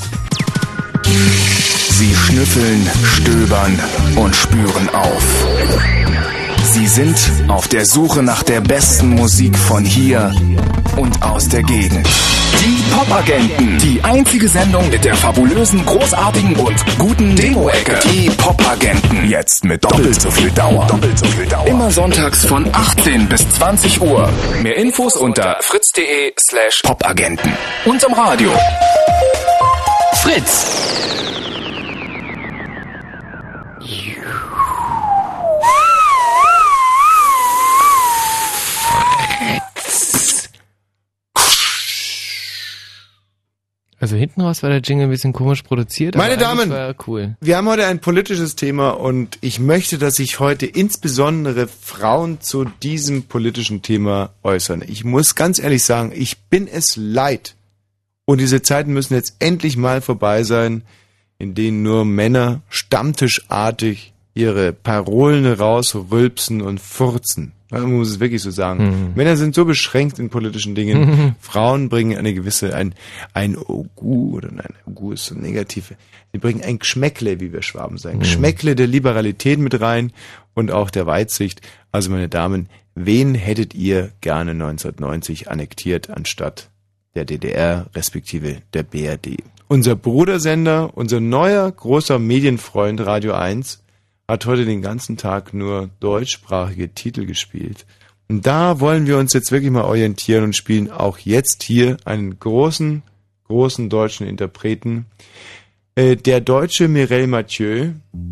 Sie schnüffeln, stöbern und spüren auf. Sie sind auf der Suche nach der besten Musik von hier und aus der Gegend. Die Popagenten. Die einzige Sendung mit der fabulösen, großartigen und guten Demo-Ecke. Die Popagenten. Jetzt mit doppelt so viel Dauer. Immer sonntags von 18 bis 20 Uhr. Mehr Infos unter fritz.de/Popagenten. Und im Radio. Fritz. Also hinten raus war der Jingle ein bisschen komisch produziert. Meine Damen, war cool. Wir haben heute ein politisches Thema und ich möchte, dass sich heute insbesondere Frauen zu diesem politischen Thema äußern. Ich muss ganz ehrlich sagen, ich bin es leid. Und diese Zeiten müssen jetzt endlich mal vorbei sein, in denen nur Männer stammtischartig ihre Parolen rausrülpsen und furzen. Man muss es wirklich so sagen. Männer sind so beschränkt in politischen Dingen. Frauen bringen eine gewisse, ein Ogu, oder nein, Ogu ist so negativ. Sie bringen ein Geschmäckle, wie wir Schwaben sagen. Geschmäckle der Liberalität mit rein und auch der Weitsicht. Also meine Damen, wen hättet ihr gerne 1990 annektiert anstatt der DDR, respektive der BRD? Unser Brudersender, unser neuer großer Medienfreund Radio 1, hat heute den ganzen Tag nur deutschsprachige Titel gespielt. Und da wollen wir uns jetzt wirklich mal orientieren und spielen auch jetzt hier einen großen deutschen Interpreten. Der deutsche Mireille Mathieu,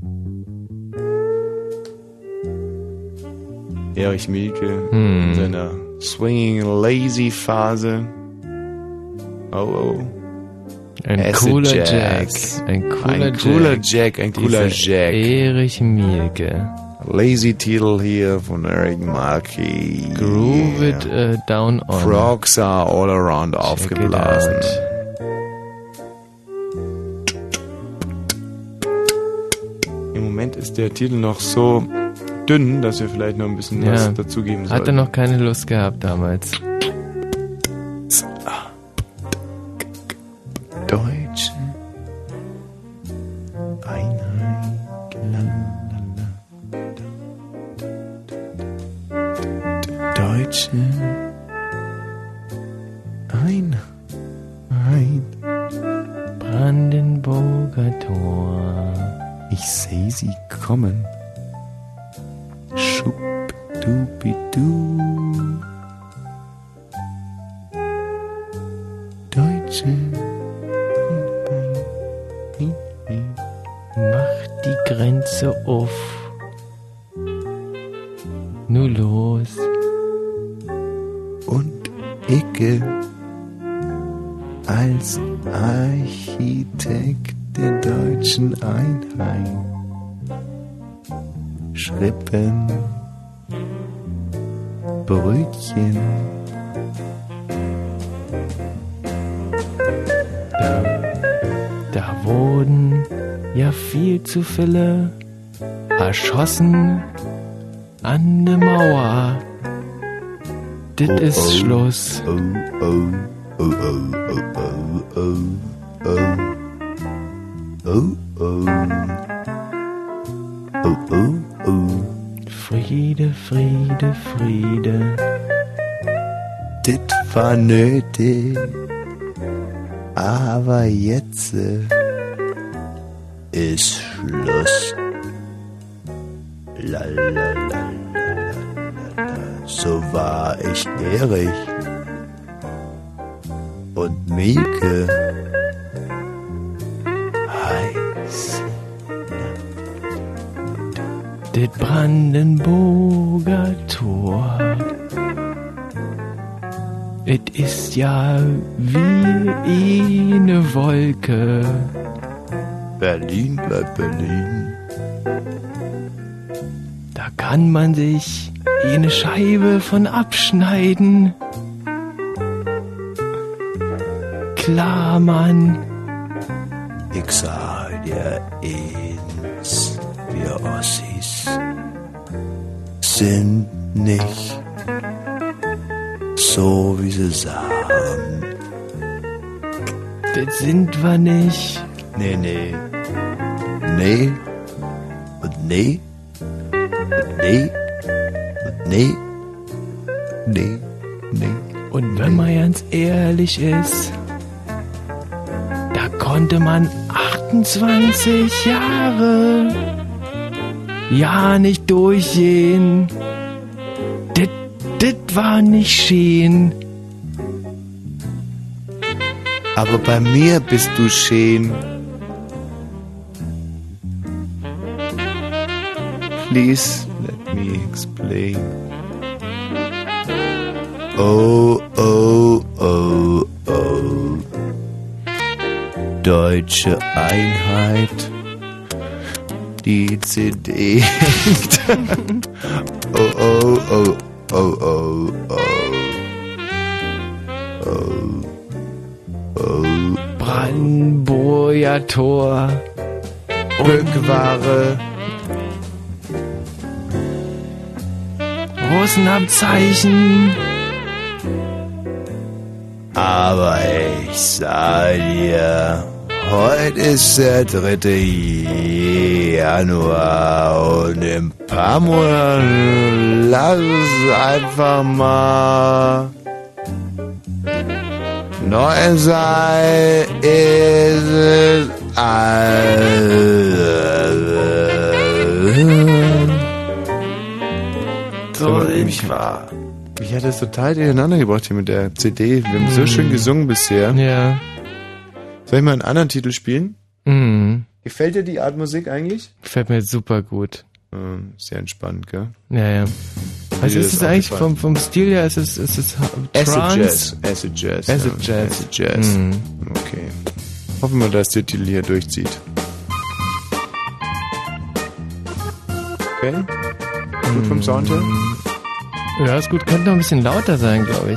Erich Mielke in seiner Swinging Lazy Phase. Oh. Ein cooler Jack. Ein cooler Jack. Erich Mielke. Lazy Titel hier von Eric Malky. Groove it down on. Frogs are all around aufgeblasen. Im Moment ist der Titel noch so dünn, dass wir vielleicht noch ein bisschen was dazugeben sollten. Hat er noch keine Lust gehabt damals. Deutsche Einheit. Deutsche Einheit. Brandenburger Tor. Ich seh sie kommen. Schub-dubi-du. Deutsche Mach die Grenze auf. Nur los. Und Icke als Architekt der deutschen Einheit. Schrippen Brötchen. Da wurden ja viel zu viele erschossen an der Mauer. Das ist Schluss. Friede, Friede, Friede. Das war nötig, aber jetzt ist Schluss. La, la, la, la, la, la. So war ich Erich und Mielke. Heiß. Das Brandenburger Tor. Es ist ja wie eine Wolke. Berlin bleibt Berlin. Da kann man sich eine Scheibe von abschneiden. Klar, Mann. Ich sag dir eins, wir Ossis sind nicht so, wie sie sagen. Das sind wir nicht. Nee, nee. Nee. Und nee. Und nee. Und nee. Nee. Nee. Und wenn man ganz ehrlich ist, da konnte man 28 Jahre ja nicht durchgehen. Das war nicht schön. Aber bei mir bist du schön. Please let me explain. Oh, oh, oh, oh. Deutsche Einheit. Die CD hängt. Oh, oh, oh, oh, oh, oh. Oh, oh. Brandenburger Tor. Rückware. Russenabzeichen. Aber ich sag dir, heute ist der 3. Januar und in ein paar Monaten lass es einfach mal neu sein, ist es so ich war. Ich hatte es total durcheinander gebracht hier mit der CD. Wir haben so schön gesungen bisher. Ja. Soll ich mal einen anderen Titel spielen? Mhm. Gefällt dir die Art Musik eigentlich? Gefällt mir super gut. Sehr entspannt, gell? Ja, ja. Was ist es eigentlich vom Stil her? Ist es Trance? Acid Jazz. Acid Jazz. Acid Jazz. Mhm. Okay. Hoffen wir, dass der Titel hier durchzieht. Okay? Gut vom Sound her? Ja, ist gut. Könnte noch ein bisschen lauter sein, glaube ich.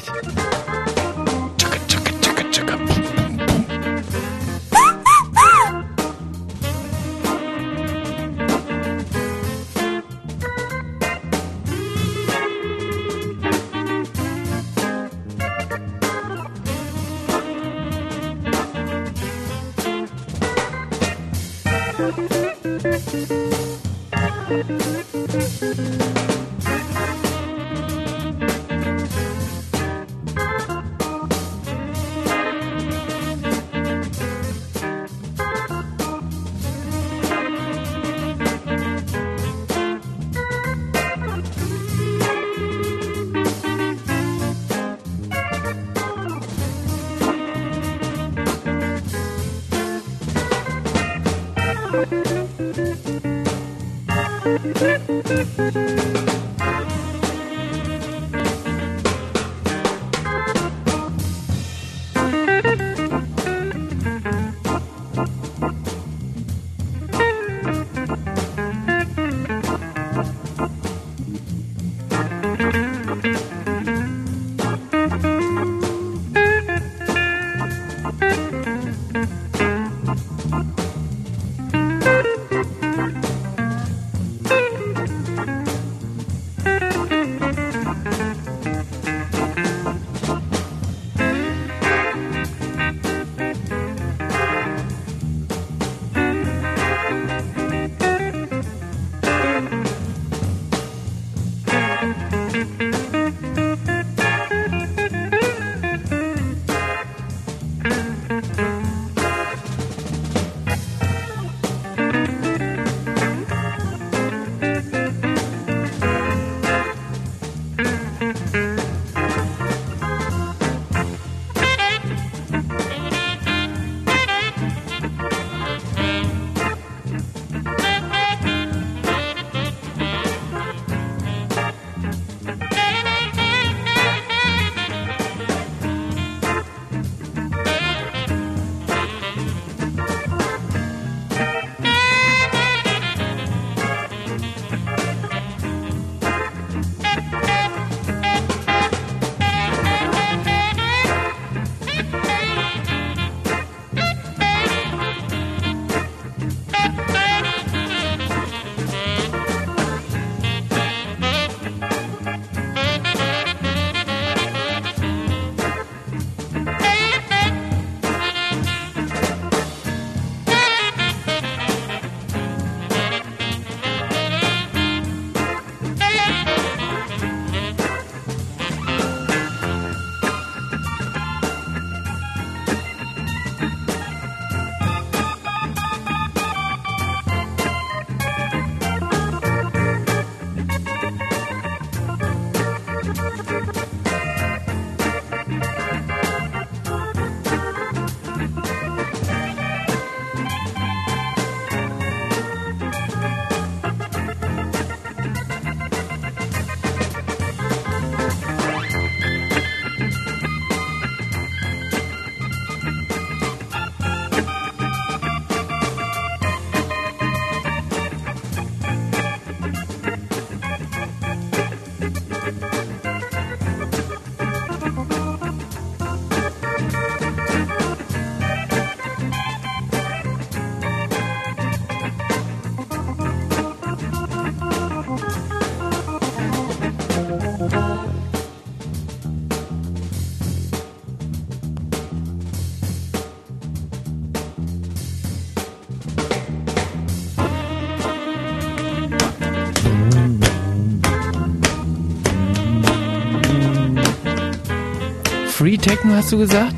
Free Techno hast du gesagt?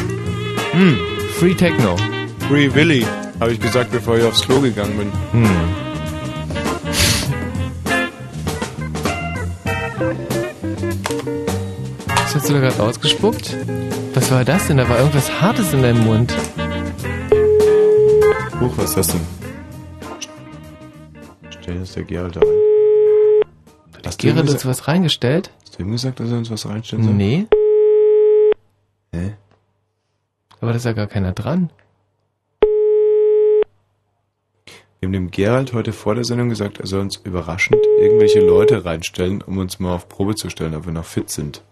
Free Techno. Free Willy, habe ich gesagt, bevor ich aufs Klo gegangen bin. Was hast du da gerade ausgespuckt? Was war das denn? Da war irgendwas Hartes in deinem Mund. Huch, was ist das denn? Stell das der Gerald da rein. Hat Gerald uns was reingestellt? Hast du ihm gesagt, dass er uns was reinstellen soll? Nee. Hä? Aber da ist ja gar keiner dran. Wir haben dem Gerald heute vor der Sendung gesagt, er soll uns überraschend irgendwelche Leute reinstellen, um uns mal auf Probe zu stellen, ob wir noch fit sind.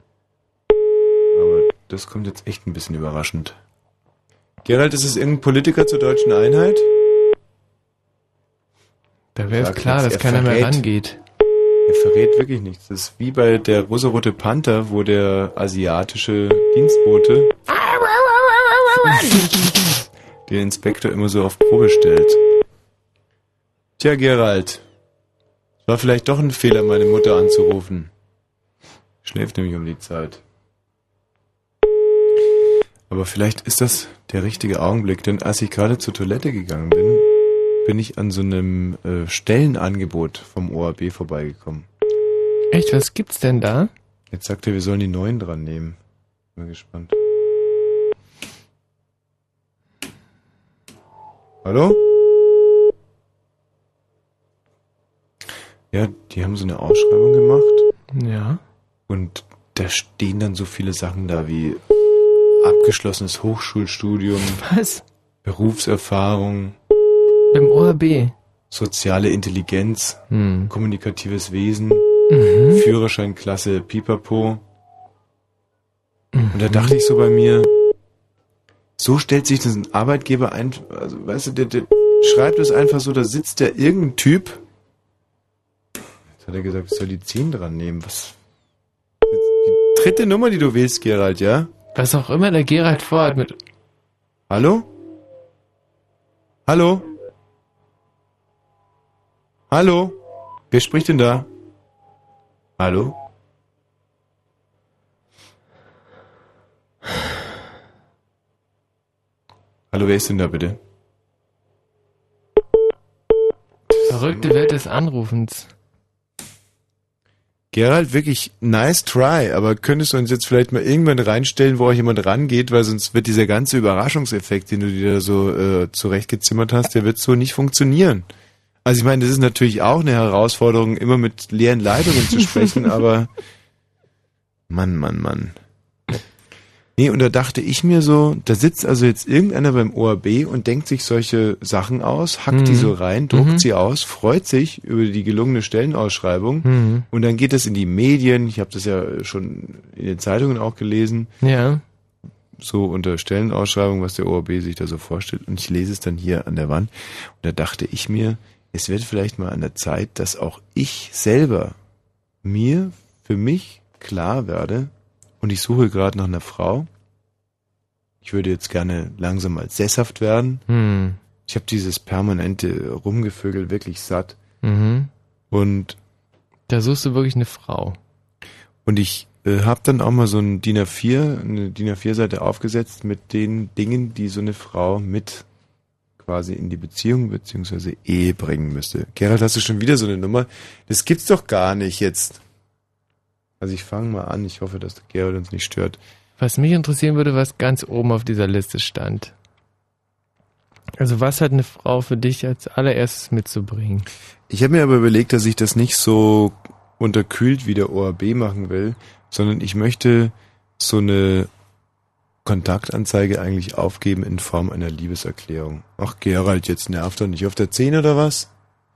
Aber das kommt jetzt echt ein bisschen überraschend. Gerald, ist es irgendein Politiker zur Deutschen Einheit? Da wäre es klar, dass keiner mehr rangeht. Er verrät wirklich nichts. Das ist wie bei der Rosarote Panther, wo der asiatische Dienstbote den Inspektor immer so auf Probe stellt. Tja, Gerald. Es war vielleicht doch ein Fehler, meine Mutter anzurufen. Schläft nämlich um die Zeit. Aber vielleicht ist das der richtige Augenblick, denn als ich gerade zur Toilette gegangen bin, bin ich an so einem Stellenangebot vom ORB vorbeigekommen. Echt, was gibt's denn da? Jetzt sagt er, wir sollen die Neuen dran nehmen. Bin mal gespannt. Hallo? Ja, die haben so eine Ausschreibung gemacht. Ja. Und da stehen dann so viele Sachen da wie abgeschlossenes Hochschulstudium. Was? Berufserfahrung. Im ORB. Soziale Intelligenz. Kommunikatives Wesen. Führerscheinklasse Pipapo. Und da dachte ich so bei mir, so stellt sich das ein Arbeitgeber ein, also weißt du, der schreibt es einfach so, da sitzt der irgendein Typ. Jetzt hat er gesagt, ich soll die 10 dran nehmen. Was? Die dritte Nummer, die du wählst, Gerald, ja? Was auch immer der Gerald vorhat mit... Hallo? Hallo? Hallo? Wer spricht denn da? Hallo? Hallo, wer ist denn da bitte? Verrückte Welt des Anrufens. Gerald, wirklich nice try, aber könntest du uns jetzt vielleicht mal irgendwann reinstellen, wo auch jemand rangeht, weil sonst wird dieser ganze Überraschungseffekt, den du dir da so zurechtgezimmert hast, der wird so nicht funktionieren. Also ich meine, das ist natürlich auch eine Herausforderung, immer mit leeren Leitungen zu sprechen, aber Mann. Nee, und da dachte ich mir so, da sitzt also jetzt irgendeiner beim ORB und denkt sich solche Sachen aus, hackt die so rein, druckt sie aus, freut sich über die gelungene Stellenausschreibung und dann geht das in die Medien, ich habe das ja schon in den Zeitungen auch gelesen, ja, so unter Stellenausschreibung, was der ORB sich da so vorstellt und ich lese es dann hier an der Wand und da dachte ich mir, es wird vielleicht mal an der Zeit, dass auch ich selber für mich klar werde, und ich suche gerade nach einer Frau. Ich würde jetzt gerne langsam mal sesshaft werden. Ich habe dieses permanente Rumgevögel wirklich satt. Und da suchst du wirklich eine Frau. Und ich habe dann auch mal so eine DIN A4-Seite aufgesetzt mit den Dingen, die so eine Frau mit quasi in die Beziehung bzw. Ehe bringen müsste. Gerald, hast du schon wieder so eine Nummer? Das gibt's doch gar nicht jetzt. Also ich fange mal an, ich hoffe, dass der Gerald uns nicht stört. Was mich interessieren würde, was ganz oben auf dieser Liste stand. Also was hat eine Frau für dich als allererstes mitzubringen? Ich habe mir aber überlegt, dass ich das nicht so unterkühlt wie der ORB machen will, sondern ich möchte so eine Kontaktanzeige eigentlich aufgeben in Form einer Liebeserklärung. Ach Gerald, jetzt nervt er nicht auf der 10 oder was?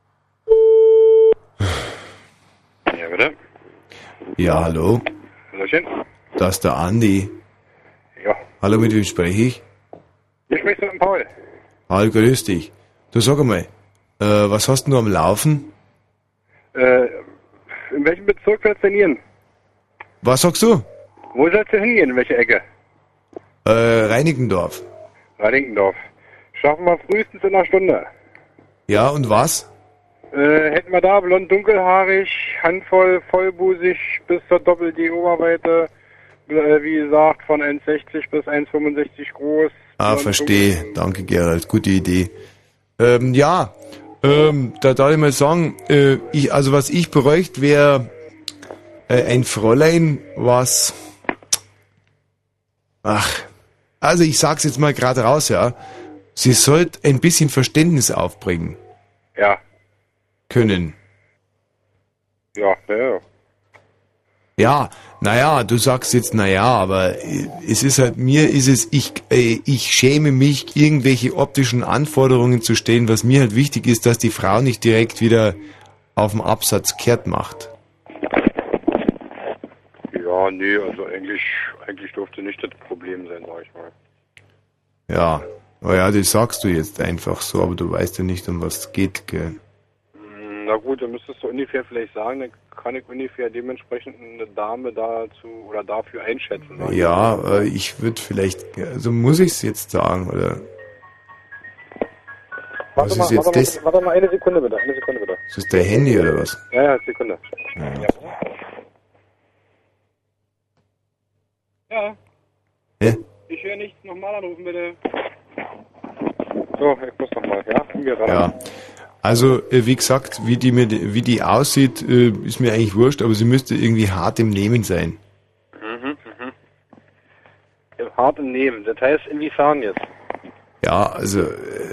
Ja, bitte? Ja, hallo? Hallöchen? Das ist der Andi. Ja. Hallo, mit wem spreche ich? Hier sprichst du mit dem Paul. Paul, grüß dich. Du sag einmal, was hast denn du am Laufen? In welchem Bezirk sollst du denn hin? Was sagst du? Wo sollst du hingehen, in welche Ecke? Reinickendorf. Reinickendorf. Schaffen wir frühestens in einer Stunde. Ja, und was? Hätten wir da blond dunkelhaarig, handvoll, vollbusig bis zur Doppel-D-Oberweite, wie gesagt, von 1,60 bis 1,65 groß. Verstehe. Danke, Gerald. Gute Idee. Da darf ich mal sagen, was ich bräuchte, wäre ein Fräulein, was... Also ich sag's jetzt mal gerade raus, ja. Sie sollte ein bisschen Verständnis aufbringen. Ja. Können. Ja. Ja, naja, du sagst jetzt naja, aber es ist halt, ich schäme mich, irgendwelche optischen Anforderungen zu stellen, was mir halt wichtig ist, dass die Frau nicht direkt wieder auf dem Absatz kehrt macht. Ja, nee, also eigentlich dürfte nicht das Problem sein, sag ich mal. Ja, naja, das sagst du jetzt einfach so, aber du weißt ja nicht, um was es geht, gell? Na gut, dann müsstest du ungefähr vielleicht sagen, dann kann ich ungefähr dementsprechend eine Dame dazu oder dafür einschätzen. Ja, ich würde vielleicht, also muss ich es jetzt sagen, oder? Warte mal eine Sekunde bitte, Ist das dein Handy oder was? Ja, Sekunde. Ja. Hä? Ich höre nichts, nochmal anrufen bitte. So, ich muss nochmal, ja? Ja. Also, wie gesagt, wie die aussieht, ist mir eigentlich wurscht, aber sie müsste irgendwie hart im Nehmen sein. Hart im Nehmen, das heißt inwiefern jetzt? Ja, also,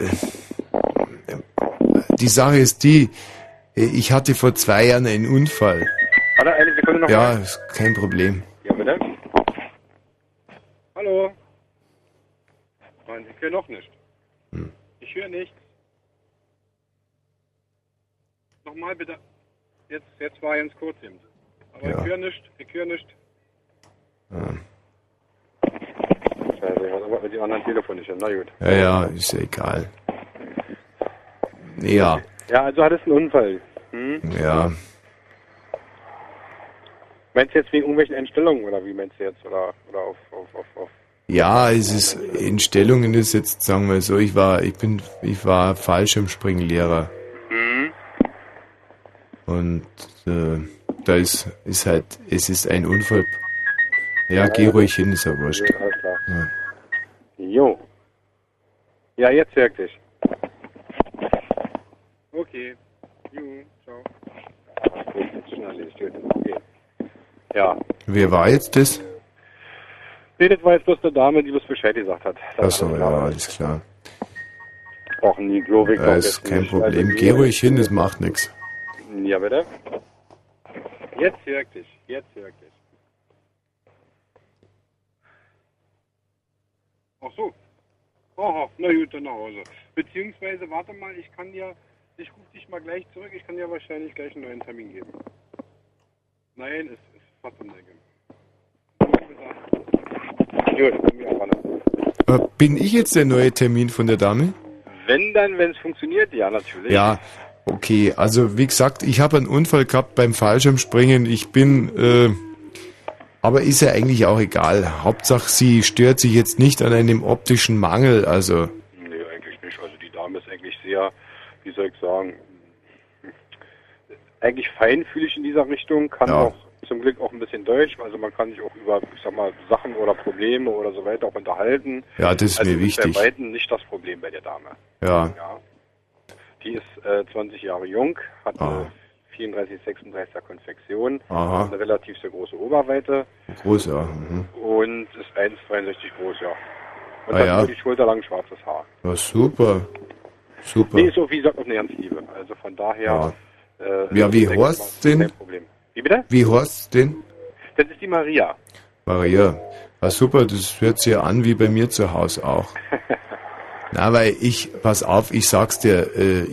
die Sache ist die, ich hatte vor 2 Jahren einen Unfall. Warte, eine Sekunde noch. Ja, ist kein Problem. Ja, bitte? Hallo? Nein, ich höre noch nicht. Ich höre nichts. Nochmal bitte. Jetzt war ganz kurz eben. Aber Ja. ich höre nicht. Ja. Scheiße, ich weiß aber mit dem anderen Telefon nicht. Na gut. Ja, ist ja egal. Ja. Ja, also hattest du einen Unfall. Ja. Meinst du jetzt wegen irgendwelchen Einstellungen oder wie meinst du jetzt? Oder auf. Ja, es ist, in Stellungen ist jetzt, sagen wir so, ich war Fallschirmspringlehrer. Und, da ist halt, es ist ein Unfall. Ja, geh ruhig hin, ist ja wurscht. Ja, alles klar. Ja. Jo. Ja, jetzt wirklich. Okay. Jo, ciao. Gut, jetzt schon erledigt. Okay. Ja. Wer war jetzt das? Nee, das war jetzt bloß eine Dame, die bloß Bescheid gesagt hat. Achso, ja, alles klar. Brauchen nie Glowig. Ja, ist kein Problem. Geh ruhig hin, das macht nichts. Ja, bitte? Jetzt wirklich. Ach so. Aha, na gut, dann nach Hause. Beziehungsweise, warte mal, ich rufe dich mal gleich zurück, ich kann dir wahrscheinlich gleich einen neuen Termin geben. Nein, es ist fast im Gut, bin ich jetzt der neue Termin von der Dame? wenn es funktioniert, ja, natürlich. Ja, okay, also wie gesagt, ich habe einen Unfall gehabt beim Fallschirmspringen, aber ist ja eigentlich auch egal. Hauptsache, sie stört sich jetzt nicht an einem optischen Mangel, also. Nee, eigentlich nicht. Also die Dame ist eigentlich sehr, wie soll ich sagen, eigentlich feinfühlig in dieser Richtung, kann auch zum Glück auch ein bisschen Deutsch, also man kann sich auch über, ich sag mal, Sachen oder Probleme oder so weiter auch unterhalten. Ja, das ist also mir wichtig. Bei weitem nicht das Problem bei der Dame. Ja. Die ist 20 Jahre jung, hat 34, 36er Konfektion, eine relativ sehr große Oberweite. Groß, ja. Und ist 1,62 groß, ja. Und hat nur die schulterlang schwarzes Haar. Ja, super. Super. Nee, so wie gesagt, auch eine ganz Liebe. Also von daher... wie heißt denn? Kein Problem. Wie bitte? Wie heißt denn? Das ist die Maria. Maria. Ah, super, das hört sich ja an wie bei mir zu Hause auch. Na, weil pass auf, ich sag's dir,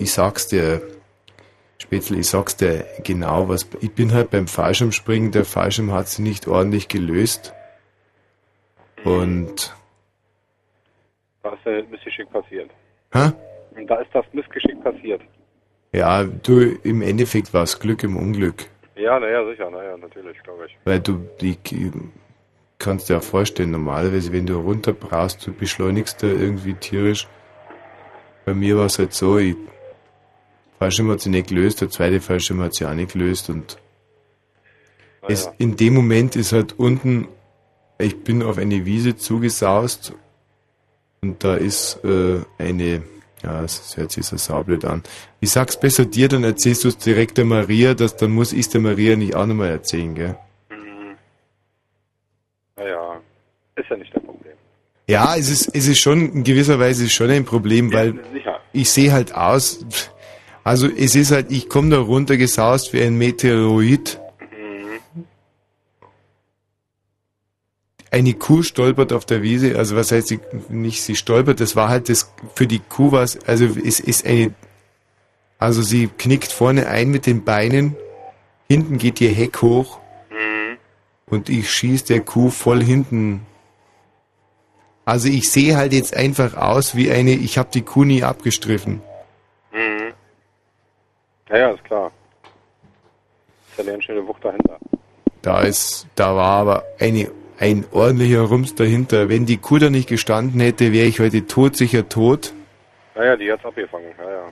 Spätzle, ich sag's dir genau, ich bin halt beim Fallschirmspringen, der Fallschirm hat sich nicht ordentlich gelöst. Und... Da ist ein Missgeschick passiert. Hä? Und da ist das Missgeschick passiert. Ja, du, im Endeffekt war es Glück im Unglück. Ja, sicher, natürlich, glaube ich. Weil du, kannst dir ja vorstellen, normalerweise, wenn du runter brauchst, du beschleunigst da irgendwie tierisch. Bei mir war es halt so, Fallschirm hat sich nicht gelöst, der zweite Fallschirm hat sich auch nicht gelöst und in dem Moment ist halt unten, ich bin auf eine Wiese zugesaust und da ist das hört sich so saublöd an. Ich sag's besser dir, dann erzählst du es direkt der Maria, dann muss ich der Maria nicht auch nochmal erzählen, gell? Naja, ist ja nicht das Problem. Ja, es ist schon, in gewisser Weise schon ein Problem, weil ich sehe halt aus, also es ist halt, ich komme da runtergesaust wie ein Meteoroid. Eine Kuh stolpert auf der Wiese, also was heißt sie stolpert, das war halt für die Kuh was, also es ist also sie knickt vorne ein mit den Beinen, hinten geht ihr Heck hoch und ich schieße der Kuh voll hinten. Also ich sehe halt jetzt einfach aus wie ich habe die Kuh nie abgestriffen. Ja, ist klar. Ist ja eine ganz schöne Wucht dahinter. Da war aber ein ordentlicher Rums dahinter. Wenn die Kuh da nicht gestanden hätte, wäre ich heute todsicher tot. Naja, die hat's abgefangen, ja.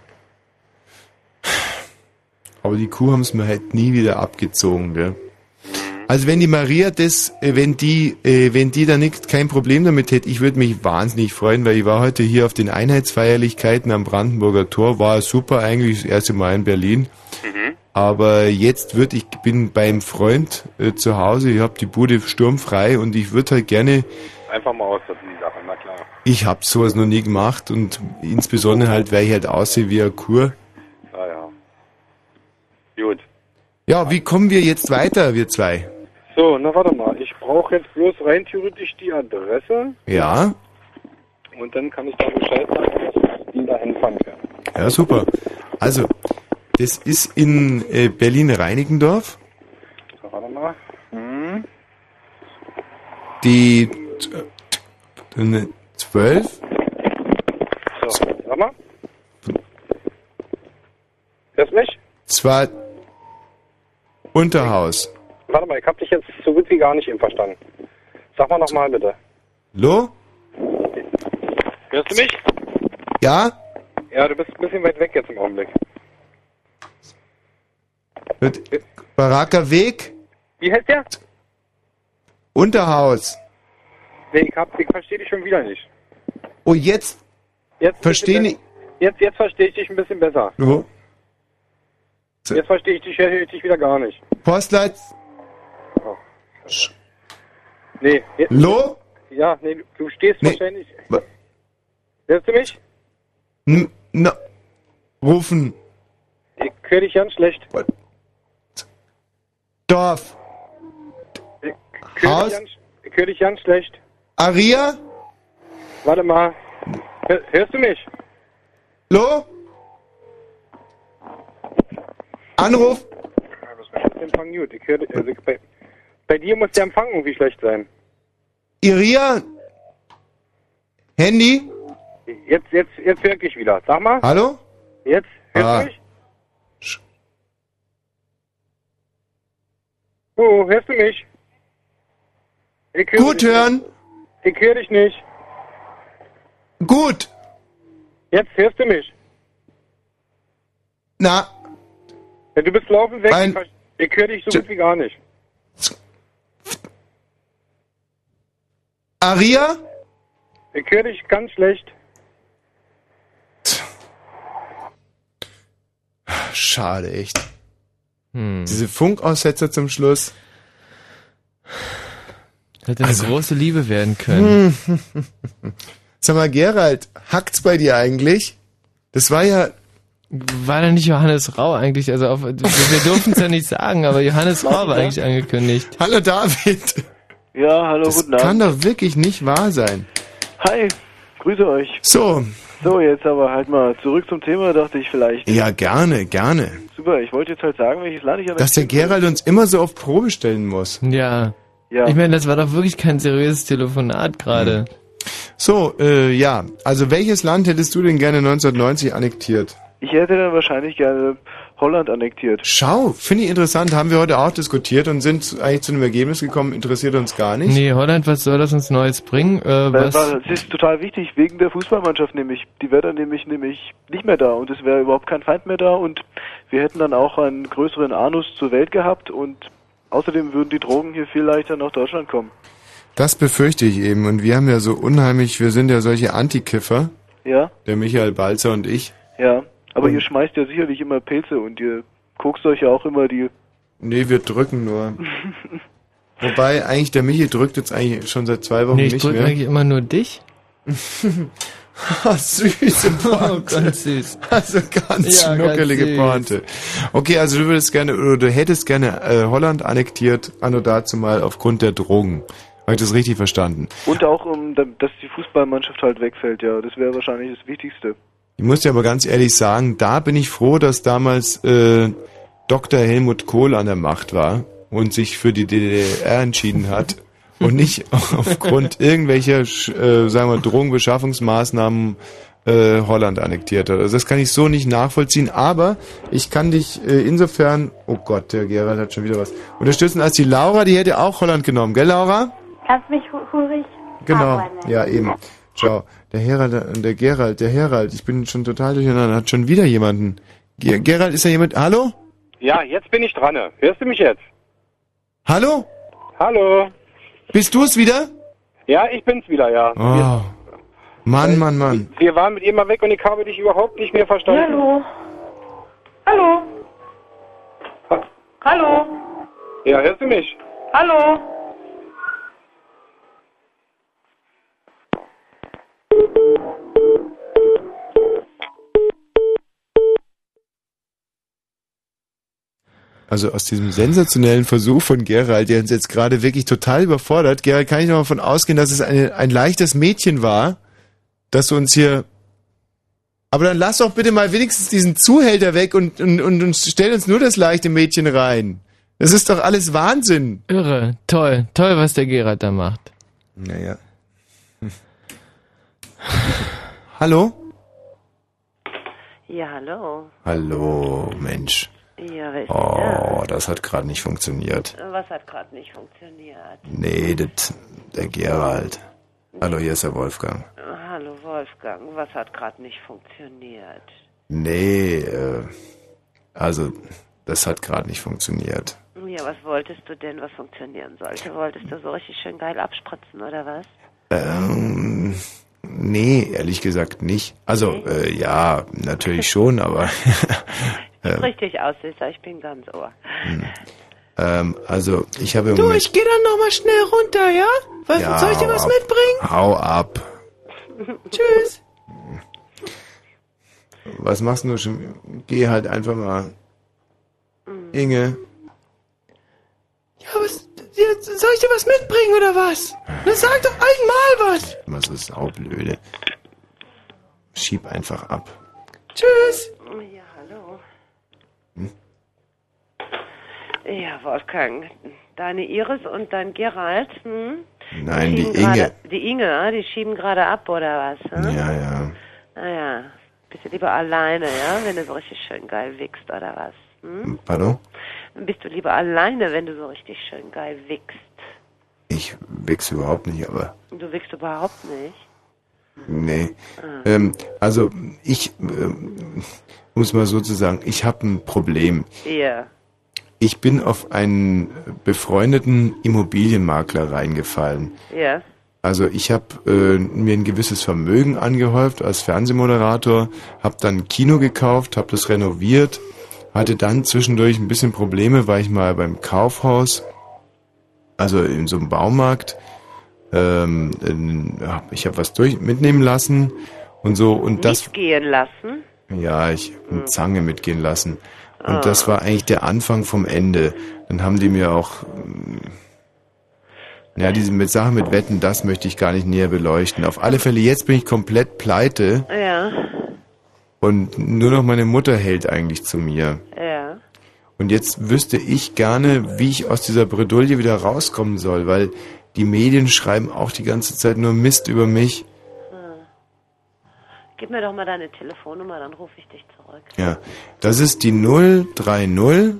Aber die Kuh haben es mir halt nie wieder abgezogen, gell? Also wenn die Maria wenn die da kein Problem damit hätte, ich würde mich wahnsinnig freuen, weil ich war heute hier auf den Einheitsfeierlichkeiten am Brandenburger Tor, war super eigentlich, das erste Mal in Berlin. Aber jetzt bin beim Freund zu Hause, ich habe die Bude sturmfrei und ich würde halt gerne... Einfach mal austesten die Sache, na klar. Ich habe sowas noch nie gemacht und insbesondere halt, weil ich halt aussehe wie eine Kur. Ja. Gut. Ja, wie kommen wir jetzt weiter, wir zwei? So, na warte mal, ich brauche jetzt bloß rein theoretisch die Adresse. Ja. Und dann kann ich da Bescheid sagen, dass die da hinfahren können. Ja, super. Also... Das ist in Berlin-Reinickendorf. So, warte mal. Eine 12? So, sag mal. Hörst du mich? Zwar Unterhaus. Warte mal, ich hab dich jetzt so gut wie gar nicht eben verstanden. Sag mal nochmal bitte. Lo? Hörst du mich? Ja? Ja, du bist ein bisschen weit weg jetzt im Augenblick. Baracker Weg? Wie heißt der? Unterhaus. Nee, ich verstehe dich schon wieder nicht. Oh, jetzt verstehe ich. Jetzt verstehe ich dich ein bisschen besser. Oh. Jetzt verstehe ich dich wieder gar nicht. Postleit. Oh. Nee. Lo? Ja, nee, du stehst wahrscheinlich. Hörst du mich? Rufen. Ich höre dich ganz schlecht. Dorf. Haus. Ich höre dich ganz schlecht. Aria? Warte mal. Hörst du mich? Lo? Anruf? Der Empfang gut. Ich höre, also bei dir muss der Empfang irgendwie schlecht sein. Iria? Handy? Jetzt höre ich wieder. Sag mal. Hallo? Jetzt? Hörst du mich? Oh, hörst du mich? Gut hören. Ich höre dich nicht. Gut. Jetzt hörst du mich. Na? Ja, du bist laufend weg. Ich höre dich so gut wie gar nicht. Aria? Ich höre dich ganz schlecht. Schade, echt. Diese Funkaussetzer zum Schluss. Hätte eine große Liebe werden können. Sag mal, Gerald, hackt's bei dir eigentlich? Das war ja... War da nicht Johannes Rau eigentlich? Also wir durften es ja nicht sagen, aber Johannes Rau war eigentlich angekündigt. Hallo David. Ja, hallo, guten Abend. Das kann doch wirklich nicht wahr sein. Hi, grüße euch. So, jetzt aber halt mal zurück zum Thema, dachte ich vielleicht. ja, gerne. Super, ich wollte jetzt halt sagen, welches Land ich an Dass der Gerald uns immer so auf Probe stellen muss. Ja. Ja. Ich meine, das war doch wirklich kein seriöses Telefonat gerade. So, ja. Also welches Land hättest du denn gerne 1990 annektiert? Ich hätte dann wahrscheinlich gerne Holland annektiert. Schau, finde ich interessant. Haben wir heute auch diskutiert und sind eigentlich zu einem Ergebnis gekommen, interessiert uns gar nicht. Nee, Holland, was soll das uns Neues bringen? Das ist total wichtig, wegen der Fußballmannschaft nämlich. Die wäre dann nämlich nicht mehr da und es wäre überhaupt kein Feind mehr da und wir hätten dann auch einen größeren Anus zur Welt gehabt und außerdem würden die Drogen hier viel leichter nach Deutschland kommen. Das befürchte ich eben und wir haben ja so unheimlich, wir sind ja solche Antikiffer. Ja? Der Michael Balzer und ich. Ja, aber ihr schmeißt ja sicherlich immer Pilze und ihr kokst euch ja auch immer die... Nee, wir drücken nur. Wobei, eigentlich, der Michi drückt jetzt eigentlich schon seit 2 Wochen nicht mehr. Ich drücke eigentlich immer nur dich. Süße Pointe. Oh, ganz süß. Also ganz schnuckelige Pointe. Okay, also du würdest gerne, oder du hättest gerne Holland annektiert, anno dazu mal aufgrund der Drogen. Habe ich das richtig verstanden? Und auch, dass die Fußballmannschaft halt wegfällt, ja. Das wäre wahrscheinlich das Wichtigste. Ich muss dir aber ganz ehrlich sagen, da bin ich froh, dass damals Dr. Helmut Kohl an der Macht war und sich für die DDR entschieden hat und nicht aufgrund irgendwelcher, sagen wir, Drogenbeschaffungsmaßnahmen Holland annektiert hat. Also das kann ich so nicht nachvollziehen, aber ich kann dich insofern, oh Gott, der Gerald hat schon wieder was, unterstützen, als die Laura, die hätte auch Holland genommen, gell Laura? Kannst mich ruhig Genau, ja eben. Ciao. Der Gerald, ich bin schon total durcheinander, hat schon wieder jemanden. Gerald, ist da jemand? Hallo? Ja, jetzt bin ich dran. Hörst du mich jetzt? Hallo? Hallo? Bist du es wieder? Ja, ich bin's wieder, ja. Oh. Mann. Wir waren mit ihr mal weg und ich habe dich überhaupt nicht mehr verstanden. Hallo? Hallo? Ja, hörst du mich? Hallo? Also aus diesem sensationellen Versuch von Gerald, der uns jetzt gerade wirklich total überfordert. Gerald, kann ich noch mal davon ausgehen, dass es ein leichtes Mädchen war, dass du uns hier... Aber dann lass doch bitte mal wenigstens diesen Zuhälter weg und stell uns nur das leichte Mädchen rein. Das ist doch alles Wahnsinn. Irre, toll, was der Gerald da macht. Naja. Hallo? Ja, hallo. Hallo, Mensch. Ja, wer ist Oh, das hat gerade nicht funktioniert. da? Was hat gerade nicht funktioniert? Nee, der Gerald. Hallo, hier ist der Wolfgang. Hallo Wolfgang, was hat gerade nicht funktioniert? Nee, also, das hat gerade nicht funktioniert. Ja, was wolltest du denn, was funktionieren sollte? Wolltest du so richtig schön geil abspritzen, oder was? Nee, ehrlich gesagt nicht. Also, ja, natürlich schon, aber... Sieht richtig aus, Süßer, ich bin ganz ohr. Also, ich habe im Du, Moment... ich geh dann nochmal schnell runter, ja? Was, Ja, soll ich dir hau was ab. mitbringen? Hau ab. Tschüss. Was machst du schon? Geh halt einfach mal. Inge. Ja, was, jetzt, soll ich dir was mitbringen, oder was? Na, sag doch einmal was. Was ist saublöde. Schieb einfach ab. Tschüss. Ja, hallo. Hm? Ja, Wolfgang, deine Iris und dein Gerald, Nein, die schieben Inge. grade- Die Inge, die schieben gerade ab, oder was? Ja, ja. Naja, bist du lieber alleine, ja, wenn du so richtig schön geil wickst, oder was? Hm? Pardon? Bist du lieber alleine, wenn du so richtig schön geil wickst? Ich wichse überhaupt nicht, aber... Du wickst überhaupt nicht. Nee. Also, ich... muss mal so zu sagen, ich habe ein Problem. Ja. Ich bin auf einen befreundeten Immobilienmakler reingefallen. Ja. Also ich habe mir ein gewisses Vermögen angehäuft als Fernsehmoderator, habe dann ein Kino gekauft, habe das renoviert, hatte dann zwischendurch ein bisschen Probleme, weil ich mal beim Kaufhaus, also in so einem Baumarkt, ich habe was mitnehmen lassen und so und das... Mitgehen lassen? Ja, ich habe eine Zange mitgehen lassen. Und das war eigentlich der Anfang vom Ende. Dann haben die mir auch... Ja, diese Sache mit Wetten, das möchte ich gar nicht näher beleuchten. Auf alle Fälle, jetzt bin ich komplett pleite Ja. und nur noch meine Mutter hält eigentlich zu mir. Ja. Und jetzt wüsste ich gerne, wie ich aus dieser Bredouille wieder rauskommen soll, weil die Medien schreiben auch die ganze Zeit nur Mist über mich. Gib mir doch mal deine Telefonnummer, dann rufe ich dich zurück. Ja, das ist die 030 030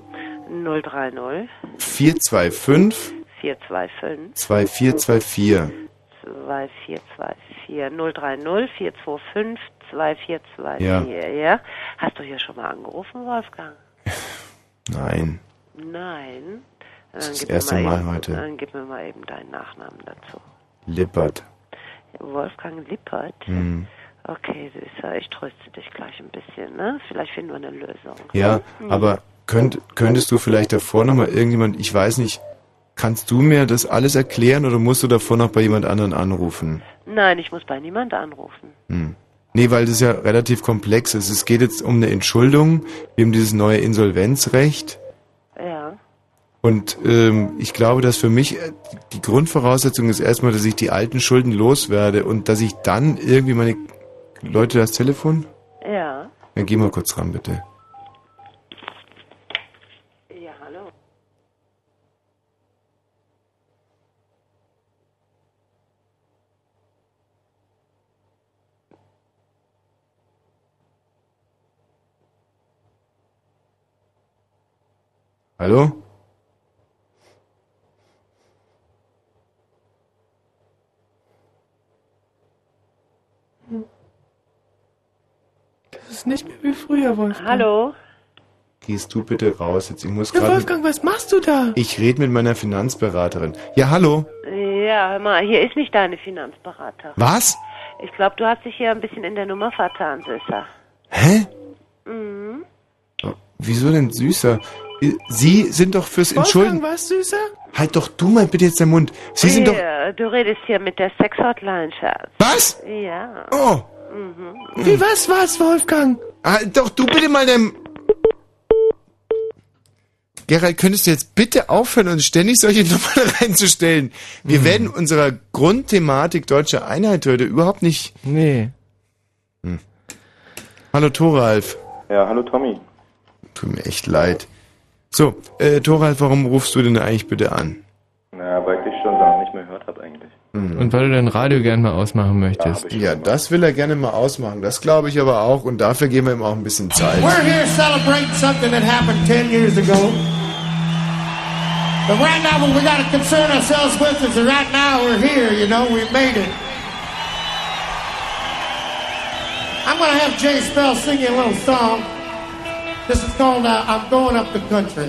425 425 2424. 2424 030 425 2424. Ja. Ja. Hast du hier schon mal angerufen, Wolfgang? Nein. Nein. Das ist das gib mir erste Mal eben, heute. Dann gib mir mal eben deinen Nachnamen dazu. Lippert. Wolfgang Lippert. Hm. Okay, Süßer, ich tröste dich gleich ein bisschen, ne? Vielleicht finden wir eine Lösung. Ja, aber könntest du vielleicht davor nochmal irgendjemand, ich weiß nicht, kannst du mir das alles erklären oder musst du davor noch bei jemand anderen anrufen? Nein, ich muss bei niemand anrufen. Nee, weil das ja relativ komplex ist. Es geht jetzt um eine Entschuldung, wir haben dieses neue Insolvenzrecht Ja. und ich glaube, dass für mich die Grundvoraussetzung ist erstmal, dass ich die alten Schulden loswerde und dass ich dann irgendwie meine... Leute, das Telefon? Ja. Ja, geh mal kurz ran, bitte. Ja, hallo. Hallo? Das ist nicht mehr wie früher, Wolfgang. Hallo? Gehst du bitte raus jetzt, ich muss Ja, gerade... Wolfgang, was machst du da? Ich rede mit meiner Finanzberaterin. Ja, hallo? Ja, hör mal, hier ist nicht deine Finanzberater. Was? Ich glaube, du hast dich hier ein bisschen in der Nummer vertan, Süßer. Hä? Mhm. Wieso denn süßer? Sie sind doch fürs Entschulden... Wolfgang, was, Süßer? Halt doch du mal bitte jetzt den Mund. Sie sind doch... Ja, du redest hier mit der Sex-Hotline, Schatz. Was? Ja. Oh. Mhm. Wie, was, Wolfgang? Halt doch du bitte mal den... Gerald, könntest du jetzt bitte aufhören, uns ständig solche Nummern reinzustellen? Wir werden unserer Grundthematik deutsche Einheit heute überhaupt nicht... Nee. Hallo Thoralf. Ja, hallo Tommy. Tut mir echt leid. So, Thoralf, warum rufst du denn eigentlich bitte an? Na, weil ich dich schon lange nicht mehr gehört habe eigentlich. Und weil du dein Radio gern mal ausmachen möchtest. Ja, das will er gerne mal ausmachen. Das glaube ich aber auch. Und dafür geben wir ihm auch ein bisschen Zeit. We're here celebrating something that happened 10 years ago. But right now, what we got to concern ourselves with is that right now we're here, you know, we made it. I'm going to have Jay Spell sing you a little song. This is called I'm Going Up the Country.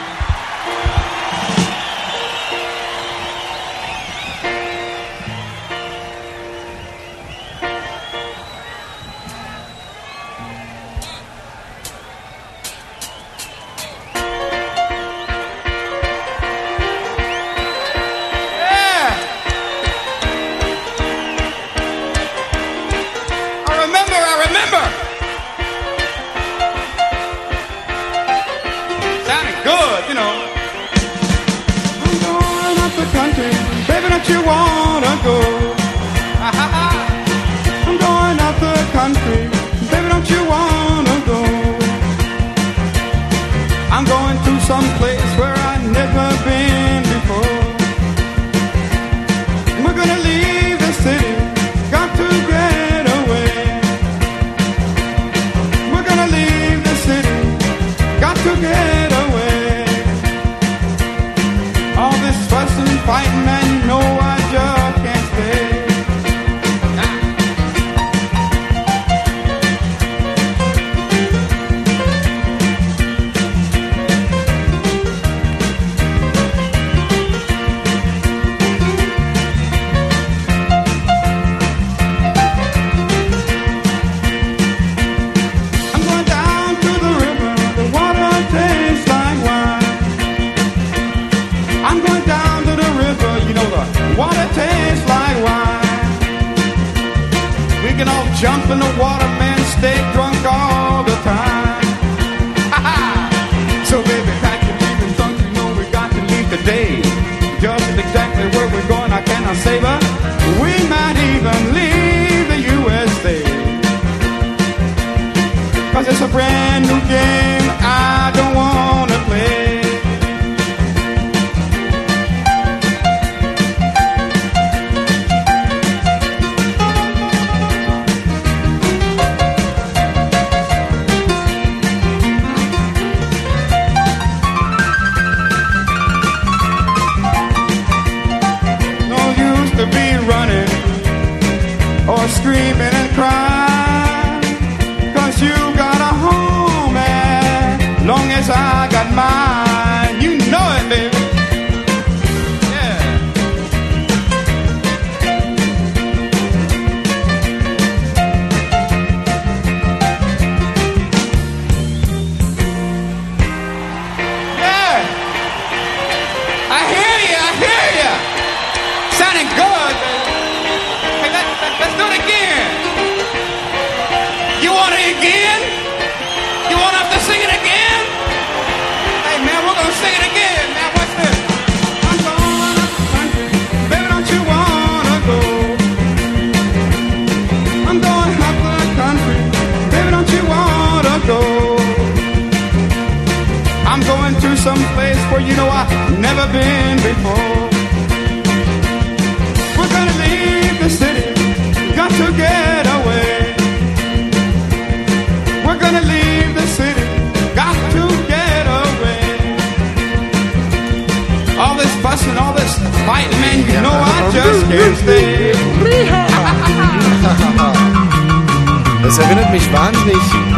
Das erinnert mich wahnsinnig.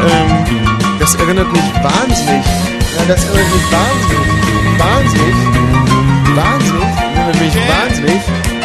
Das erinnert mich wahnsinnig. Ja, das erinnert mich wahnsinnig. Wahnsinnig. Wahnsinnig. Erinnert mich wahnsinnig.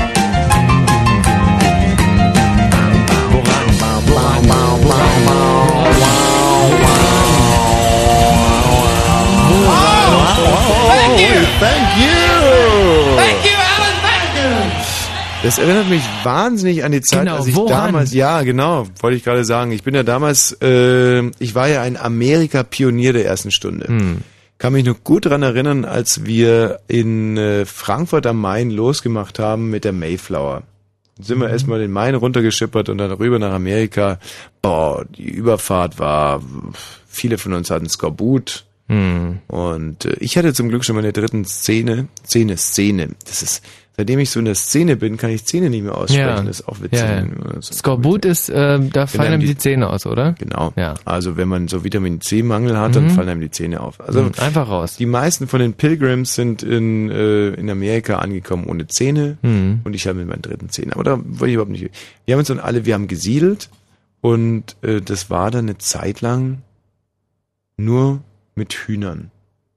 Thank you! Thank you! Thank you, Alan! Thank you! Das erinnert mich wahnsinnig an die Zeit, Genau, als ich woran? damals, ja genau, wollte ich gerade sagen, ich bin ja damals, ich war ja ein Amerika-Pionier der ersten Stunde. Kann mich noch gut daran erinnern, als wir in Frankfurt am Main losgemacht haben mit der Mayflower. Sind wir erstmal den Main runtergeschippert und dann rüber nach Amerika. Boah, die Überfahrt war, viele von uns hatten Skorbut. Und ich hatte zum Glück schon meine dritten Szene. Das ist, seitdem ich so in der Szene bin, kann ich Szene nicht mehr aussprechen. Ja. Das ist auch witzig. Ja, ja. Skorbut ist, da fallen einem die Zähne aus, oder? Genau. Ja. Also wenn man so Vitamin C-Mangel hat, dann fallen einem die Zähne auf. Also einfach raus. Die meisten von den Pilgrims sind in Amerika angekommen ohne Zähne und ich habe mit meinen dritten Zähnen. Aber da wollte ich überhaupt nicht. Wir haben uns dann wir haben gesiedelt und das war dann eine Zeit lang nur mit Hühnern.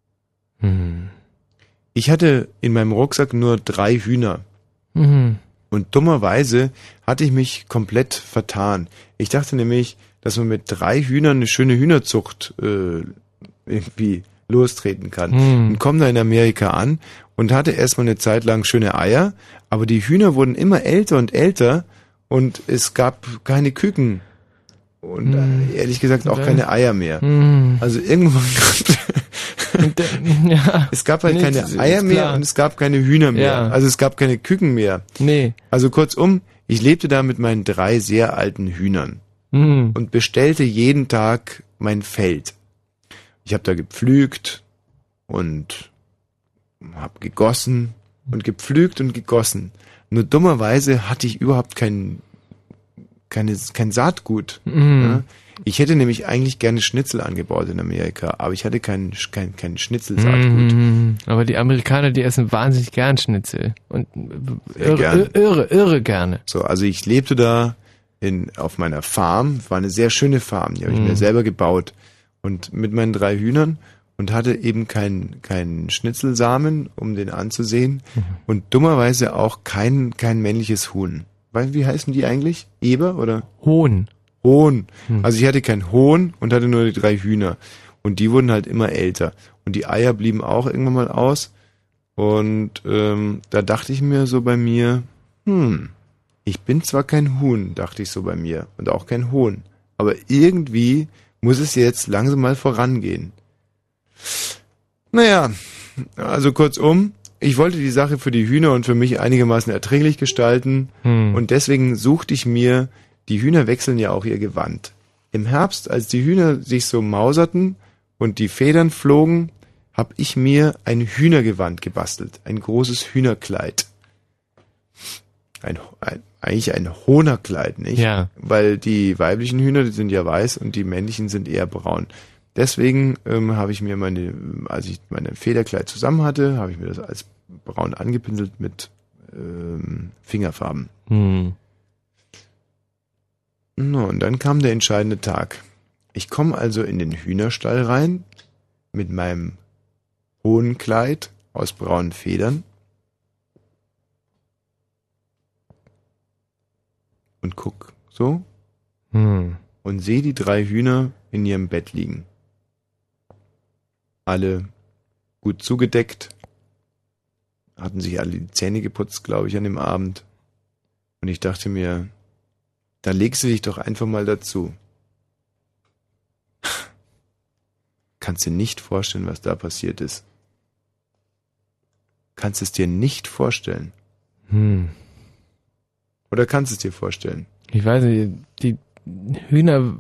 Ich hatte in meinem Rucksack nur 3 Hühner. Und dummerweise hatte ich mich komplett vertan. Ich dachte nämlich, dass man mit 3 Hühnern eine schöne Hühnerzucht irgendwie lostreten kann. Und komme da in Amerika an und hatte erstmal eine Zeit lang schöne Eier, aber die Hühner wurden immer älter und älter und es gab keine Küken. Und ehrlich gesagt auch keine Eier mehr. Also irgendwann es gab halt keine Eier mehr und es gab keine Hühner mehr. Ja. Also es gab keine Küken mehr. Nee. Also kurzum, ich lebte da mit meinen 3 sehr alten Hühnern und bestellte jeden Tag mein Feld. Ich habe da gepflügt und habe gegossen und gepflügt und gegossen. Nur dummerweise hatte ich überhaupt kein Saatgut. Ja? Ich hätte nämlich eigentlich gerne Schnitzel angebaut in Amerika, aber ich hatte kein Schnitzelsaatgut. Aber die Amerikaner, die essen wahnsinnig gern Schnitzel. Und irre gerne. So, also ich lebte da auf meiner Farm, war eine sehr schöne Farm, die habe ich mir selber gebaut. Und mit meinen 3 Hühnern und hatte eben keinen Schnitzelsamen, um den anzusehen. Und dummerweise auch kein männliches Huhn. Wie heißen die eigentlich? Eber oder? Hohn. Also ich hatte kein Hohn und hatte nur die 3 Hühner. Und die wurden halt immer älter. Und die Eier blieben auch irgendwann mal aus. Und da dachte ich mir so bei mir, ich bin zwar kein Huhn, dachte ich so bei mir. Und auch kein Hohn. Aber irgendwie muss es jetzt langsam mal vorangehen. Naja, also kurzum, ich wollte die Sache für die Hühner und für mich einigermaßen erträglich gestalten und deswegen suchte ich mir, die Hühner wechseln ja auch ihr Gewand. Im Herbst, als die Hühner sich so mauserten und die Federn flogen, habe ich mir ein Hühnergewand gebastelt, ein großes Hühnerkleid. Eigentlich ein Hohnerkleid, nicht? Ja. Weil die weiblichen Hühner, die sind ja weiß und die männlichen sind eher braun. Deswegen habe ich mir als ich meine Federkleid zusammen hatte, habe ich mir das als braun angepinselt mit Fingerfarben. No, und dann kam der entscheidende Tag. Ich komme also in den Hühnerstall rein mit meinem hohen Kleid aus braunen Federn und guck so und sehe die 3 Hühner in ihrem Bett liegen. Alle gut zugedeckt, hatten sich alle die Zähne geputzt, glaube ich, an dem Abend. Und ich dachte mir, da legst du dich doch einfach mal dazu. Kannst dir nicht vorstellen, was da passiert ist. Kannst es dir nicht vorstellen. Oder kannst es dir vorstellen? Ich weiß nicht, die Hühner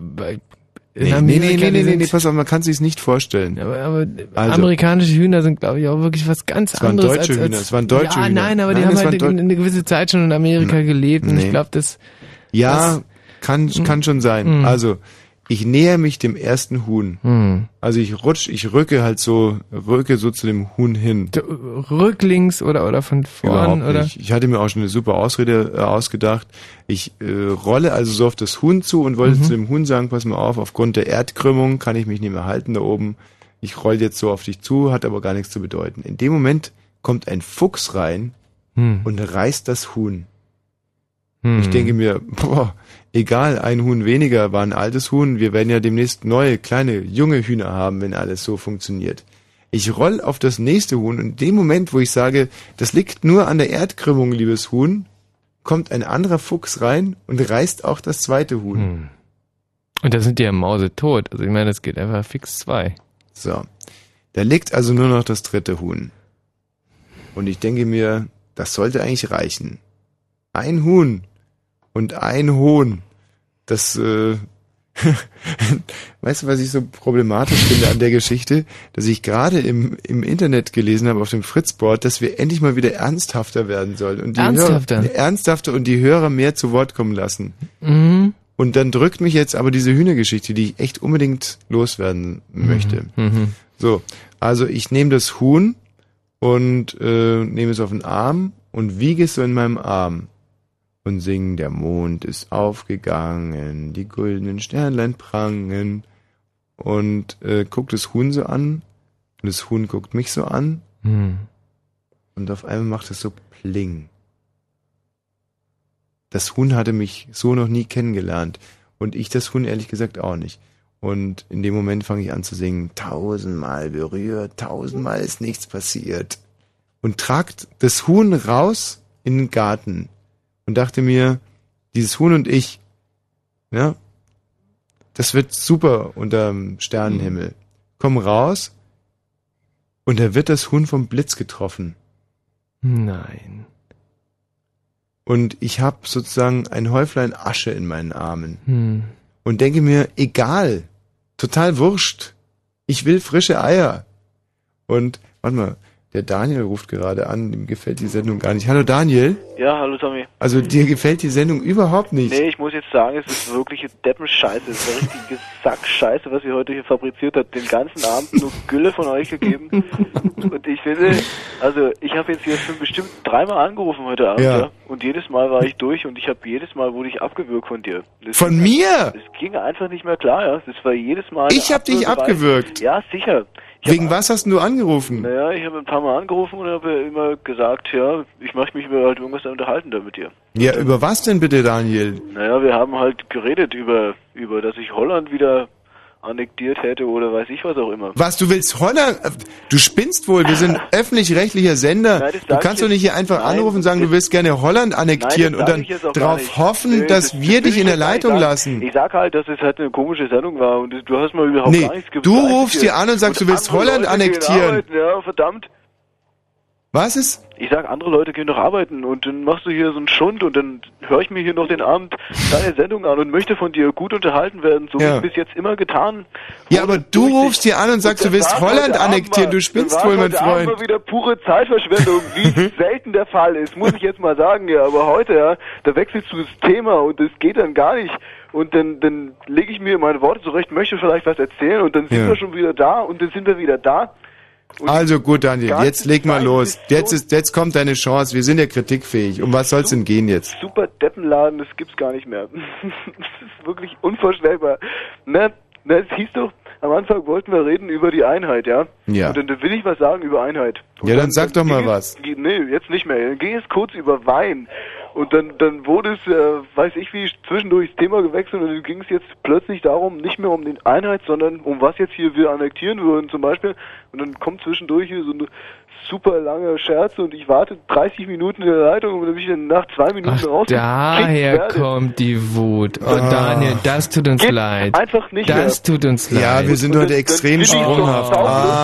Nee, pass auf, man kann sich's nicht vorstellen. Aber also, amerikanische Hühner sind, glaube ich, auch wirklich was ganz anderes. Es waren deutsche Hühner. Nein, aber die haben halt eine gewisse Zeit schon in Amerika gelebt und ich glaube, das... Ja, kann schon sein. Also, ich näher mich dem ersten Huhn. Also ich rücke so zu dem Huhn hin. Rücklings oder von vorn? Überhaupt nicht. Ich hatte mir auch schon eine super Ausrede ausgedacht. Ich rolle also so auf das Huhn zu und wollte zu dem Huhn sagen, pass mal aufgrund der Erdkrümmung kann ich mich nicht mehr halten da oben. Ich roll jetzt so auf dich zu, hat aber gar nichts zu bedeuten. In dem Moment kommt ein Fuchs rein und reißt das Huhn. Ich denke mir, egal, ein Huhn weniger, war ein altes Huhn. Wir werden ja demnächst neue, kleine, junge Hühner haben, wenn alles so funktioniert. Ich roll auf das nächste Huhn und in dem Moment, wo ich sage, das liegt nur an der Erdkrümmung, liebes Huhn, kommt ein anderer Fuchs rein und reißt auch das zweite Huhn. Und da sind die ja mausetot. Also ich meine, das geht einfach fix 2. So. Da liegt also nur noch das dritte Huhn. Und ich denke mir, das sollte eigentlich reichen. Ein Huhn und ein Hohn. Das Weißt du, was ich so problematisch finde an der Geschichte? Dass ich gerade im Internet gelesen habe, auf dem Fritzboard, dass wir endlich mal wieder ernsthafter werden sollen. Und die ernsthafter und die Hörer mehr zu Wort kommen lassen. Mhm. Und dann drückt mich jetzt aber diese Hühnergeschichte, die ich echt unbedingt loswerden möchte. Mhm. So, also ich nehme das Huhn und nehme es auf den Arm und wiege es so in meinem Arm. Und singen, der Mond ist aufgegangen, die goldenen Sternlein prangen. Und guckt das Huhn so an. Und das Huhn guckt mich so an. Und auf einmal macht es so Pling. Das Huhn hatte mich so noch nie kennengelernt. Und ich das Huhn ehrlich gesagt auch nicht. Und in dem Moment fange ich an zu singen, 1000-mal berührt, 1000-mal ist nichts passiert. Und tragt das Huhn raus in den Garten. Und dachte mir, dieses Huhn und ich, ja, das wird super unterm Sternenhimmel. Komm raus und da wird das Huhn vom Blitz getroffen. Nein. Und ich habe sozusagen ein Häuflein Asche in meinen Armen. Und denke mir, egal, total wurscht. Ich will frische Eier. Und, warte mal, der Daniel ruft gerade an, dem gefällt die Sendung gar nicht. Hallo Daniel. Ja, hallo Tommy. Also dir gefällt die Sendung überhaupt nicht. Nee, ich muss jetzt sagen, es ist wirkliche Deppenscheiße. Es ist eine richtige Sackscheiße, was ihr heute hier fabriziert habt. Den ganzen Abend nur Gülle von euch gegeben. Und ich finde, also ich habe jetzt hier schon bestimmt 3-mal angerufen heute Abend. Ja. Ja? Und jedes Mal war ich durch und ich habe jedes Mal wurde ich abgewürgt von dir. Von mir? Es ging einfach nicht mehr klar, ja. Das war jedes Mal... Ich habe dich abgewürgt. Ja, sicher. Wegen was hast du angerufen? Naja, ich habe ein paar Mal angerufen und habe immer gesagt, ja, ich möchte mich über halt irgendwas unterhalten da mit dir. Ja, über was denn bitte, Daniel? Naja, wir haben halt geredet über, dass ich Holland wieder annektiert hätte oder weiß ich was auch immer. Was, du willst Holland? Du spinnst wohl, wir sind öffentlich-rechtlicher Sender. Nein, du kannst doch nicht hier einfach anrufen und sagen, du willst gerne Holland annektieren und dann darauf hoffen, dass wir dich in der Leitung lassen. Ich sag halt, dass es halt eine komische Sendung war und du hast mal überhaupt gar nichts du rufst dir an und sagst, du willst Holland annektieren. Ja, verdammt. Was ist? Ich sag, andere Leute gehen doch arbeiten und dann machst du hier so einen Schund und dann höre ich mir hier noch den Abend deine Sendung an und möchte von dir gut unterhalten werden, so wie ich bis jetzt immer getan. Ja, aber du rufst dir an und sagst, du willst Holland annektieren, du spinnst wohl, mein Freund. Das war wieder pure Zeitverschwendung, wie selten der Fall ist, muss ich jetzt mal sagen, ja, aber heute, ja, da wechselst du das Thema und das geht dann gar nicht. Und dann lege ich mir meine Worte zurecht, möchte vielleicht was erzählen und dann sind wir schon wieder da und dann sind wir wieder da. Also gut, Daniel, jetzt leg mal los. Jetzt kommt deine Chance. Wir sind ja kritikfähig. Um was soll's denn gehen jetzt? Super Deppenladen, das gibt's gar nicht mehr. Das ist wirklich unvorstellbar. Es hieß doch, am Anfang wollten wir reden über die Einheit, ja? Ja. Und dann will ich was sagen über Einheit. Und ja, dann sag doch mal was. Nee, jetzt nicht mehr. Dann ging es kurz über Wein. Und dann wurde es, weiß ich wie, zwischendurch das Thema gewechselt und dann ging es jetzt plötzlich darum, nicht mehr um die Einheit, sondern um was jetzt hier wir annektieren würden zum Beispiel. Und dann kommt zwischendurch hier so eine super lange Scherz und ich warte 30 Minuten in der Leitung und dann bin ich dann nach 2 Minuten rausgekickt daher kommt die Wut. Oh Daniel, das tut uns leid. Einfach nicht Das tut uns leid. Ja, wir sind heute extrem sprunghaft.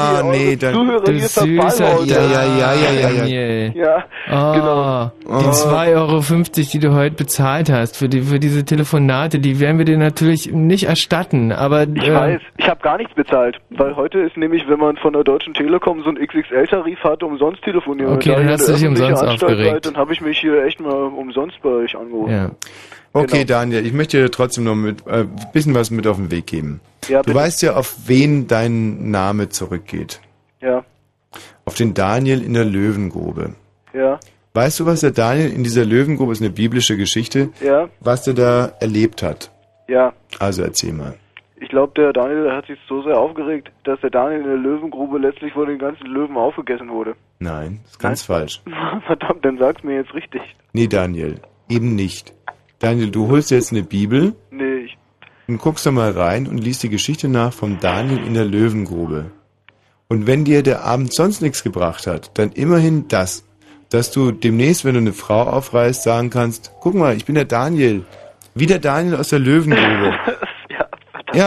Du süßer Daniel. Ja, genau. Die 2,50 €, die du heute bezahlt hast für diese Telefonate, die werden wir dir natürlich nicht erstatten, aber... Ich weiß, ich habe gar nichts bezahlt, weil heute ist nämlich, wenn man von der Deutschen Telekom so einen XXL-Tarif hat, umsonst telefonieren. Okay, dann hast du dich umsonst aufgeregt. Dann habe ich mich hier echt mal umsonst bei euch angerufen. Ja. Okay, Daniel, ich möchte dir trotzdem noch ein bisschen was mit auf den Weg geben. Ja, du weißt ja, auf wen dein Name zurückgeht. Ja. Auf den Daniel in der Löwengrube. Ja. Weißt du, was der Daniel in dieser Löwengrube, ist eine biblische Geschichte, was der da erlebt hat? Ja. Also erzähl mal. Ich glaube, der Daniel hat sich so sehr aufgeregt, dass der Daniel in der Löwengrube letztlich von den ganzen Löwen aufgegessen wurde. Nein, das ist ganz falsch. Verdammt, dann sag's mir jetzt richtig. Nee, Daniel, eben nicht. Daniel, du holst jetzt eine Bibel und guckst da mal rein und liest die Geschichte nach vom Daniel in der Löwengrube. Und wenn dir der Abend sonst nichts gebracht hat, dann immerhin das, dass du demnächst, wenn du eine Frau aufreißt, sagen kannst, guck mal, ich bin der Daniel, wie der Daniel aus der Löwengrube. Ja,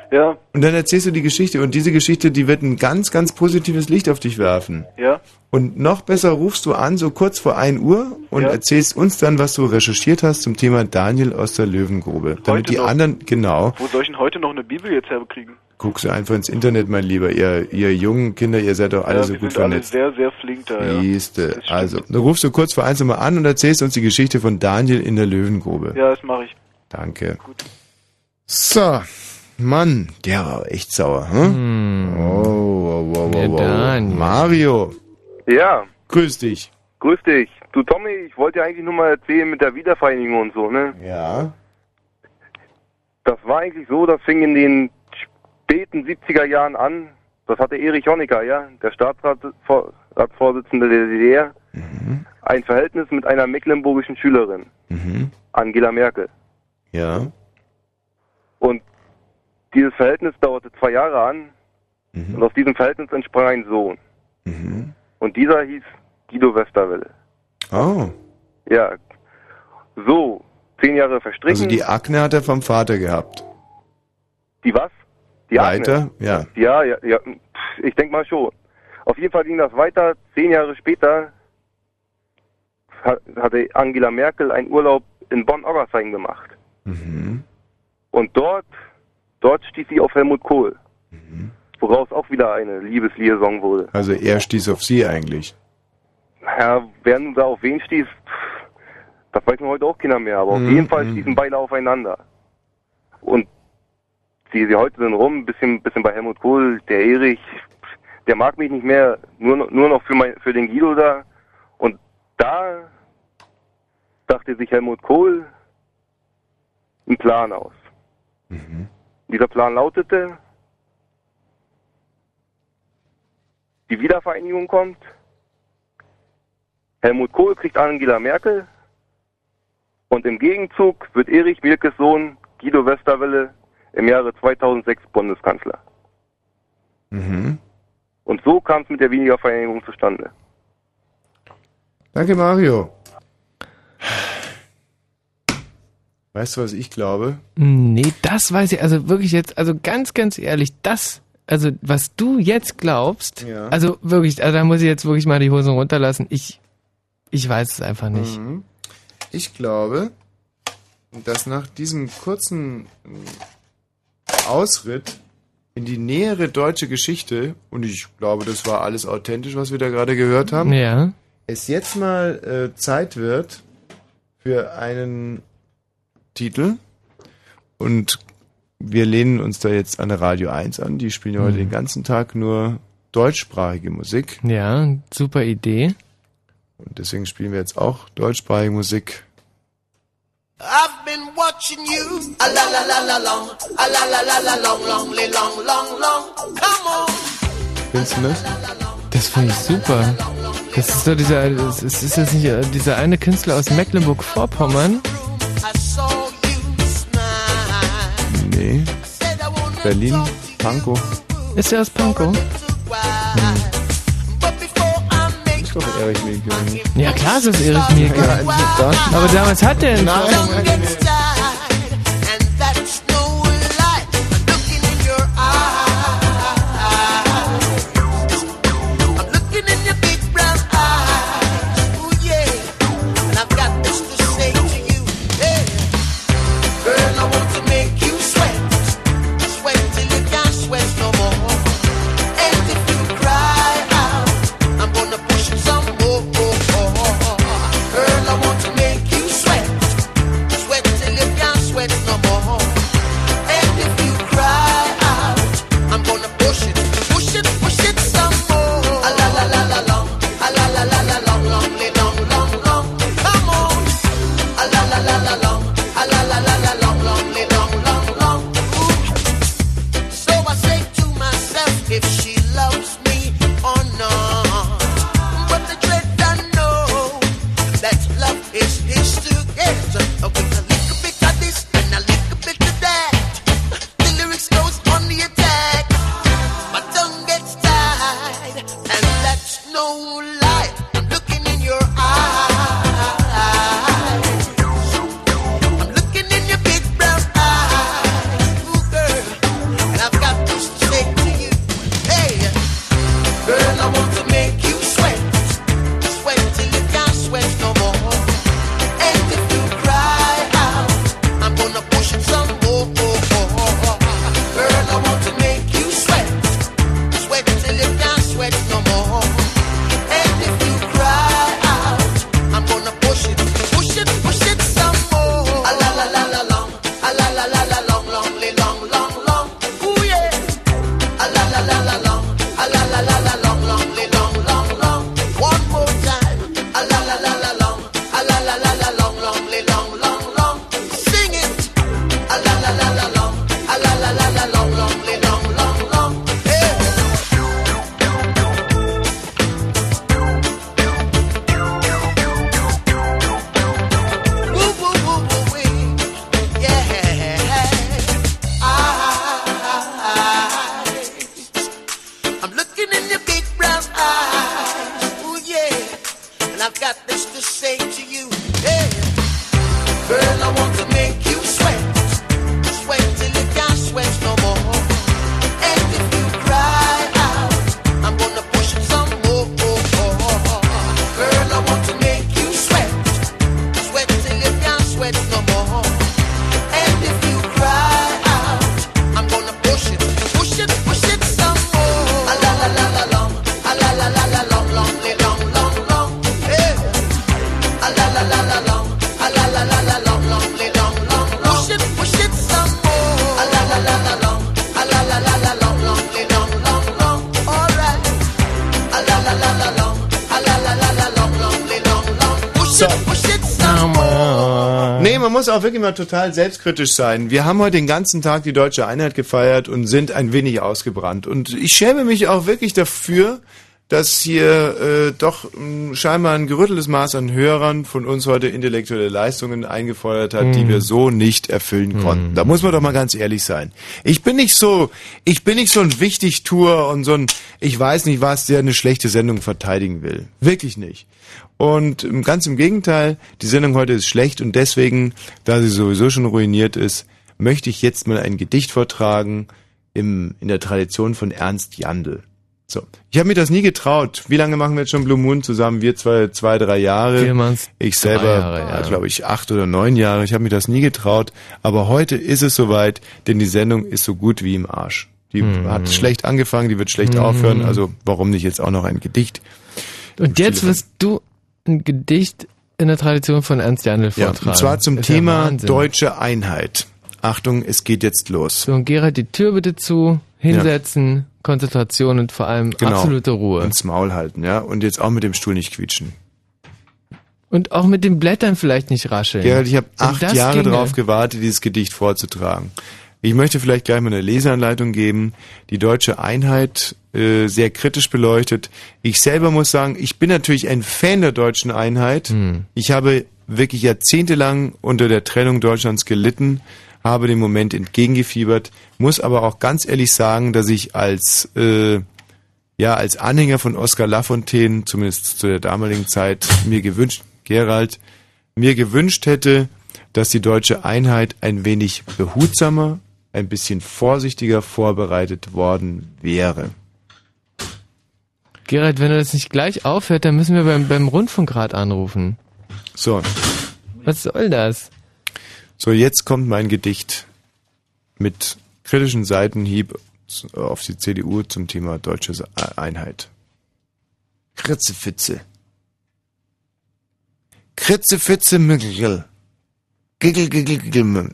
Ja. Und dann erzählst du die Geschichte und diese Geschichte, die wird ein ganz, ganz positives Licht auf dich werfen. Ja. Und noch besser rufst du an, so kurz vor 1 Uhr und erzählst uns dann, was du recherchiert hast zum Thema Daniel aus der Löwengrube. Damit Heute die noch? anderen, genau, Wo soll ich denn heute noch eine Bibel jetzt herkriegen? guckst du einfach ins Internet, mein Lieber. Ihr jungen Kinder, ihr seid doch alle so wir gut sind alle vernetzt. sehr, sehr flink da, ja. Siehste. Also, du rufst du kurz vor 1 Uhr mal an und erzählst uns die Geschichte von Daniel in der Löwengrube. Ja, das mache ich. Danke. Gut. So, Mann, der war echt sauer, hm? Wow. Mario. Ja. Grüß dich. Grüß dich. Du Tommy, ich wollte dir eigentlich nur mal erzählen mit der Wiedervereinigung und so, ne? Ja. Das war eigentlich so, das fing in den späten 70er Jahren an. Das hatte Erich Honecker, ja, der Staatsratsvorsitzende der DDR, ein Verhältnis mit einer mecklenburgischen Schülerin, Angela Merkel. Ja. Und dieses Verhältnis dauerte 2 Jahre an und aus diesem Verhältnis entsprang ein Sohn. Und dieser hieß Guido Westerwelle. Oh. Ja. So, 10 Jahre verstrichen. Also die Akne hat er vom Vater gehabt. Die was? Die Weiter? Akne. Ja. Ich denke mal schon. Auf jeden Fall ging das weiter. 10 Jahre später hatte Angela Merkel einen Urlaub in Bonn-Oggersheim gemacht. Und dort stieß sie auf Helmut Kohl. Woraus auch wieder eine Liebesliaison wurde. Also er stieß auf sie eigentlich. Ja, wer nun da auf wen stieß, das weiß man heute auch keiner mehr. Aber auf jeden Fall stießen beide aufeinander. Und sie heute sind rum, bisschen bei Helmut Kohl, der Erich, der mag mich nicht mehr, nur noch für den Guido da. Und da dachte sich Helmut Kohl einen Plan aus. Dieser Plan lautete, die Wiedervereinigung kommt, Helmut Kohl kriegt Angela Merkel und im Gegenzug wird Erich Mielkes Sohn Guido Westerwelle im Jahre 2006 Bundeskanzler. Und so kam es mit der Wiedervereinigung zustande. Danke, Mario. Weißt du, was ich glaube? Nee, das weiß ich, also wirklich jetzt, also ganz, ganz ehrlich, also was du jetzt glaubst, also wirklich, also da muss ich jetzt wirklich mal die Hosen runterlassen, ich weiß es einfach nicht. Ich glaube, dass nach diesem kurzen Ausritt in die nähere deutsche Geschichte, und ich glaube, das war alles authentisch, was wir da gerade gehört haben, es jetzt mal Zeit wird für einen Titel, und wir lehnen uns da jetzt an der Radio 1 an, die spielen ja heute den ganzen Tag nur deutschsprachige Musik. Ja, super Idee. Und deswegen spielen wir jetzt auch deutschsprachige Musik. I've been watching you, a la la la la long, a la la la la long, long, come on. Findest du das? Das finde ich super. Das ist doch das ist jetzt nicht dieser eine Künstler aus Mecklenburg-Vorpommern? Nee. Berlin, Pankow. Ist der aus Pankow? Ist doch Erich Mielke. Ja klar, es ist Erich Mielke. Aber damals hat der einen Girl, I want to make you sweat till muss auch wirklich mal total selbstkritisch sein. Wir haben heute den ganzen Tag die deutsche Einheit gefeiert und sind ein wenig ausgebrannt. Und ich schäme mich auch wirklich dafür, dass hier doch scheinbar ein gerütteltes Maß an Hörern von uns heute intellektuelle Leistungen eingefordert hat, die wir so nicht erfüllen konnten. Da muss man doch mal ganz ehrlich sein. Ich bin nicht so ein Wichtigtuer und so ein, ich weiß nicht was, der eine schlechte Sendung verteidigen will. Wirklich nicht. Und ganz im Gegenteil, die Sendung heute ist schlecht und deswegen, da sie sowieso schon ruiniert ist, möchte ich jetzt mal ein Gedicht vortragen in der Tradition von Ernst Jandl. So, ich habe mir das nie getraut. Wie lange machen wir jetzt schon Blue Moon zusammen? Wir 2-3 Jahre. Ich selber, glaube ich, 8 oder 9 Jahre. Ich habe mir das nie getraut. Aber heute ist es soweit, denn die Sendung ist so gut wie im Arsch. Die hat schlecht angefangen, die wird schlecht aufhören. Also warum nicht jetzt auch noch ein Gedicht? Und jetzt wirst du ein Gedicht in der Tradition von Ernst Jandl vortragen. Ja, und zwar zum Thema deutsche Einheit. Achtung, es geht jetzt los. So, und Gerald, die Tür bitte zu, hinsetzen, Konzentration und vor allem absolute Ruhe. Und das Maul halten, ja. Und jetzt auch mit dem Stuhl nicht quietschen. Und auch mit den Blättern vielleicht nicht rascheln. Gerald, ich habe 8 Jahre drauf gewartet, dieses Gedicht vorzutragen. Ich möchte vielleicht gleich mal eine Leseanleitung geben, die deutsche Einheit sehr kritisch beleuchtet. Ich selber muss sagen, ich bin natürlich ein Fan der deutschen Einheit. Ich habe wirklich jahrzehntelang unter der Trennung Deutschlands gelitten, habe dem Moment entgegengefiebert, muss aber auch ganz ehrlich sagen, dass ich als Anhänger von Oskar Lafontaine, zumindest zu der damaligen Zeit, mir gewünscht hätte, dass die deutsche Einheit ein wenig behutsamer, ein bisschen vorsichtiger vorbereitet worden wäre. Gerald, wenn er das nicht gleich aufhört, dann müssen wir beim Rundfunkrat anrufen. So. Was soll das? So, jetzt kommt mein Gedicht mit kritischen Seitenhieb auf die CDU zum Thema deutsche Einheit. Kritzefitze. Kritzefitze Müggel. Giggel, giggel, giggel.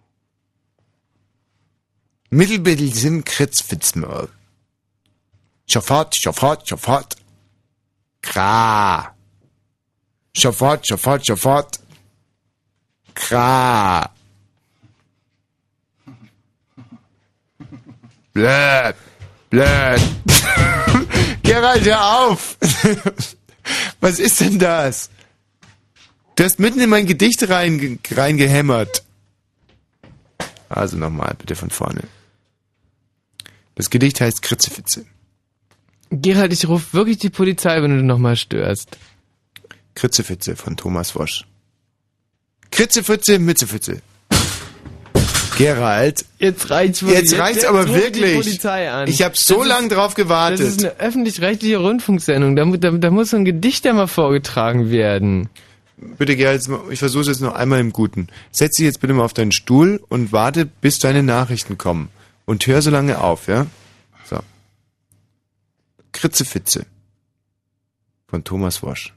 Mittelbittel sim Kritzfitzmörl. Schafat, schafat, schafat. Kra. Schafat, schafat, schafat. Kra. Blöd. Blöd. Gerald, hör auf. Was ist denn das? Du hast mitten in mein Gedicht reingehämmert. Also nochmal, bitte von vorne. Das Gedicht heißt Kritzefitze. Gerald, ich rufe wirklich die Polizei, wenn du nochmal störst. Kritzefitze von Thomas Wosch. Kritzefitze, Mitzefitze. Gerald. Jetzt reicht's aber wirklich. Die Polizei an. Ich habe so lange drauf gewartet. Das ist eine öffentlich-rechtliche Rundfunksendung. Da muss so ein Gedicht ja mal vorgetragen werden. Bitte, Gerald, ich versuche es jetzt noch einmal im Guten. Setz dich jetzt bitte mal auf deinen Stuhl und warte, bis deine Nachrichten kommen. Und hör so lange auf, ja? So. Kritzefitze. Von Thomas Wosch.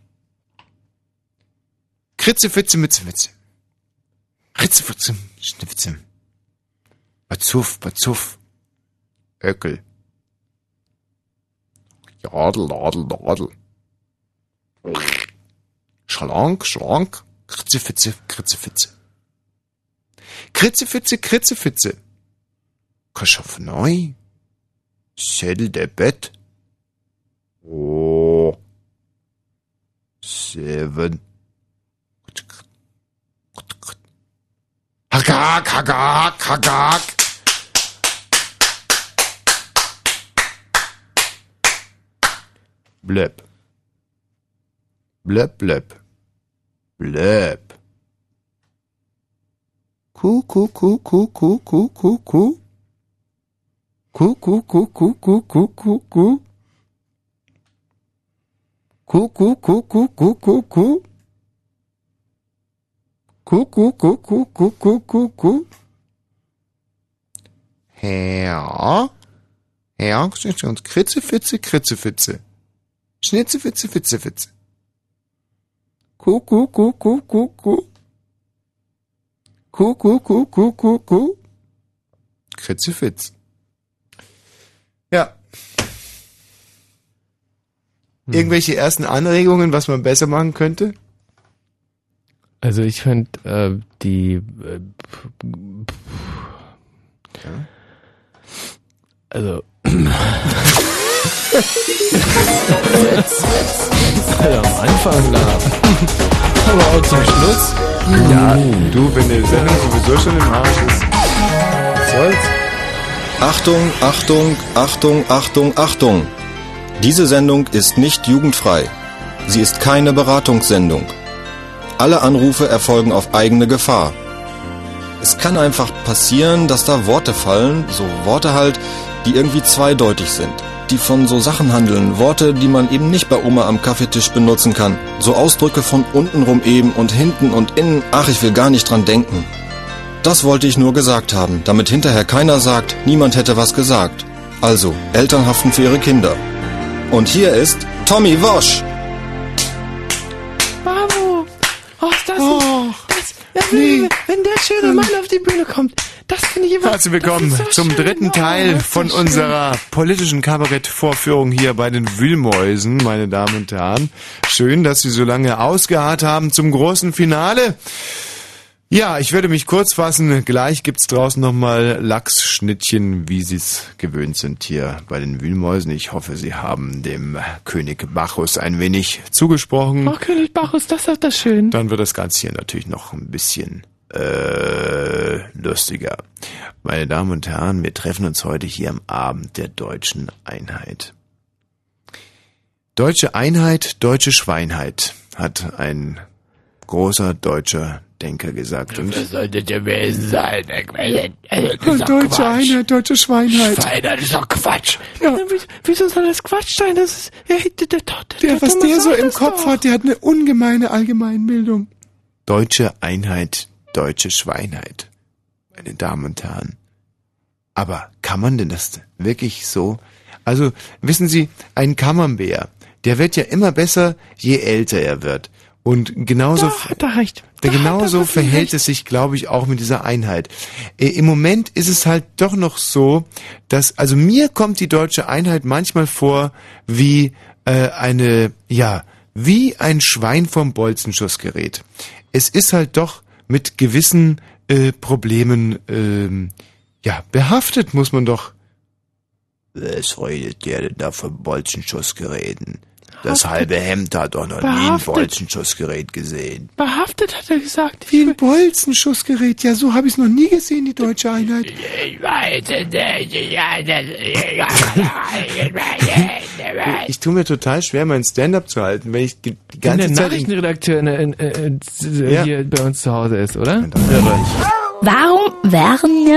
Kritzefitze, Mitzefitze. Ritzefitze, Schnifze. Bazuff, Bazuff. Öckel. Jadel, Adel, Adel. Schlank, Schlank. Kritzefitze, Kritzefitze. Kritzefitze, Kritzefitze. Kaschaffenei. Sädel der Bett. Oh. 7. Hagak, Hagak, Hagak. Blöb. Blöb, blöb. Blöb. Kuh, Kuh, Kuh, Kuh, Kuh, Kuh, Kuh, Kuh. Kuh, Kuh, Kuh, Kuh, Kuh, Kuh, Kuh, Kuh. Kuh, Kuh, Kuh, Kuh, Kuh, Kuh, Kuh. Kuh, Kuh, Kuh, Kuh, Kuh, Kuh, Kuh, Kuh. Herr. Herr, Kritzefitze, Kritzefitze. Schnitzefitze, Fitze, Fitze. Kuh, Kuh, Kuh, Kuh, Kuh, Kuh. Kuh, Kuh, Kuh, Kuh, Kuh, Kuh. Kritzefitz. Ja. Irgendwelche ersten Anregungen, was man besser machen könnte? Also ich fand die also am Anfang da. Aber auch zum Schluss. Ja, du, wenn der Sendung sowieso schon im Arsch ist. Was soll's? Achtung, Achtung, Achtung, Achtung, Achtung. Diese Sendung ist nicht jugendfrei. Sie ist keine Beratungssendung. Alle Anrufe erfolgen auf eigene Gefahr. Es kann einfach passieren, dass da Worte fallen, so Worte halt, die irgendwie zweideutig sind. Die von so Sachen handeln, Worte, die man eben nicht bei Oma am Kaffeetisch benutzen kann. So Ausdrücke von untenrum eben und hinten und innen, ach, ich will gar nicht dran denken. Das wollte ich nur gesagt haben, damit hinterher keiner sagt, niemand hätte was gesagt. Also, Eltern haften für ihre Kinder. Und hier ist Tommy Wosch. Bravo! Oh, ist das wenn der schöne Mann auf die Bühne kommt, das finde ich immer... Herzlich willkommen so zum dritten Teil von unserer politischen Kabarettvorführung hier bei den Wühlmäusen, meine Damen und Herren. Schön, dass Sie so lange ausgeharrt haben zum großen Finale. Ja, ich werde mich kurz fassen. Gleich gibt's draußen nochmal Lachsschnittchen, wie Sie es gewöhnt sind hier bei den Wühlmäusen. Ich hoffe, Sie haben dem König Bacchus ein wenig zugesprochen. Ach, König Bacchus, das ist das schön. Dann wird das Ganze hier natürlich noch ein bisschen lustiger. Meine Damen und Herren, wir treffen uns heute hier am Abend der deutschen Einheit. Deutsche Einheit, deutsche Schweinheit, hat ein großer deutscher Denker gesagt. Und was sollte gewesen sein? Deutsche Einheit, deutsche Schweinheit. Schweinheit ist doch Quatsch. Ja. Wieso soll das Quatsch sein? Das ist, was der so im Kopf hat, der hat eine ungemeine Allgemeinbildung. Deutsche Einheit, deutsche Schweinheit. Meine Damen und Herren. Aber kann man denn das wirklich so? Also, wissen Sie, ein Camembert, der wird ja immer besser, je älter er wird. Und genauso, genauso verhält es sich, glaube ich, auch mit dieser Einheit. Im Moment ist es halt doch noch so, dass, also mir kommt die deutsche Einheit manchmal vor wie wie ein Schwein vom Bolzenschussgerät. Es ist halt doch mit gewissen Problemen behaftet, muss man doch. Was redet der denn da von Bolzenschussgeräten? Das halbe Hemd hat doch noch nie ein Bolzenschussgerät gesehen. Behaftet, hat er gesagt. Wie ein Bolzenschussgerät? Ja, so habe ich es noch nie gesehen, die deutsche Einheit. Ich weiß nicht. Ich tue mir total schwer, mein Stand-up zu halten, wenn ich die ganze Zeit... Nachrichtenredakteur hier bei uns zu Hause ist, oder? Warum wären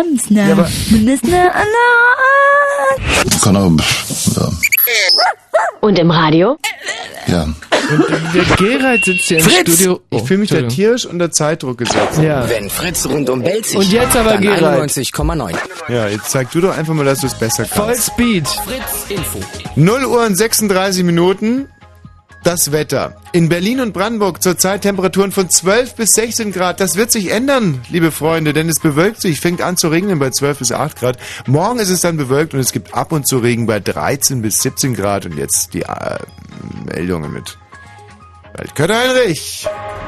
Und im Radio? Ja. Und der Gerald sitzt hier im Studio. Ich fühle mich da tierisch unter Zeitdruck gesetzt. Ja. Wenn Fritz rundum bellt sich, und jetzt aber dann Gerald. 91,9. Ja, jetzt zeig du doch einfach mal, dass du es besser kannst. Vollspeed. Fritz Info. 0 Uhr und 36 Minuten. Das Wetter. In Berlin und Brandenburg zurzeit Temperaturen von 12 bis 16 Grad. Das wird sich ändern, liebe Freunde, denn es bewölkt sich. Fängt an zu regnen bei 12 bis 8 Grad. Morgen ist es dann bewölkt und es gibt ab und zu Regen bei 13 bis 17 Grad. Und jetzt die Meldungen mit Kurt Heinrich.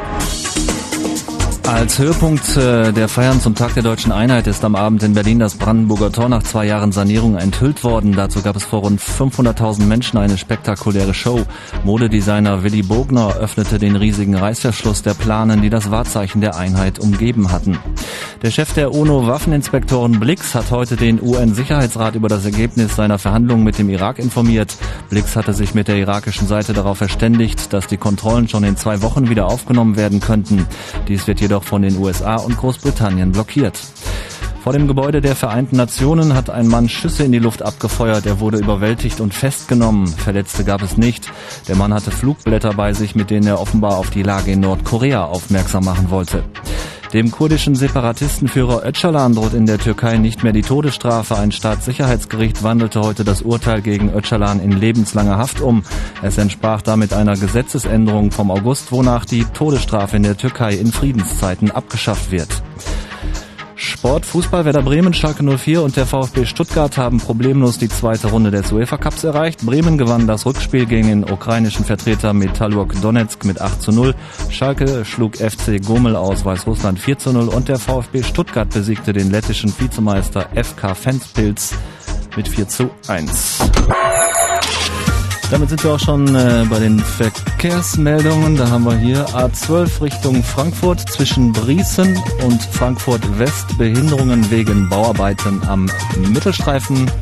Als Höhepunkt der Feiern zum Tag der Deutschen Einheit ist am Abend in Berlin das Brandenburger Tor nach 2 Jahren Sanierung enthüllt worden. Dazu gab es vor rund 500.000 Menschen eine spektakuläre Show. Modedesigner Willy Bogner öffnete den riesigen Reißverschluss der Planen, die das Wahrzeichen der Einheit umgeben hatten. Der Chef der UNO-Waffeninspektoren Blix hat heute den UN-Sicherheitsrat über das Ergebnis seiner Verhandlungen mit dem Irak informiert. Blix hatte sich mit der irakischen Seite darauf verständigt, dass die Kontrollen schon in 2 Wochen wieder aufgenommen werden könnten. Dies wird jedoch von den USA und Großbritannien blockiert. Vor dem Gebäude der Vereinten Nationen hat ein Mann Schüsse in die Luft abgefeuert. Er wurde überwältigt und festgenommen. Verletzte gab es nicht. Der Mann hatte Flugblätter bei sich, mit denen er offenbar auf die Lage in Nordkorea aufmerksam machen wollte. Dem kurdischen Separatistenführer Öcalan droht in der Türkei nicht mehr die Todesstrafe. Ein Staatssicherheitsgericht wandelte heute das Urteil gegen Öcalan in lebenslanger Haft um. Es entsprach damit einer Gesetzesänderung vom August, wonach die Todesstrafe in der Türkei in Friedenszeiten abgeschafft wird. Sport. Fußball, Werder Bremen, Schalke 04 und der VfB Stuttgart haben problemlos die zweite Runde des UEFA Cups erreicht. Bremen gewann das Rückspiel gegen den ukrainischen Vertreter Metalurg Donetsk mit 8:0. Schalke schlug FC Gomel aus Weißrussland 4:0 und der VfB Stuttgart besiegte den lettischen Vizemeister FK Ventspils mit 4:1. Damit sind wir auch schon bei den Verkehrsmeldungen. Da haben wir hier A12 Richtung Frankfurt zwischen Briesen und Frankfurt West. Behinderungen wegen Bauarbeiten am Mittelstreifen.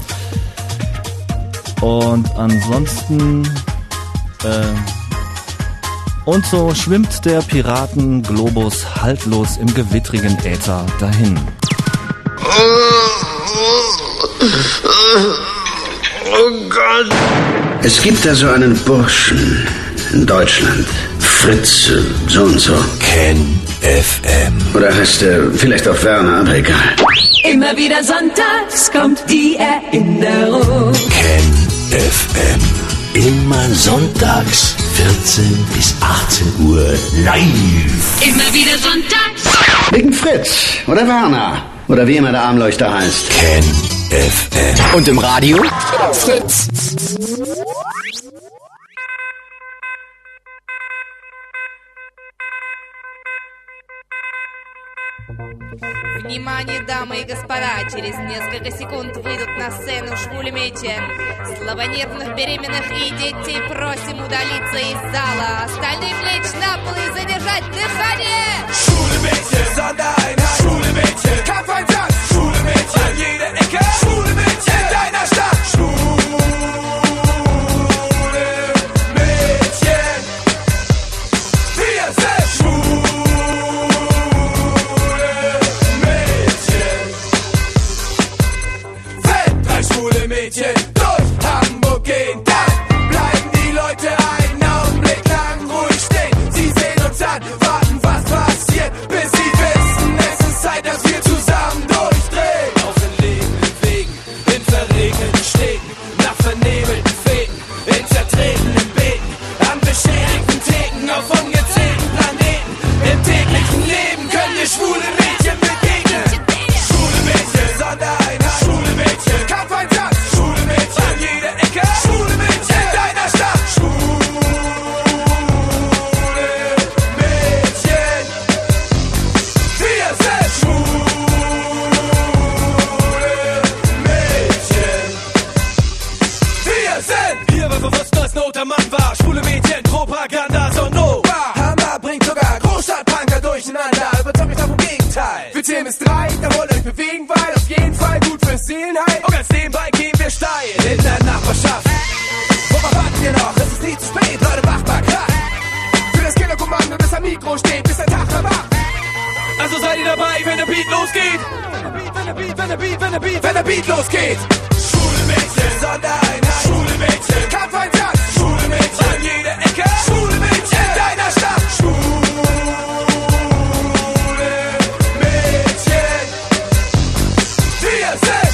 Und ansonsten und so schwimmt der Piratenglobus haltlos im gewittrigen Äther dahin. Oh Gott! Es gibt da so einen Burschen in Deutschland. Fritz, so und so. Ken FM. Oder heißt er vielleicht auch Werner, aber egal. Immer wieder sonntags kommt die Erinnerung. Ken FM. Immer sonntags, 14 bis 18 Uhr live. Immer wieder sonntags. Wegen Fritz oder Werner. Oder wie immer der Armleuchter heißt. Ken FM. Und im Radio? Fritz. Внимание, дамы и господа, через несколько секунд выйдут на сцену швулемети. Слабонервных, беременных и детей просим удалиться из зала. Остальным лечь на пол и задержать дыхание. Schwulemädchen, Sondereinheit, Schwulemädchen, Kampfeinsatz, Schwulemädchen, an jeder Ecke, Schwulemädchen, in deiner Stadt, Schwulemädchen, wir sind Schwulemädchen. Wenn 3 schwule Mädchen durch Hamburg gehen, dann bleiben die Leute einen Augenblick lang ruhig stehen. Sie sehen uns an, warten, was passiert, bis sie wissen, es ist Zeit, dass wir zusammen durchdrehen. Auf den lebenden Wegen, in verregneten Städten, nach vernebelten Fäden, in zertretenen Beeten, an beschädigten Theken, auf ungezählten Planeten. Im täglichen Leben können dir schwule Mädchen begegnen. Schwule Mädchen, Sondereinheit, schwule Mädchen, Kampfeinsatz, schwule Mädchen, an jeder Ecke, schwule Mädchen, in deiner Stadt, Schwulemädchen, wir sind Schwulemädchen, wir sind. Hier wird bewusst, dass Not am Mann war, schwule Mädchen, Propaganda, so no. Hammer bringt sogar Großstadtpunker durcheinander, überzeugt mich vom Gegenteil. Wir zählen bis 3, da wollt ihr euch bewegen, weil auf jeden Fall gut fürs Seelenheil. Und ganz nebenbei gehen wir steil in der Nachbarschaft. Worauf warten wir noch? Es ist nie zu spät, Leute, macht mal Krach. Für das Killerkommando, das am Mikro steht, bis der Tag verwacht. Also seid ihr dabei, wenn der Beat losgeht? Wenn der Beat losgeht. Schwule Mädchen, Sondereinheit, schwule Mädchen, Kampfeinsatz, schwule Mädchen, an jeder Ecke, schwule Mädchen, in deiner Stadt, Schwulemädchen, wir sind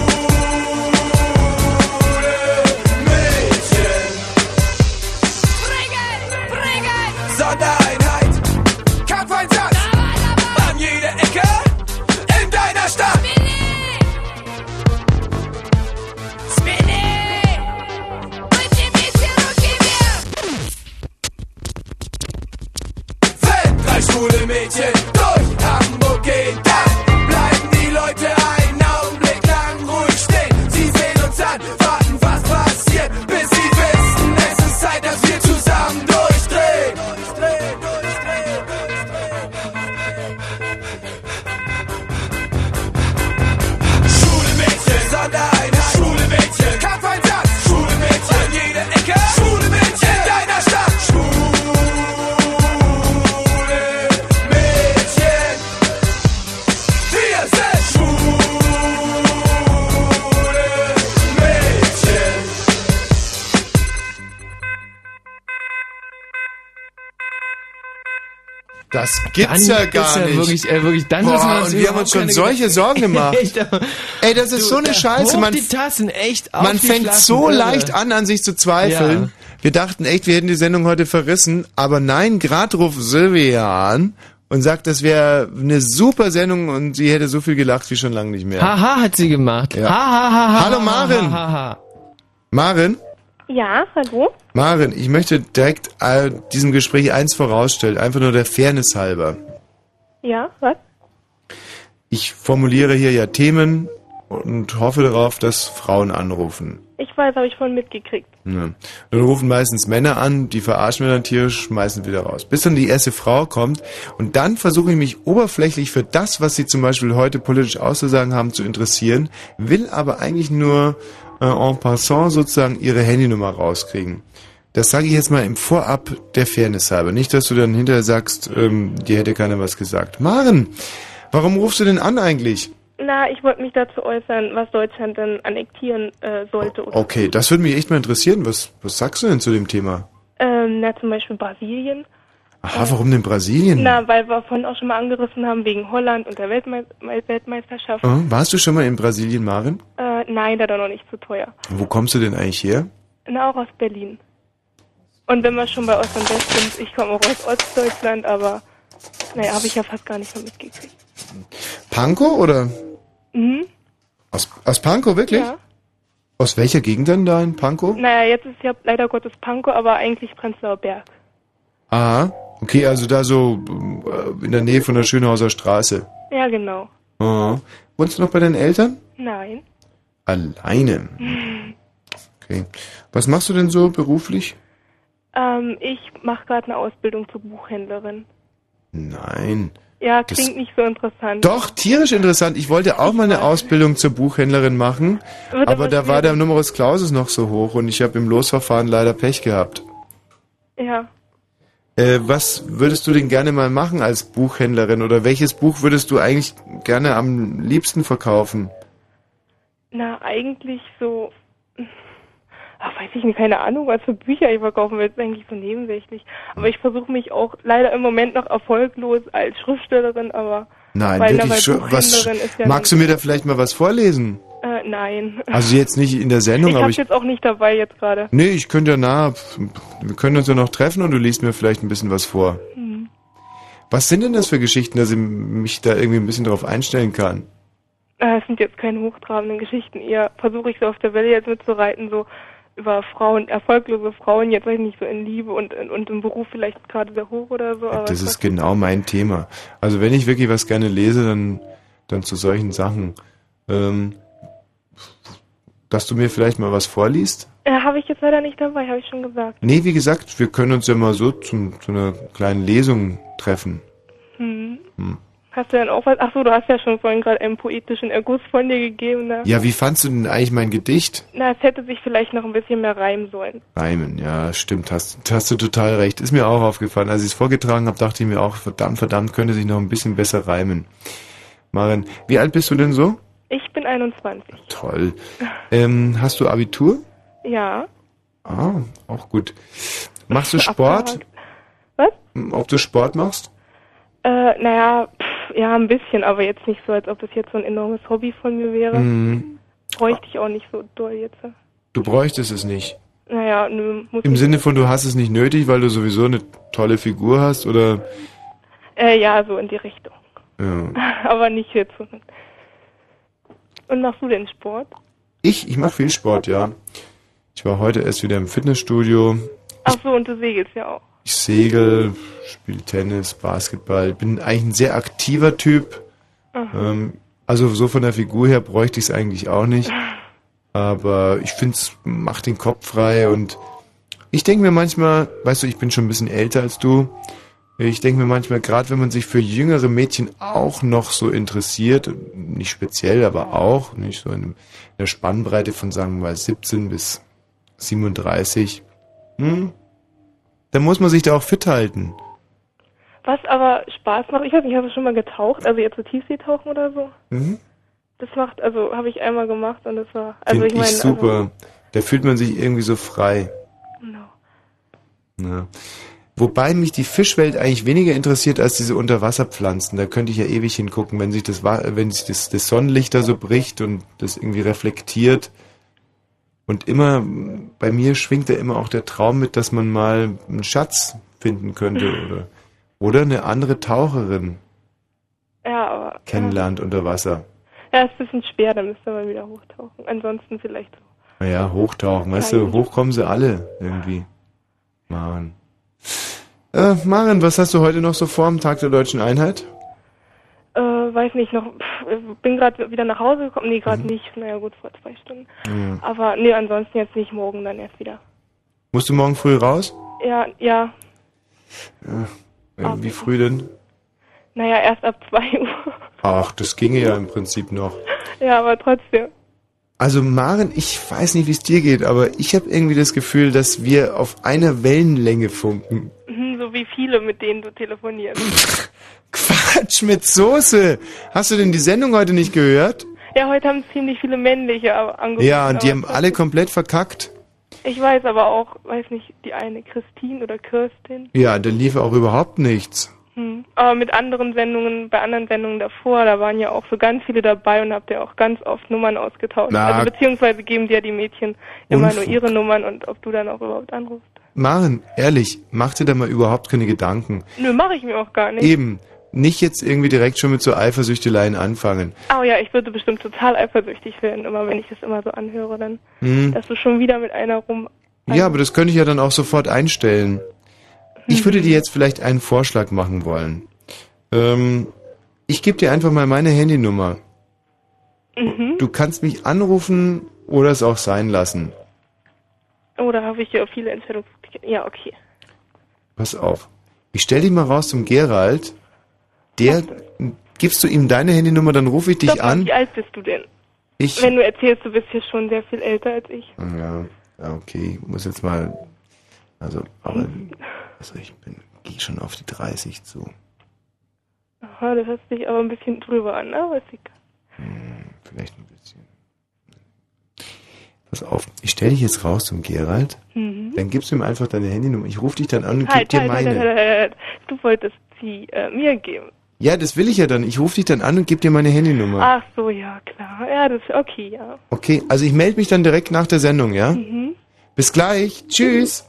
Schwulemädchen. Bringen! Sondereinheit, Kampfeinsatz, an jeder Ecke, in deiner Stadt. Wenn 3 schwule Mädchen durch Hamburg gehen, dann bleiben die Leute einen Augenblick lang ruhig stehen. Sie sehen uns an, warten, was passiert, bis sie wissen, es ist Zeit, dass wir zusammen durchdrehen. Schwule Mädchen, Sondereinheit, schwule Mädchen, Kampfeinsatz, schwule Mädchen, an jeder Ecke, schwule Mädchen, in deiner Stadt, Schwulemädchen, wir sind Schwulemädchen. Das gibt's ja gar nicht. Wirklich, dann Boah, müssen wir uns und wir haben uns schon solche Sorgen gemacht. Ey, das ist so eine Scheiße. Man die Tassen echt auf. Man fängt so leicht an sich zu zweifeln. Ja. Wir dachten echt, wir hätten die Sendung heute verrissen. Aber nein, grad ruft Silvia an und sagt, das wäre eine super Sendung und sie hätte so viel gelacht wie schon lange nicht mehr. Haha hat sie gemacht. Ja. Ha. Hallo Maren. Maren? Ja, hallo? Maren, ich möchte direkt diesem Gespräch eins vorausstellen, einfach nur der Fairness halber. Ja, was? Ich formuliere hier ja Themen und hoffe darauf, dass Frauen anrufen. Ich weiß, habe ich vorhin mitgekriegt. Ja. Dann rufen meistens Männer an, die verarschen mir dann tierisch, schmeißen wieder raus. Bis dann die erste Frau kommt und dann versuche ich mich oberflächlich für das, was sie zum Beispiel heute politisch auszusagen haben, zu interessieren, will aber eigentlich nur en passant sozusagen ihre Handynummer rauskriegen. Das sage ich jetzt mal im Vorab der Fairness halber. Nicht, dass du dann hinterher sagst, dir hätte keiner was gesagt. Maren, warum rufst du denn an eigentlich? Na, ich wollte mich dazu äußern, was Deutschland dann annektieren sollte. Oder Okay, das würde mich echt mal interessieren. Was sagst du denn zu dem Thema? Na, zum Beispiel Brasilien. Aha, warum denn Brasilien? Na, weil wir vorhin auch schon mal angerissen haben, wegen Holland und der Weltmeisterschaft. Warst du schon mal in Brasilien, Maren? Nein, da doch noch nicht zu teuer. Wo kommst du denn eigentlich her? Na, auch aus Berlin. Und wenn wir schon bei Ost und West sind, ich komme auch aus Ostdeutschland, aber naja, habe ich ja fast gar nicht so mitgekriegt. Pankow oder? Mhm. Aus Pankow, wirklich? Ja. Aus welcher Gegend denn da in Pankow? Naja, jetzt ist ja leider Gottes Pankow, aber eigentlich Prenzlauer Berg. Aha, okay, also da so in der Nähe von der Schönhauser Straße. Ja, genau. Aha. Wohnst du noch bei deinen Eltern? Nein. Alleine? Okay. Was machst du denn so beruflich? Ich mache gerade eine Ausbildung zur Buchhändlerin. Nein. Ja, klingt nicht so interessant. Doch, tierisch interessant. Ich wollte auch mal eine Ausbildung zur Buchhändlerin machen, aber da war der Numerus Clausus noch so hoch und ich habe im Losverfahren leider Pech gehabt. Ja. Was würdest du denn gerne mal machen als Buchhändlerin oder welches Buch würdest du eigentlich gerne am liebsten verkaufen? Na, eigentlich so... weiß ich nicht, keine Ahnung, was für Bücher ich verkaufen will, ist eigentlich so nebensächlich. Aber ich versuche mich auch leider im Moment noch erfolglos als Schriftstellerin, aber... Nein, weil wirklich, Buchhändlerin ist ja magst du mir da vielleicht mal was vorlesen? Nein. Also jetzt nicht in der Sendung, aber ich... Ich hab's jetzt auch nicht dabei jetzt gerade. Nee, ich könnte ja wir können uns ja noch treffen und du liest mir vielleicht ein bisschen was vor. Hm. Was sind denn das für Geschichten, dass ich mich da irgendwie ein bisschen drauf einstellen kann? Es sind jetzt keine hochtrabenden Geschichten, eher versuche ich so auf der Welle jetzt mitzureiten, so über Frauen, erfolglose Frauen, jetzt weiß ich nicht, so in Liebe und im Beruf vielleicht gerade sehr hoch oder so. Aber das ist genau mein Thema. Also wenn ich wirklich was gerne lese, dann zu solchen Sachen. Dass du mir vielleicht mal was vorliest? Habe ich jetzt leider nicht dabei, habe ich schon gesagt. Nee, wie gesagt, wir können uns ja mal so zu einer kleinen Lesung treffen. Hm. Hast du denn auch was? Ach so, du hast ja schon vorhin gerade einen poetischen Erguss von dir gegeben. Ne? Ja, wie fandst du denn eigentlich mein Gedicht? Na, es hätte sich vielleicht noch ein bisschen mehr reimen sollen. Reimen, ja, stimmt, hast du total recht. Ist mir auch aufgefallen. Als ich es vorgetragen habe, dachte ich mir auch, verdammt, könnte sich noch ein bisschen besser reimen. Maren, wie alt bist du denn so? Ich bin 21. Toll. Hast du Abitur? Ja. Ah, auch gut. Machst du Sport? Was? Ob du Sport machst? Naja, ja, ein bisschen, aber jetzt nicht so, als ob das jetzt so ein enormes Hobby von mir wäre. Bräuchte ich auch nicht so doll jetzt. Du bräuchtest es nicht? Naja, nö. Im Sinne von, du hast es nicht nötig, weil du sowieso eine tolle Figur hast, oder? Ja, so in die Richtung. Ja. Aber nicht jetzt so. Und machst du denn Sport? Ich mache viel Sport, ja. Ich war heute erst wieder im Fitnessstudio. Ach so, und du segelst ja auch. Ich segel, spiele Tennis, Basketball. Bin eigentlich ein sehr aktiver Typ. Also so von der Figur her bräuchte ich es eigentlich auch nicht. Aber ich finde es macht den Kopf frei und ich denke mir manchmal, weißt du, ich bin schon ein bisschen älter als du. Ich denke mir manchmal, gerade wenn man sich für jüngere Mädchen auch noch so interessiert, nicht speziell, aber auch, nicht so in der Spannbreite von, sagen wir mal, 17 bis 37, dann muss man sich da auch fit halten. Was aber Spaß macht, ich weiß nicht, hast du schon mal getaucht? Also jetzt so Tiefseetauchen oder so? Das macht, also habe ich einmal gemacht und das war, also Find ich meine... super. Also, da fühlt man sich irgendwie so frei. Genau. Ja. Wobei mich die Fischwelt eigentlich weniger interessiert als diese Unterwasserpflanzen. Da könnte ich ja ewig hingucken, wenn sich das Sonnenlicht da so bricht und das irgendwie reflektiert. Und immer, bei mir schwingt da immer auch der Traum mit, dass man mal einen Schatz finden könnte oder Oder eine andere Taucherin Ja, aber... kennenlernt unter Wasser. Ja, ist ein bisschen schwer, dann müsste man wieder hochtauchen. Ansonsten vielleicht so. Naja, hochtauchen, weißt du, hoch kommen sie alle irgendwie. Maren. Maren, was hast du heute noch so vor am Tag der Deutschen Einheit? Weiß nicht, noch, bin gerade wieder nach Hause gekommen. Nee, gerade nicht. Naja, gut, vor 2 Stunden. Ja. Aber nee, ansonsten jetzt nicht, morgen dann erst wieder. Musst du morgen früh raus? Ja. Ja, wie früh denn? Naja, erst ab 2 Uhr. Ach, das ginge ja im Prinzip noch. Ja, aber trotzdem. Also Maren, ich weiß nicht, wie es dir geht, aber ich habe irgendwie das Gefühl, dass wir auf einer Wellenlänge funken. So wie viele, mit denen du telefonierst. Quatsch mit Soße! Hast du denn die Sendung heute nicht gehört? Ja, heute haben ziemlich viele männliche angerufen. Ja, und die haben alle komplett verkackt. Ich weiß aber auch, weiß nicht, die eine Christine oder Kirstin. Ja, da lief auch überhaupt nichts. Aber mit anderen Sendungen, bei anderen Sendungen davor, da waren ja auch so ganz viele dabei und habt ja auch ganz oft Nummern ausgetauscht. Na, also beziehungsweise geben dir die Mädchen immer Unfug. nur ihre Nummern und ob du dann auch überhaupt anrufst. Maren, ehrlich, mach dir da mal überhaupt keine Gedanken. Nö, mache ich mir auch gar nicht. Eben, nicht jetzt irgendwie direkt schon mit so Eifersüchteleien anfangen. Oh ja, ich würde bestimmt total eifersüchtig werden, immer wenn ich das immer so anhöre, dann, dass du schon wieder mit einer rum... Ja, aber das könnte ich ja dann auch sofort einstellen. Ich würde dir jetzt vielleicht einen Vorschlag machen wollen. Ich gebe dir einfach mal meine Handynummer. Du kannst mich anrufen oder es auch sein lassen. Oh, da habe ich ja viele Entscheidungsmöglichkeiten. Ja, okay. Pass auf. Ich stell dich mal raus zum Gerald. Gibst du ihm deine Handynummer, dann rufe ich dich Stopp, an. Wie alt bist du denn? Ich. Wenn du erzählst, du bist ja schon sehr viel älter als ich. Ja, okay. Ich muss jetzt mal. Aber ich gehe schon auf die 30 zu. Aha, das hört sich aber ein bisschen drüber an, aber ist egal. Vielleicht ein bisschen. Pass auf, ich stelle dich jetzt raus zum Gerald. Dann gibst du ihm einfach deine Handynummer. Ich rufe dich dann an und gebe dir meine. Halt. Du wolltest sie mir geben. Ja, das will ich ja dann. Ich rufe dich dann an und gebe dir meine Handynummer. Ach so, ja, klar. Ja, das ist okay, ja. Okay, also ich melde mich dann direkt nach der Sendung, ja? Bis gleich. Tschüss.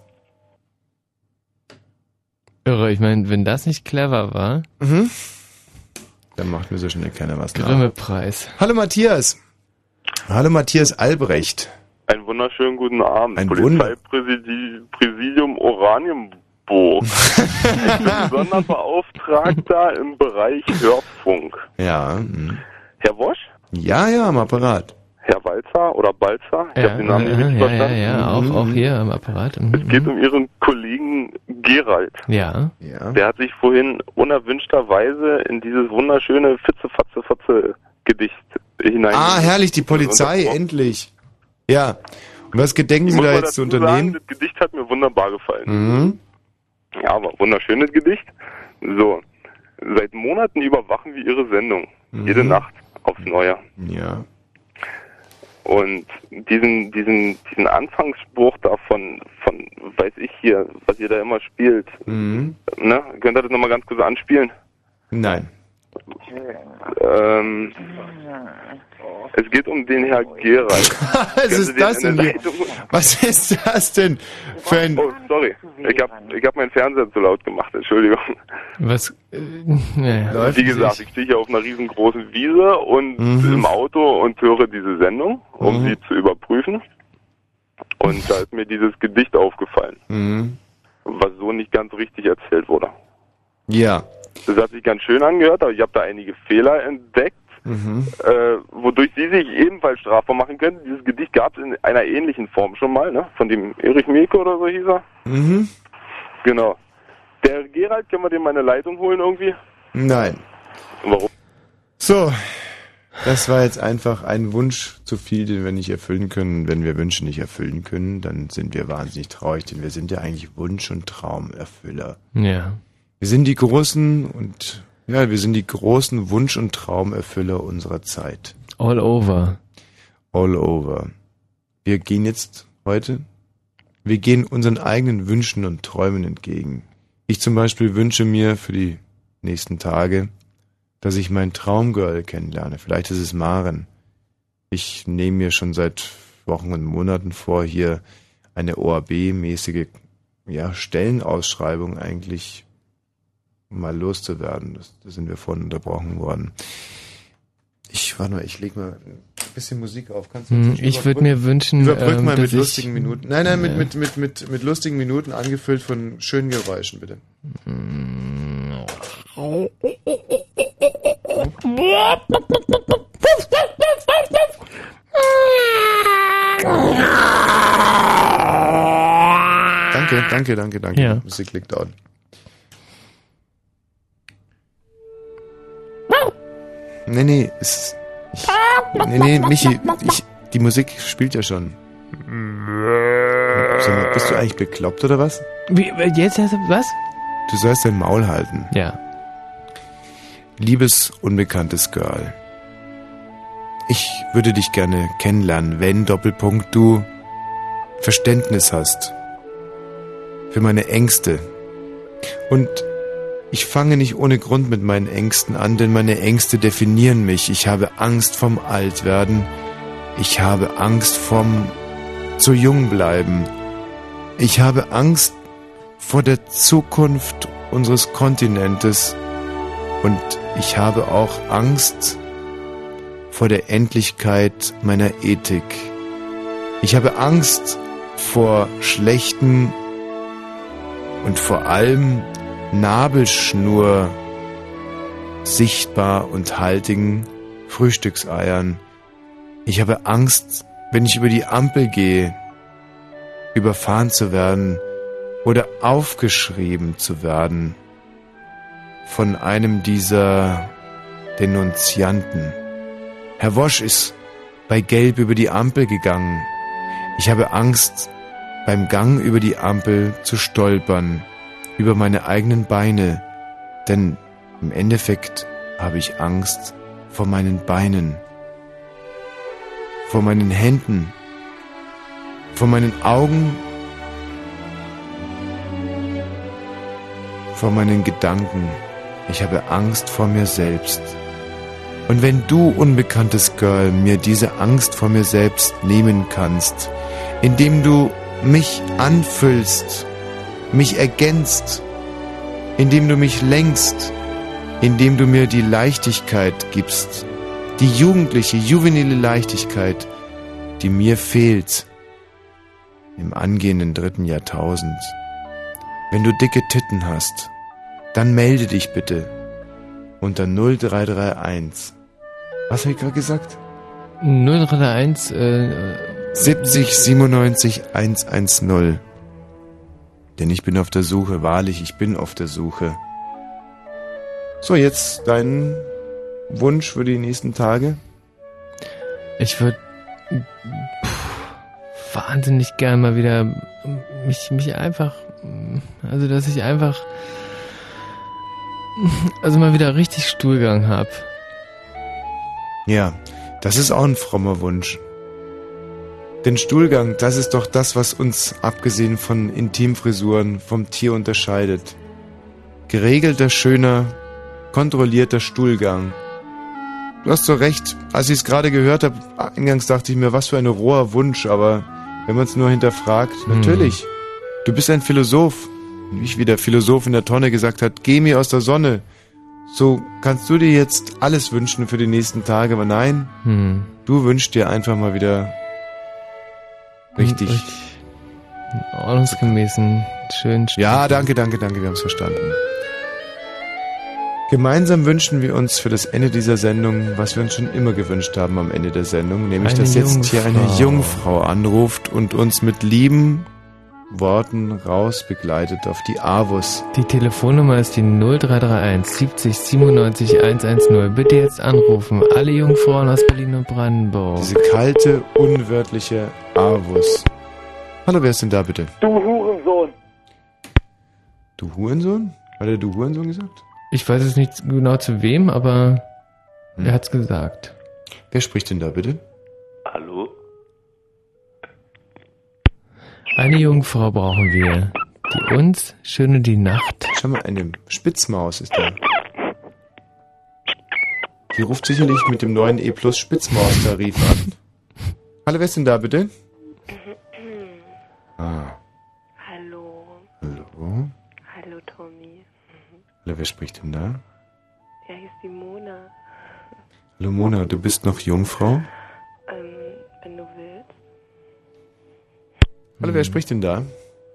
Irre, ich meine, wenn das nicht clever war. Dann macht mir so schnell keiner was nach. Grimme-Preis. Hallo Matthias. Hallo Matthias Albrecht. Einen wunderschönen guten Abend. Ein Polizeipräsidium Oranienburg. Ich bin Sonderbeauftragter im Bereich Hörfunk. Ja. Herr Wosch? Ja, am Apparat. Herr Walzer oder Balzer? Ich habe den Namen nicht verstanden. Ja, auch hier am Apparat. Es geht um Ihren Kollegen Gerald. Ja. Der hat sich vorhin unerwünschterweise in dieses wunderschöne Fitze-Fatze-Fatze-Gedicht hinein... Herrlich, die Polizei, endlich. Ja. Und was gedenken Sie da jetzt zu unternehmen? Das Gedicht hat mir wunderbar gefallen. Ja, aber wunderschönes Gedicht. So, seit Monaten überwachen wir Ihre Sendung. Jede Nacht aufs Neue. Ja. Und diesen Anfangsspruch davon, weiß ich hier, was ihr da immer spielt, ne? Könnt ihr das nochmal ganz kurz anspielen? Nein. Es geht um den Herr Gerald. Was ist das denn für ein... Oh, sorry. Ich hab meinen Fernseher zu laut gemacht, Entschuldigung. Was? Wie gesagt, ich stehe hier auf einer riesengroßen Wiese und im Auto und höre diese Sendung, um sie zu überprüfen. Und da ist mir dieses Gedicht aufgefallen, was so nicht ganz richtig erzählt wurde. Ja. Das hat sich ganz schön angehört, aber ich habe da einige Fehler entdeckt, wodurch Sie sich ebenfalls strafbar machen können. Dieses Gedicht gab es in einer ähnlichen Form schon mal, ne? Von dem Erich Mielke oder so hieß er. Genau. Der Gerald, können wir dem meine Leitung holen irgendwie? Nein. Warum? So, das war jetzt einfach ein Wunsch zu viel, den wir nicht erfüllen können. Wenn wir Wünsche nicht erfüllen können, dann sind wir wahnsinnig traurig, denn wir sind ja eigentlich Wunsch- und Traumerfüller. Ja. Wir sind die großen Wunsch- und Traumerfüller unserer Zeit. All over. All over. Wir gehen jetzt heute, wir gehen unseren eigenen Wünschen und Träumen entgegen. Ich zum Beispiel wünsche mir für die nächsten Tage, dass ich mein Traumgirl kennenlerne. Vielleicht ist es Maren. Ich nehme mir schon seit Wochen und Monaten vor, hier eine ORB-mäßige Stellenausschreibung eigentlich mal loszuwerden. Da sind wir vorhin unterbrochen worden. Ich leg mal ein bisschen Musik auf. Kannst du Ich würde mir wünschen, überbrück mal dass mit lustigen Minuten. Nein, mit lustigen Minuten angefüllt von schönen Geräuschen, bitte. Danke. Ja. Die Musik liegt dort. Nee, Michi, die Musik spielt ja schon. Sag mal, bist du eigentlich bekloppt oder was? Wie, jetzt was? Du sollst dein Maul halten. Ja. Liebes, unbekanntes Girl. Ich würde dich gerne kennenlernen, wenn, Doppelpunkt, du Verständnis hast für meine Ängste. Und ich fange nicht ohne Grund mit meinen Ängsten an, denn meine Ängste definieren mich. Ich habe Angst vom Altwerden. Ich habe Angst vom zu jung bleiben. Ich habe Angst vor der Zukunft unseres Kontinentes. Und ich habe auch Angst vor der Endlichkeit meiner Ethik. Ich habe Angst vor schlechten und vor allem Nabelschnur sichtbar und haltigen Frühstückseiern. Ich habe Angst, wenn ich über die Ampel gehe, überfahren zu werden oder aufgeschrieben zu werden von einem dieser Denunzianten. Herr Wosch ist bei Gelb über die Ampel gegangen. Ich habe Angst, beim Gang über die Ampel zu stolpern, über meine eigenen Beine, denn im Endeffekt habe ich Angst vor meinen Beinen, vor meinen Händen, vor meinen Augen, vor meinen Gedanken. Ich habe Angst vor mir selbst. Und wenn du, unbekanntes Girl, mir diese Angst vor mir selbst nehmen kannst, indem du mich anfüllst, mich ergänzt, indem du mich lenkst, indem du mir die Leichtigkeit gibst, die jugendliche, juvenile Leichtigkeit, die mir fehlt im angehenden 3. Jahrtausend. Wenn du dicke Titten hast, dann melde dich bitte unter 0331. Was habe ich gerade gesagt? 0331 70 97 110. Denn ich bin auf der Suche, wahrlich, ich bin auf der Suche. So, jetzt dein Wunsch für die nächsten Tage? Ich würde wahnsinnig gern mal wieder mich einfach, also dass ich einfach, also mal wieder richtig Stuhlgang habe. Ja, das ist auch ein frommer Wunsch. Denn Stuhlgang, das ist doch das, was uns, abgesehen von Intimfrisuren, vom Tier unterscheidet. Geregelter, schöner, kontrollierter Stuhlgang. Du hast so recht, als ich es gerade gehört habe, eingangs dachte ich mir, was für ein roher Wunsch, aber wenn man es nur hinterfragt, natürlich. Du bist ein Philosoph. Wie der Philosoph in der Tonne gesagt hat, geh mir aus der Sonne. So kannst du dir jetzt alles wünschen für die nächsten Tage, aber nein, du wünschst dir einfach mal wieder richtig ordnungsgemäßen, schönen Ja, danke, wir haben es verstanden. Gemeinsam wünschen wir uns für das Ende dieser Sendung, was wir uns schon immer gewünscht haben am Ende der Sendung, nämlich, dass jetzt hier eine Jungfrau anruft und uns mit lieben Worten raus begleitet auf die AWUS. Die Telefonnummer ist die 0331 70 97 110. Bitte jetzt anrufen. Alle Jungfrauen aus Berlin und Brandenburg. Diese kalte, unwörtliche AWUS. Hallo, wer ist denn da bitte? Du Hurensohn. Du Hurensohn? Hat er du Hurensohn gesagt? Ich weiß es nicht genau zu wem, aber er hat's gesagt. Wer spricht denn da bitte? Hallo? Eine Jungfrau brauchen wir, die uns schöne die Nacht. Schau mal, eine Spitzmaus ist da. Die ruft sicherlich mit dem neuen E+ Spitzmaus-Tarif an. Hallo, wer ist denn da bitte? Hallo. Hallo? Hallo, Tommy. Hallo, wer spricht denn da? Ja, hier ist die Mona. Hallo Mona, du bist noch Jungfrau? Wenn du willst. Hallo, wer spricht denn da?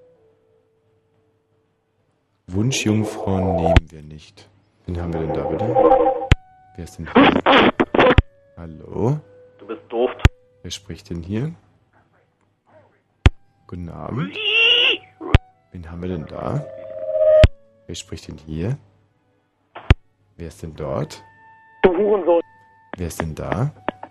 Wunschjungfrauen nehmen wir nicht. Wen haben wir denn da, bitte? Wer ist denn hier? Hallo? Du bist doof. Wer spricht denn hier? Guten Abend. Wen haben wir denn da? Wer spricht denn hier? Wer ist denn dort? Du Hurensohn. Wer ist denn da?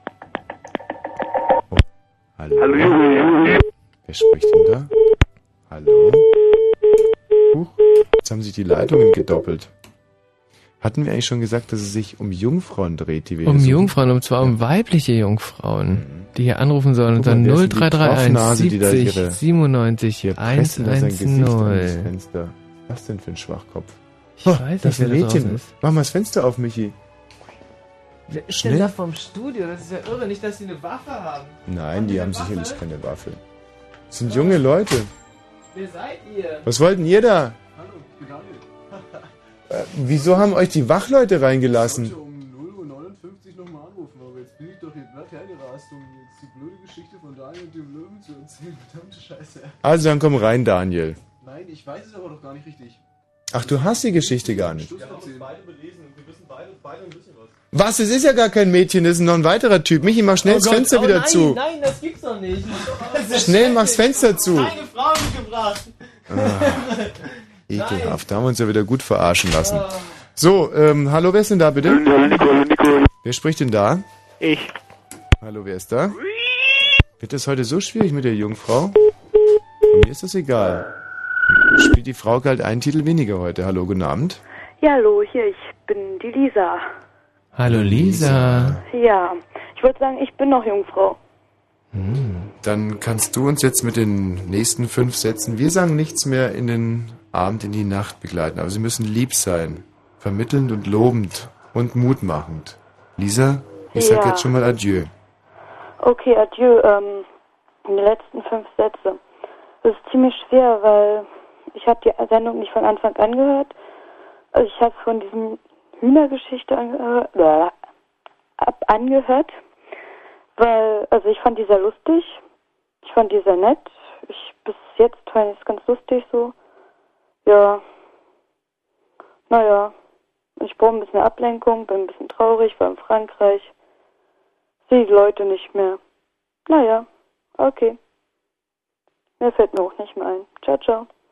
Oh. Hallo? Hallo. Wer spricht denn da? Hallo? Huch, jetzt haben sich die Leitungen gedoppelt. Hatten wir eigentlich schon gesagt, dass es sich um Jungfrauen dreht, die wir Um hier Jungfrauen, und zwar um weibliche Jungfrauen, die hier anrufen sollen unter Guck mal, wer ist denn die 0331 Kraftnase, die da 70 ihre- 97 Hier pressen da sein Gesicht an das 110. Fenster. Was denn für ein Schwachkopf? Ich weiß das nicht, wer da Mädchen. draußen ist. Mach mal das Fenster auf, Michi. Wer ist Schnell. denn da vom Studio? Das ist ja irre, nicht, dass sie eine Waffe haben. Nein, die haben sicherlich keine Waffe. Das sind junge Leute. Wer seid ihr? Was wollten ihr da? Hallo, ich bin Daniel. Wieso haben euch die Wachleute reingelassen? Ich wollte um 0:59 Uhr nochmal anrufen, aber jetzt bin ich doch hier glatt hergerast, um jetzt die blöde Geschichte von Daniel und dem Löwen zu erzählen. Verdammte Scheiße. Also dann komm rein, Daniel. Nein, ich weiß es aber doch gar nicht richtig. Ach, du hast die Geschichte gar nicht. Wir haben uns beide belesen und wir wissen beide ein bisschen was. Was? Es ist ja gar kein Mädchen, das ist noch ein weiterer Typ. Michi, mach schnell das Fenster wieder nein, zu. Nein, das gibt's doch nicht. Schnell mach's Fenster zu. Keine Frau mitgebracht. Ekelhaft, da haben wir uns ja wieder gut verarschen lassen. So, hallo, wer ist denn da bitte? Wer spricht denn da? Ich. Hallo, wer ist da? Wird das heute so schwierig mit der Jungfrau? Mir ist das egal. Spielt die Frau halt einen Titel weniger heute. Hallo, guten Abend. Ja, hallo, hier, ich bin die Lisa. Hallo Lisa. Ja, ich wollte sagen, ich bin noch Jungfrau. Dann kannst du uns jetzt mit den nächsten 5 Sätzen, wir sagen nichts mehr, in den Abend, in die Nacht begleiten. Aber sie müssen lieb sein, vermittelnd und lobend und mutmachend. Lisa, ich sag Ja. jetzt schon mal Adieu. Okay, adieu. Die letzten 5 Sätze. Das ist ziemlich schwer, weil ich habe die Sendung nicht von Anfang an gehört. Also ich habe von diesem Hühnergeschichte angehört, weil, also ich fand die sehr lustig. Ich fand die sehr nett. Bis jetzt fand ich es ganz lustig so. Ja. Naja. Ich brauche ein bisschen Ablenkung, bin ein bisschen traurig, war in Frankreich. Sehe die Leute nicht mehr. Naja, okay. Mehr fällt mir auch nicht mehr ein. Ciao, ciao.